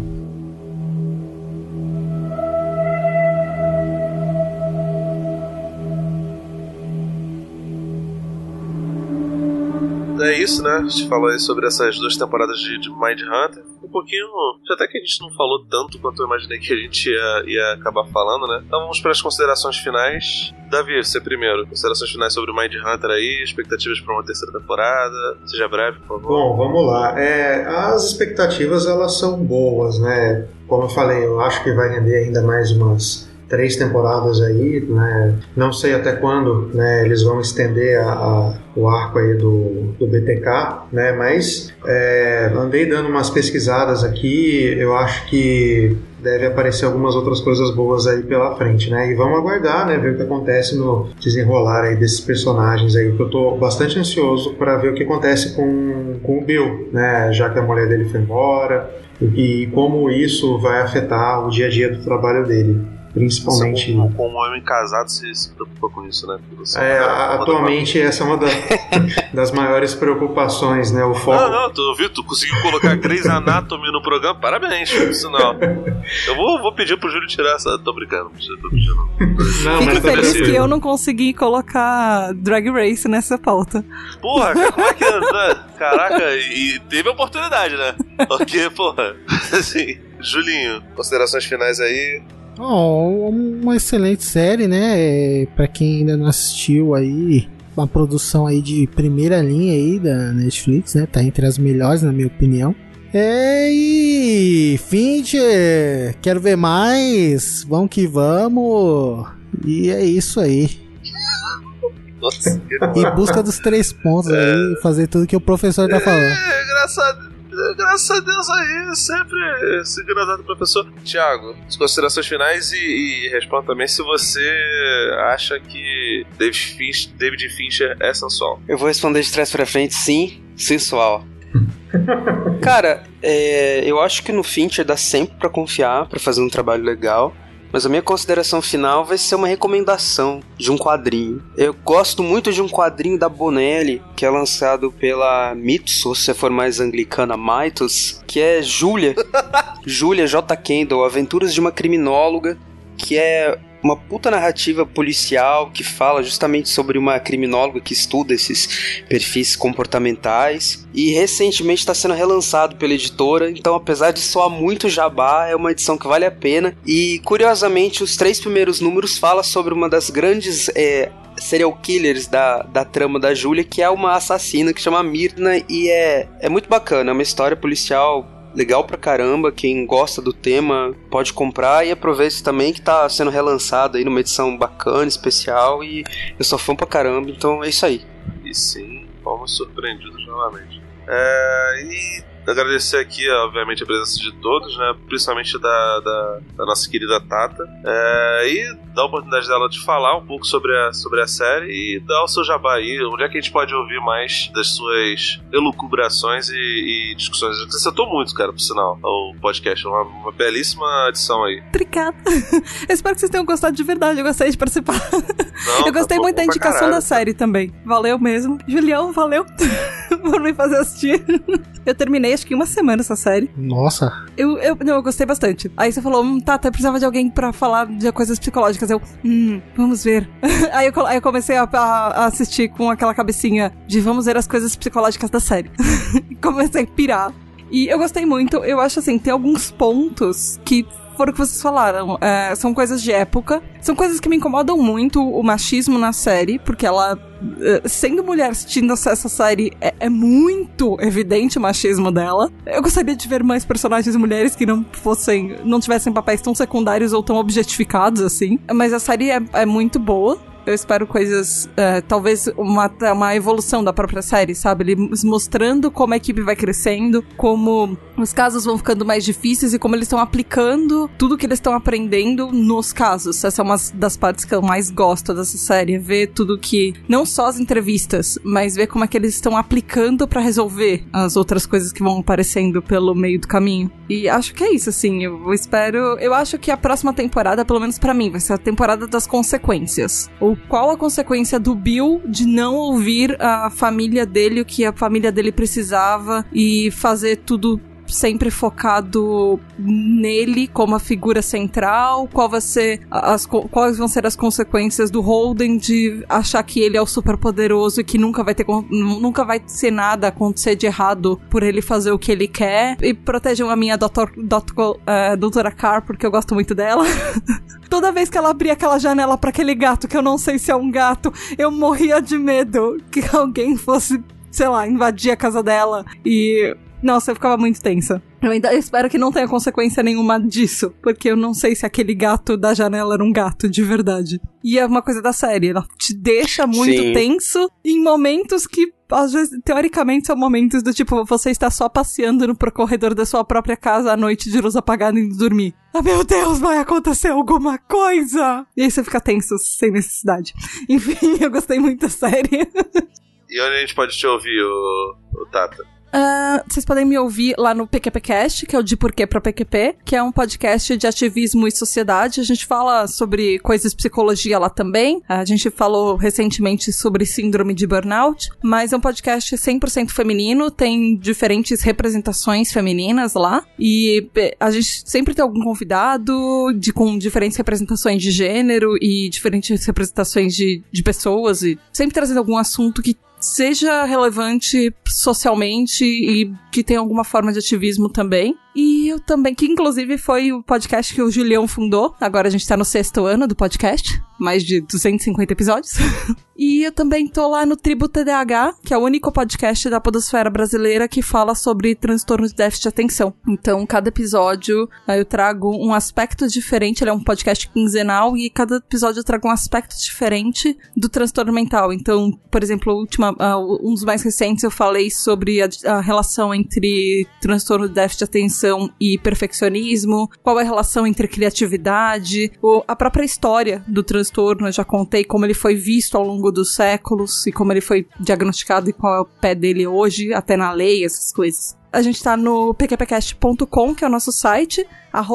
B: É isso, né? A gente falou aí sobre essas 2 temporadas de Mindhunter. Um pouquinho, até que a gente não falou tanto quanto eu imaginei que a gente ia acabar falando, né? Então vamos para as considerações finais. Davi, você primeiro. Considerações finais sobre o Mindhunter aí, expectativas para uma 3ª temporada. Seja breve, por favor.
D: Bom, vamos lá. As expectativas, elas são boas, né? Como eu falei, eu acho que vai render ainda mais umas 3 temporadas aí, né? Não sei até quando, né, eles vão estender o arco aí do BTK, né? Mas andei dando umas pesquisadas aqui, eu acho que deve aparecer algumas outras coisas boas aí pela frente, né? E vamos aguardar, né, ver o que acontece no desenrolar aí desses personagens aí, que eu tô bastante ansioso para ver o que acontece com o Bill, né? Já que a mulher dele foi embora, e como isso vai afetar o dia a dia do trabalho dele. Principalmente
B: como homem casado, você se preocupa com isso, né?
D: Atualmente essa é uma das maiores preocupações, né? O foco.
B: Não, tu conseguiu colocar Grey's Anatomy no programa, parabéns, sinal. Eu vou pedir pro Júlio tirar essa. Tô brincando, tô pedindo.
F: Fico feliz que eu não consegui colocar Drag Race nessa pauta.
B: Porra, como é que é? Caraca, e teve oportunidade, né? Porque, porra, assim, Julinho, considerações finais aí.
E: Uma excelente série, né? Pra quem ainda não assistiu aí, uma produção aí de primeira linha aí da Netflix, né? Tá entre as melhores, na minha opinião. E Fincher, quero ver mais, vamos que vamos. E é isso aí.
B: Nossa,
E: em busca dos 3 pontos aí, fazer tudo que o professor tá falando.
B: É engraçado. graças a Deus aí, sempre seguindo a data do professor. Thiago, as considerações finais e responda também se você acha que David Fincher é sensual.
C: Eu vou responder de trás pra frente, sim, sensual. Cara, eu acho que no Fincher dá sempre pra confiar, pra fazer um trabalho legal. Mas a minha consideração final vai ser uma recomendação de um quadrinho. Eu gosto muito de um quadrinho da Bonelli, que é lançado pela Mythos, ou se você for mais anglicana, Mythos, que é Julia J. Kendall, Aventuras de uma Criminóloga, que é uma puta narrativa policial que fala justamente sobre uma criminóloga que estuda esses perfis comportamentais, e recentemente está sendo relançado pela editora, então apesar de soar muito jabá, é uma edição que vale a pena, e curiosamente os 3 primeiros números falam sobre uma das grandes serial killers da trama da Júlia, que é uma assassina que chama Myrna, e é muito bacana, é uma história policial legal pra caramba. Quem gosta do tema pode comprar, e aproveite também que tá sendo relançado aí numa edição bacana, especial, e eu sou fã pra caramba, então é isso aí.
B: E sim, fomos surpreendidos novamente. E agradecer aqui, obviamente, a presença de todos, né? Principalmente da nossa querida Tata, e dar a oportunidade dela de falar um pouco sobre a série e dar o seu jabá aí, onde é que a gente pode ouvir mais das suas elucubrações e discussões. Acrescentou muito, cara, por sinal, o podcast. Uma belíssima adição aí.
F: Obrigada. Eu espero que vocês tenham gostado de verdade, eu gostei de participar.
B: Não,
F: eu gostei muito da indicação da série também. Valeu mesmo. Julião, valeu por me fazer assistir. Eu terminei acho que em uma semana essa série.
E: Nossa.
F: Eu gostei bastante. Aí você falou, tá, eu precisava de alguém pra falar de coisas psicológicas. Eu, vamos ver. Aí eu comecei a assistir com aquela cabecinha de vamos ver as coisas psicológicas da série. Comecei a pirar. E eu gostei muito. Eu acho assim, tem alguns pontos que foram o que vocês falaram. São coisas de época. São coisas que me incomodam muito, o machismo na série, porque ela, sendo mulher assistindo essa série, é muito evidente o machismo dela. Eu gostaria de ver mais personagens mulheres que não tivessem papéis tão secundários ou tão objetificados assim. Mas a série é muito boa. Eu espero coisas, talvez uma evolução da própria série, sabe? Eles mostrando como a equipe vai crescendo, como os casos vão ficando mais difíceis e como eles estão aplicando tudo que eles estão aprendendo nos casos. Essa é uma das partes que eu mais gosto dessa série, ver tudo que, não só as entrevistas, mas ver como é que eles estão aplicando pra resolver as outras coisas que vão aparecendo pelo meio do caminho. E acho que é isso, assim, eu acho que a próxima temporada, pelo menos pra mim, vai ser a temporada das consequências. Qual a consequência do Bill de não ouvir a família dele, o que a família dele precisava, e fazer tudo sempre focado nele como a figura central? Quais vão ser as consequências do Holden de achar que ele é o super poderoso e que nunca vai ser nada acontecer de errado por ele fazer o que ele quer? E protejam a minha doutora Carr, porque eu gosto muito dela. Toda vez que ela abria aquela janela pra aquele gato, que eu não sei se é um gato, eu morria de medo que alguém fosse, sei lá, invadir a casa dela. E nossa, eu ficava muito tensa. Eu ainda espero que não tenha consequência nenhuma disso, porque eu não sei se aquele gato da janela era um gato de verdade. E é uma coisa da série, ela te deixa muito tenso em momentos que, às vezes, teoricamente, são momentos do tipo, você está só passeando no corredor da sua própria casa à noite de luz apagada indo dormir. Ah, meu Deus, vai acontecer alguma coisa! E aí você fica tenso, sem necessidade. Enfim, eu gostei muito da série.
B: E onde a gente pode te ouvir, o Tata?
F: Vocês podem me ouvir lá no PQPcast, que é o De Porquê pra PQP, que é um podcast de ativismo e sociedade. A gente fala sobre coisas de psicologia lá também. A gente falou recentemente sobre síndrome de burnout, mas é um podcast 100% feminino, tem diferentes representações femininas lá, e a gente sempre tem algum convidado com diferentes representações de gênero e diferentes representações de pessoas, e sempre trazendo algum assunto que seja relevante socialmente e que tenha alguma forma de ativismo também. E eu também, que inclusive foi o podcast que o Julião fundou. Agora a gente tá no 6º ano do podcast, mais de 250 episódios. E eu também tô lá no Tribo TDAH, que é o único podcast da podosfera brasileira que fala sobre transtorno de déficit de atenção. Então, cada episódio eu trago um aspecto diferente, ele é um podcast quinzenal, e cada episódio eu trago um aspecto diferente do transtorno mental. Então, por exemplo, um dos mais recentes eu falei sobre a relação entre transtorno de déficit de atenção e perfeccionismo, qual é a relação entre criatividade, a própria história do transtorno, eu já contei como ele foi visto ao longo dos séculos e como ele foi diagnosticado e qual é o pé dele hoje, até na lei, essas coisas. A gente tá no pqpcast.com, que é o nosso site,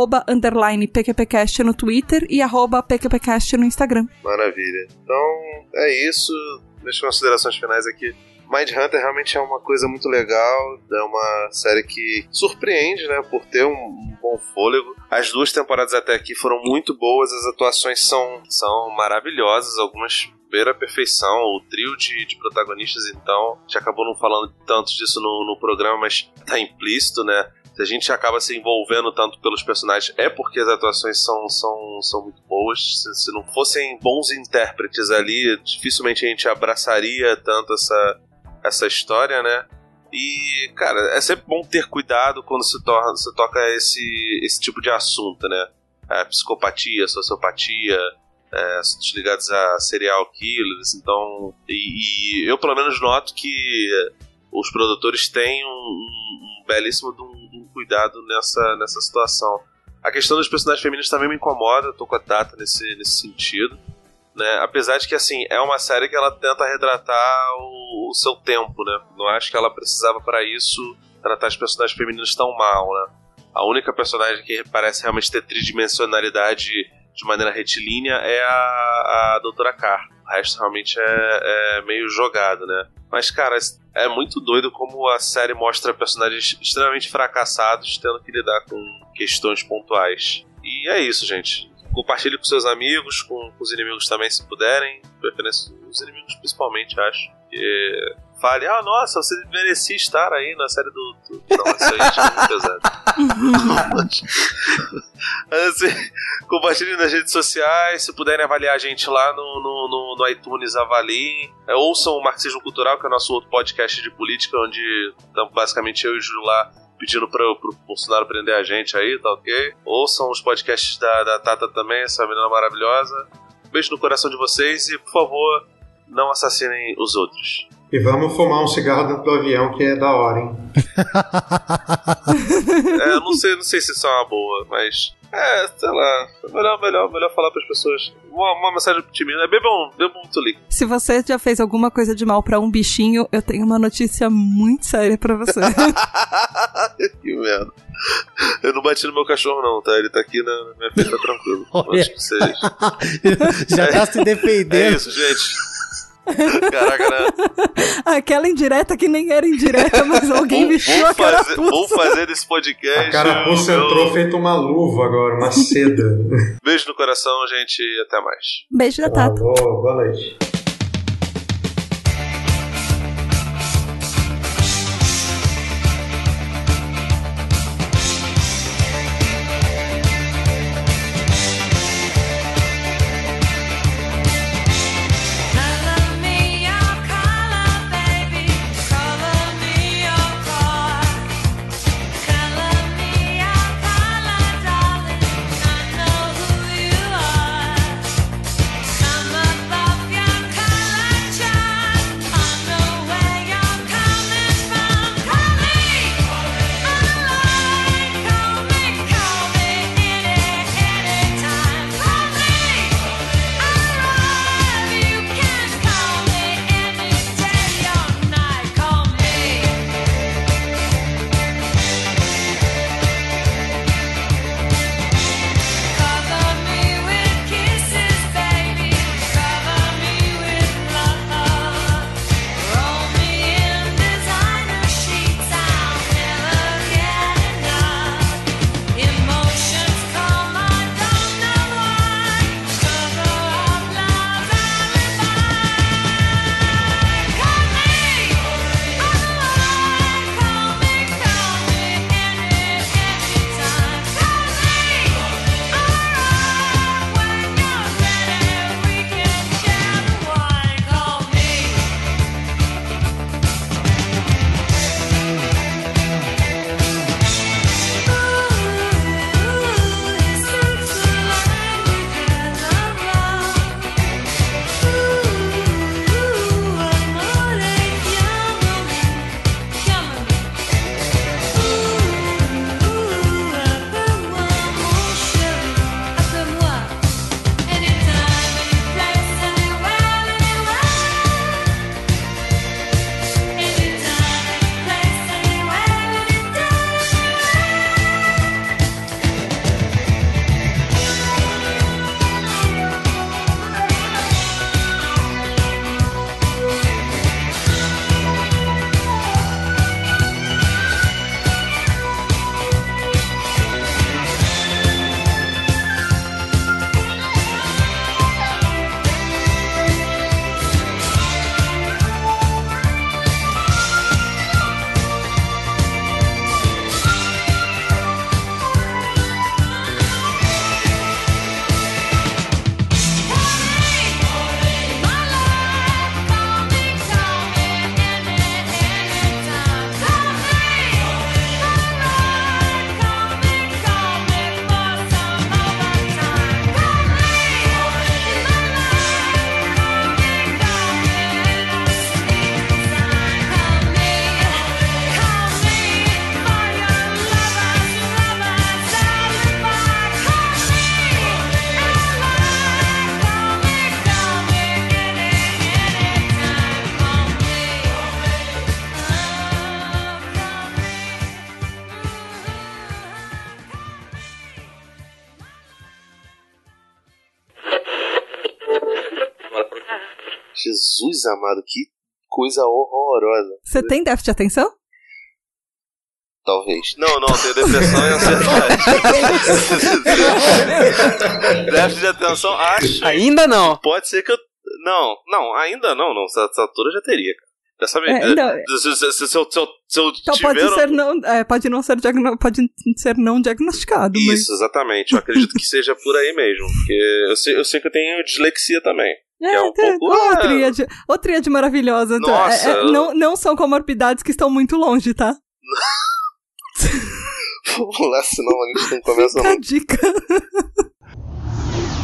F: @_pqpcast no Twitter e @pqpcast no Instagram.
B: Maravilha. Então, é isso. Minhas considerações finais aqui. Mindhunter realmente é uma coisa muito legal, é uma série que surpreende, né, por ter um bom fôlego. As 2 temporadas até aqui foram muito boas, as atuações são maravilhosas, algumas beira a perfeição, o trio de protagonistas, então, a gente acabou não falando tanto disso no programa, mas tá implícito, né? Se a gente acaba se envolvendo tanto pelos personagens, é porque as atuações são muito boas. Se não fossem bons intérpretes ali, dificilmente a gente abraçaria tanto essa história, né? E, cara, é sempre bom ter cuidado quando se toca esse tipo de assunto, né? Psicopatia, sociopatia, assuntos ligados a serial killers. Então, e eu pelo menos noto que os produtores têm um belíssimo cuidado nessa situação. A questão dos personagens femininos também me incomoda, eu tô com a Tata nesse sentido, né? Apesar de que, assim, é uma série que ela tenta retratar o seu tempo, né? Não acho que ela precisava para isso tratar os personagens femininos tão mal, né? A única personagem que parece realmente ter tridimensionalidade de maneira retilínea é a Doutora Carr. O resto realmente é meio jogado, né? Mas, cara, é muito doido como a série mostra personagens extremamente fracassados tendo que lidar com questões pontuais. E é isso, gente. Compartilhe com seus amigos, com os inimigos também, se puderem. Preferência os inimigos, principalmente, acho. E fale, nossa, você merecia estar aí na série do... Não, isso aí já é muito pesado. Mas, assim, compartilhem nas redes sociais. Se puderem avaliar a gente lá no iTunes, avaliem. Ouçam o Marxismo Cultural, que é o nosso outro podcast de política, onde estamos basicamente eu e o Júlio lá pedindo pro Bolsonaro prender a gente aí, tá ok? Ouçam os podcasts da Tata também, essa menina maravilhosa. Beijo no coração de vocês e, por favor, não assassinem os outros.
D: E vamos fumar um cigarro dentro do avião, que é da hora, hein?
B: Eu não sei se isso é uma boa, mas... sei lá, melhor falar pras pessoas. Uma mensagem otimista, bebam muito líquido.
F: Se você já fez alguma coisa de mal pra um bichinho, eu tenho uma notícia muito séria pra você.
B: Que merda. Eu não bati no meu cachorro não, tá? Ele tá aqui na minha frente, tá tranquilo. Acho que vocês...
E: Já tá se defendendo.
B: É isso, gente. Caraca, né?
F: Aquela indireta que nem era indireta, mas alguém vestiu a carapuça.
B: Vamos fazer desse podcast.
D: A carapuça entrou feito uma luva agora, uma seda.
B: Beijo no coração, gente, e até mais.
F: Beijo da Tata.
D: Alô, boa noite.
G: Come above your
B: Jesus amado, que coisa horrorosa.
F: Você tem déficit de atenção?
B: Talvez. Não, tenho depressão e ansiedade. Déficit de atenção, acho.
C: Ainda não.
B: Pode ser que eu... Não, ainda não. Essa altura já teria, cara. Já sabe, se eu
F: então
B: tiver...
F: pode não ser não diagnosticado.
B: Isso, exatamente. Eu acredito que seja por aí mesmo. Porque eu sei que eu tenho dislexia também. É um pouco...
F: Ô, tríade maravilhosa.
B: Nossa,
F: não são comorbidades que estão muito longe, tá?
B: Vamos lá, senão a gente não começa
F: a dica.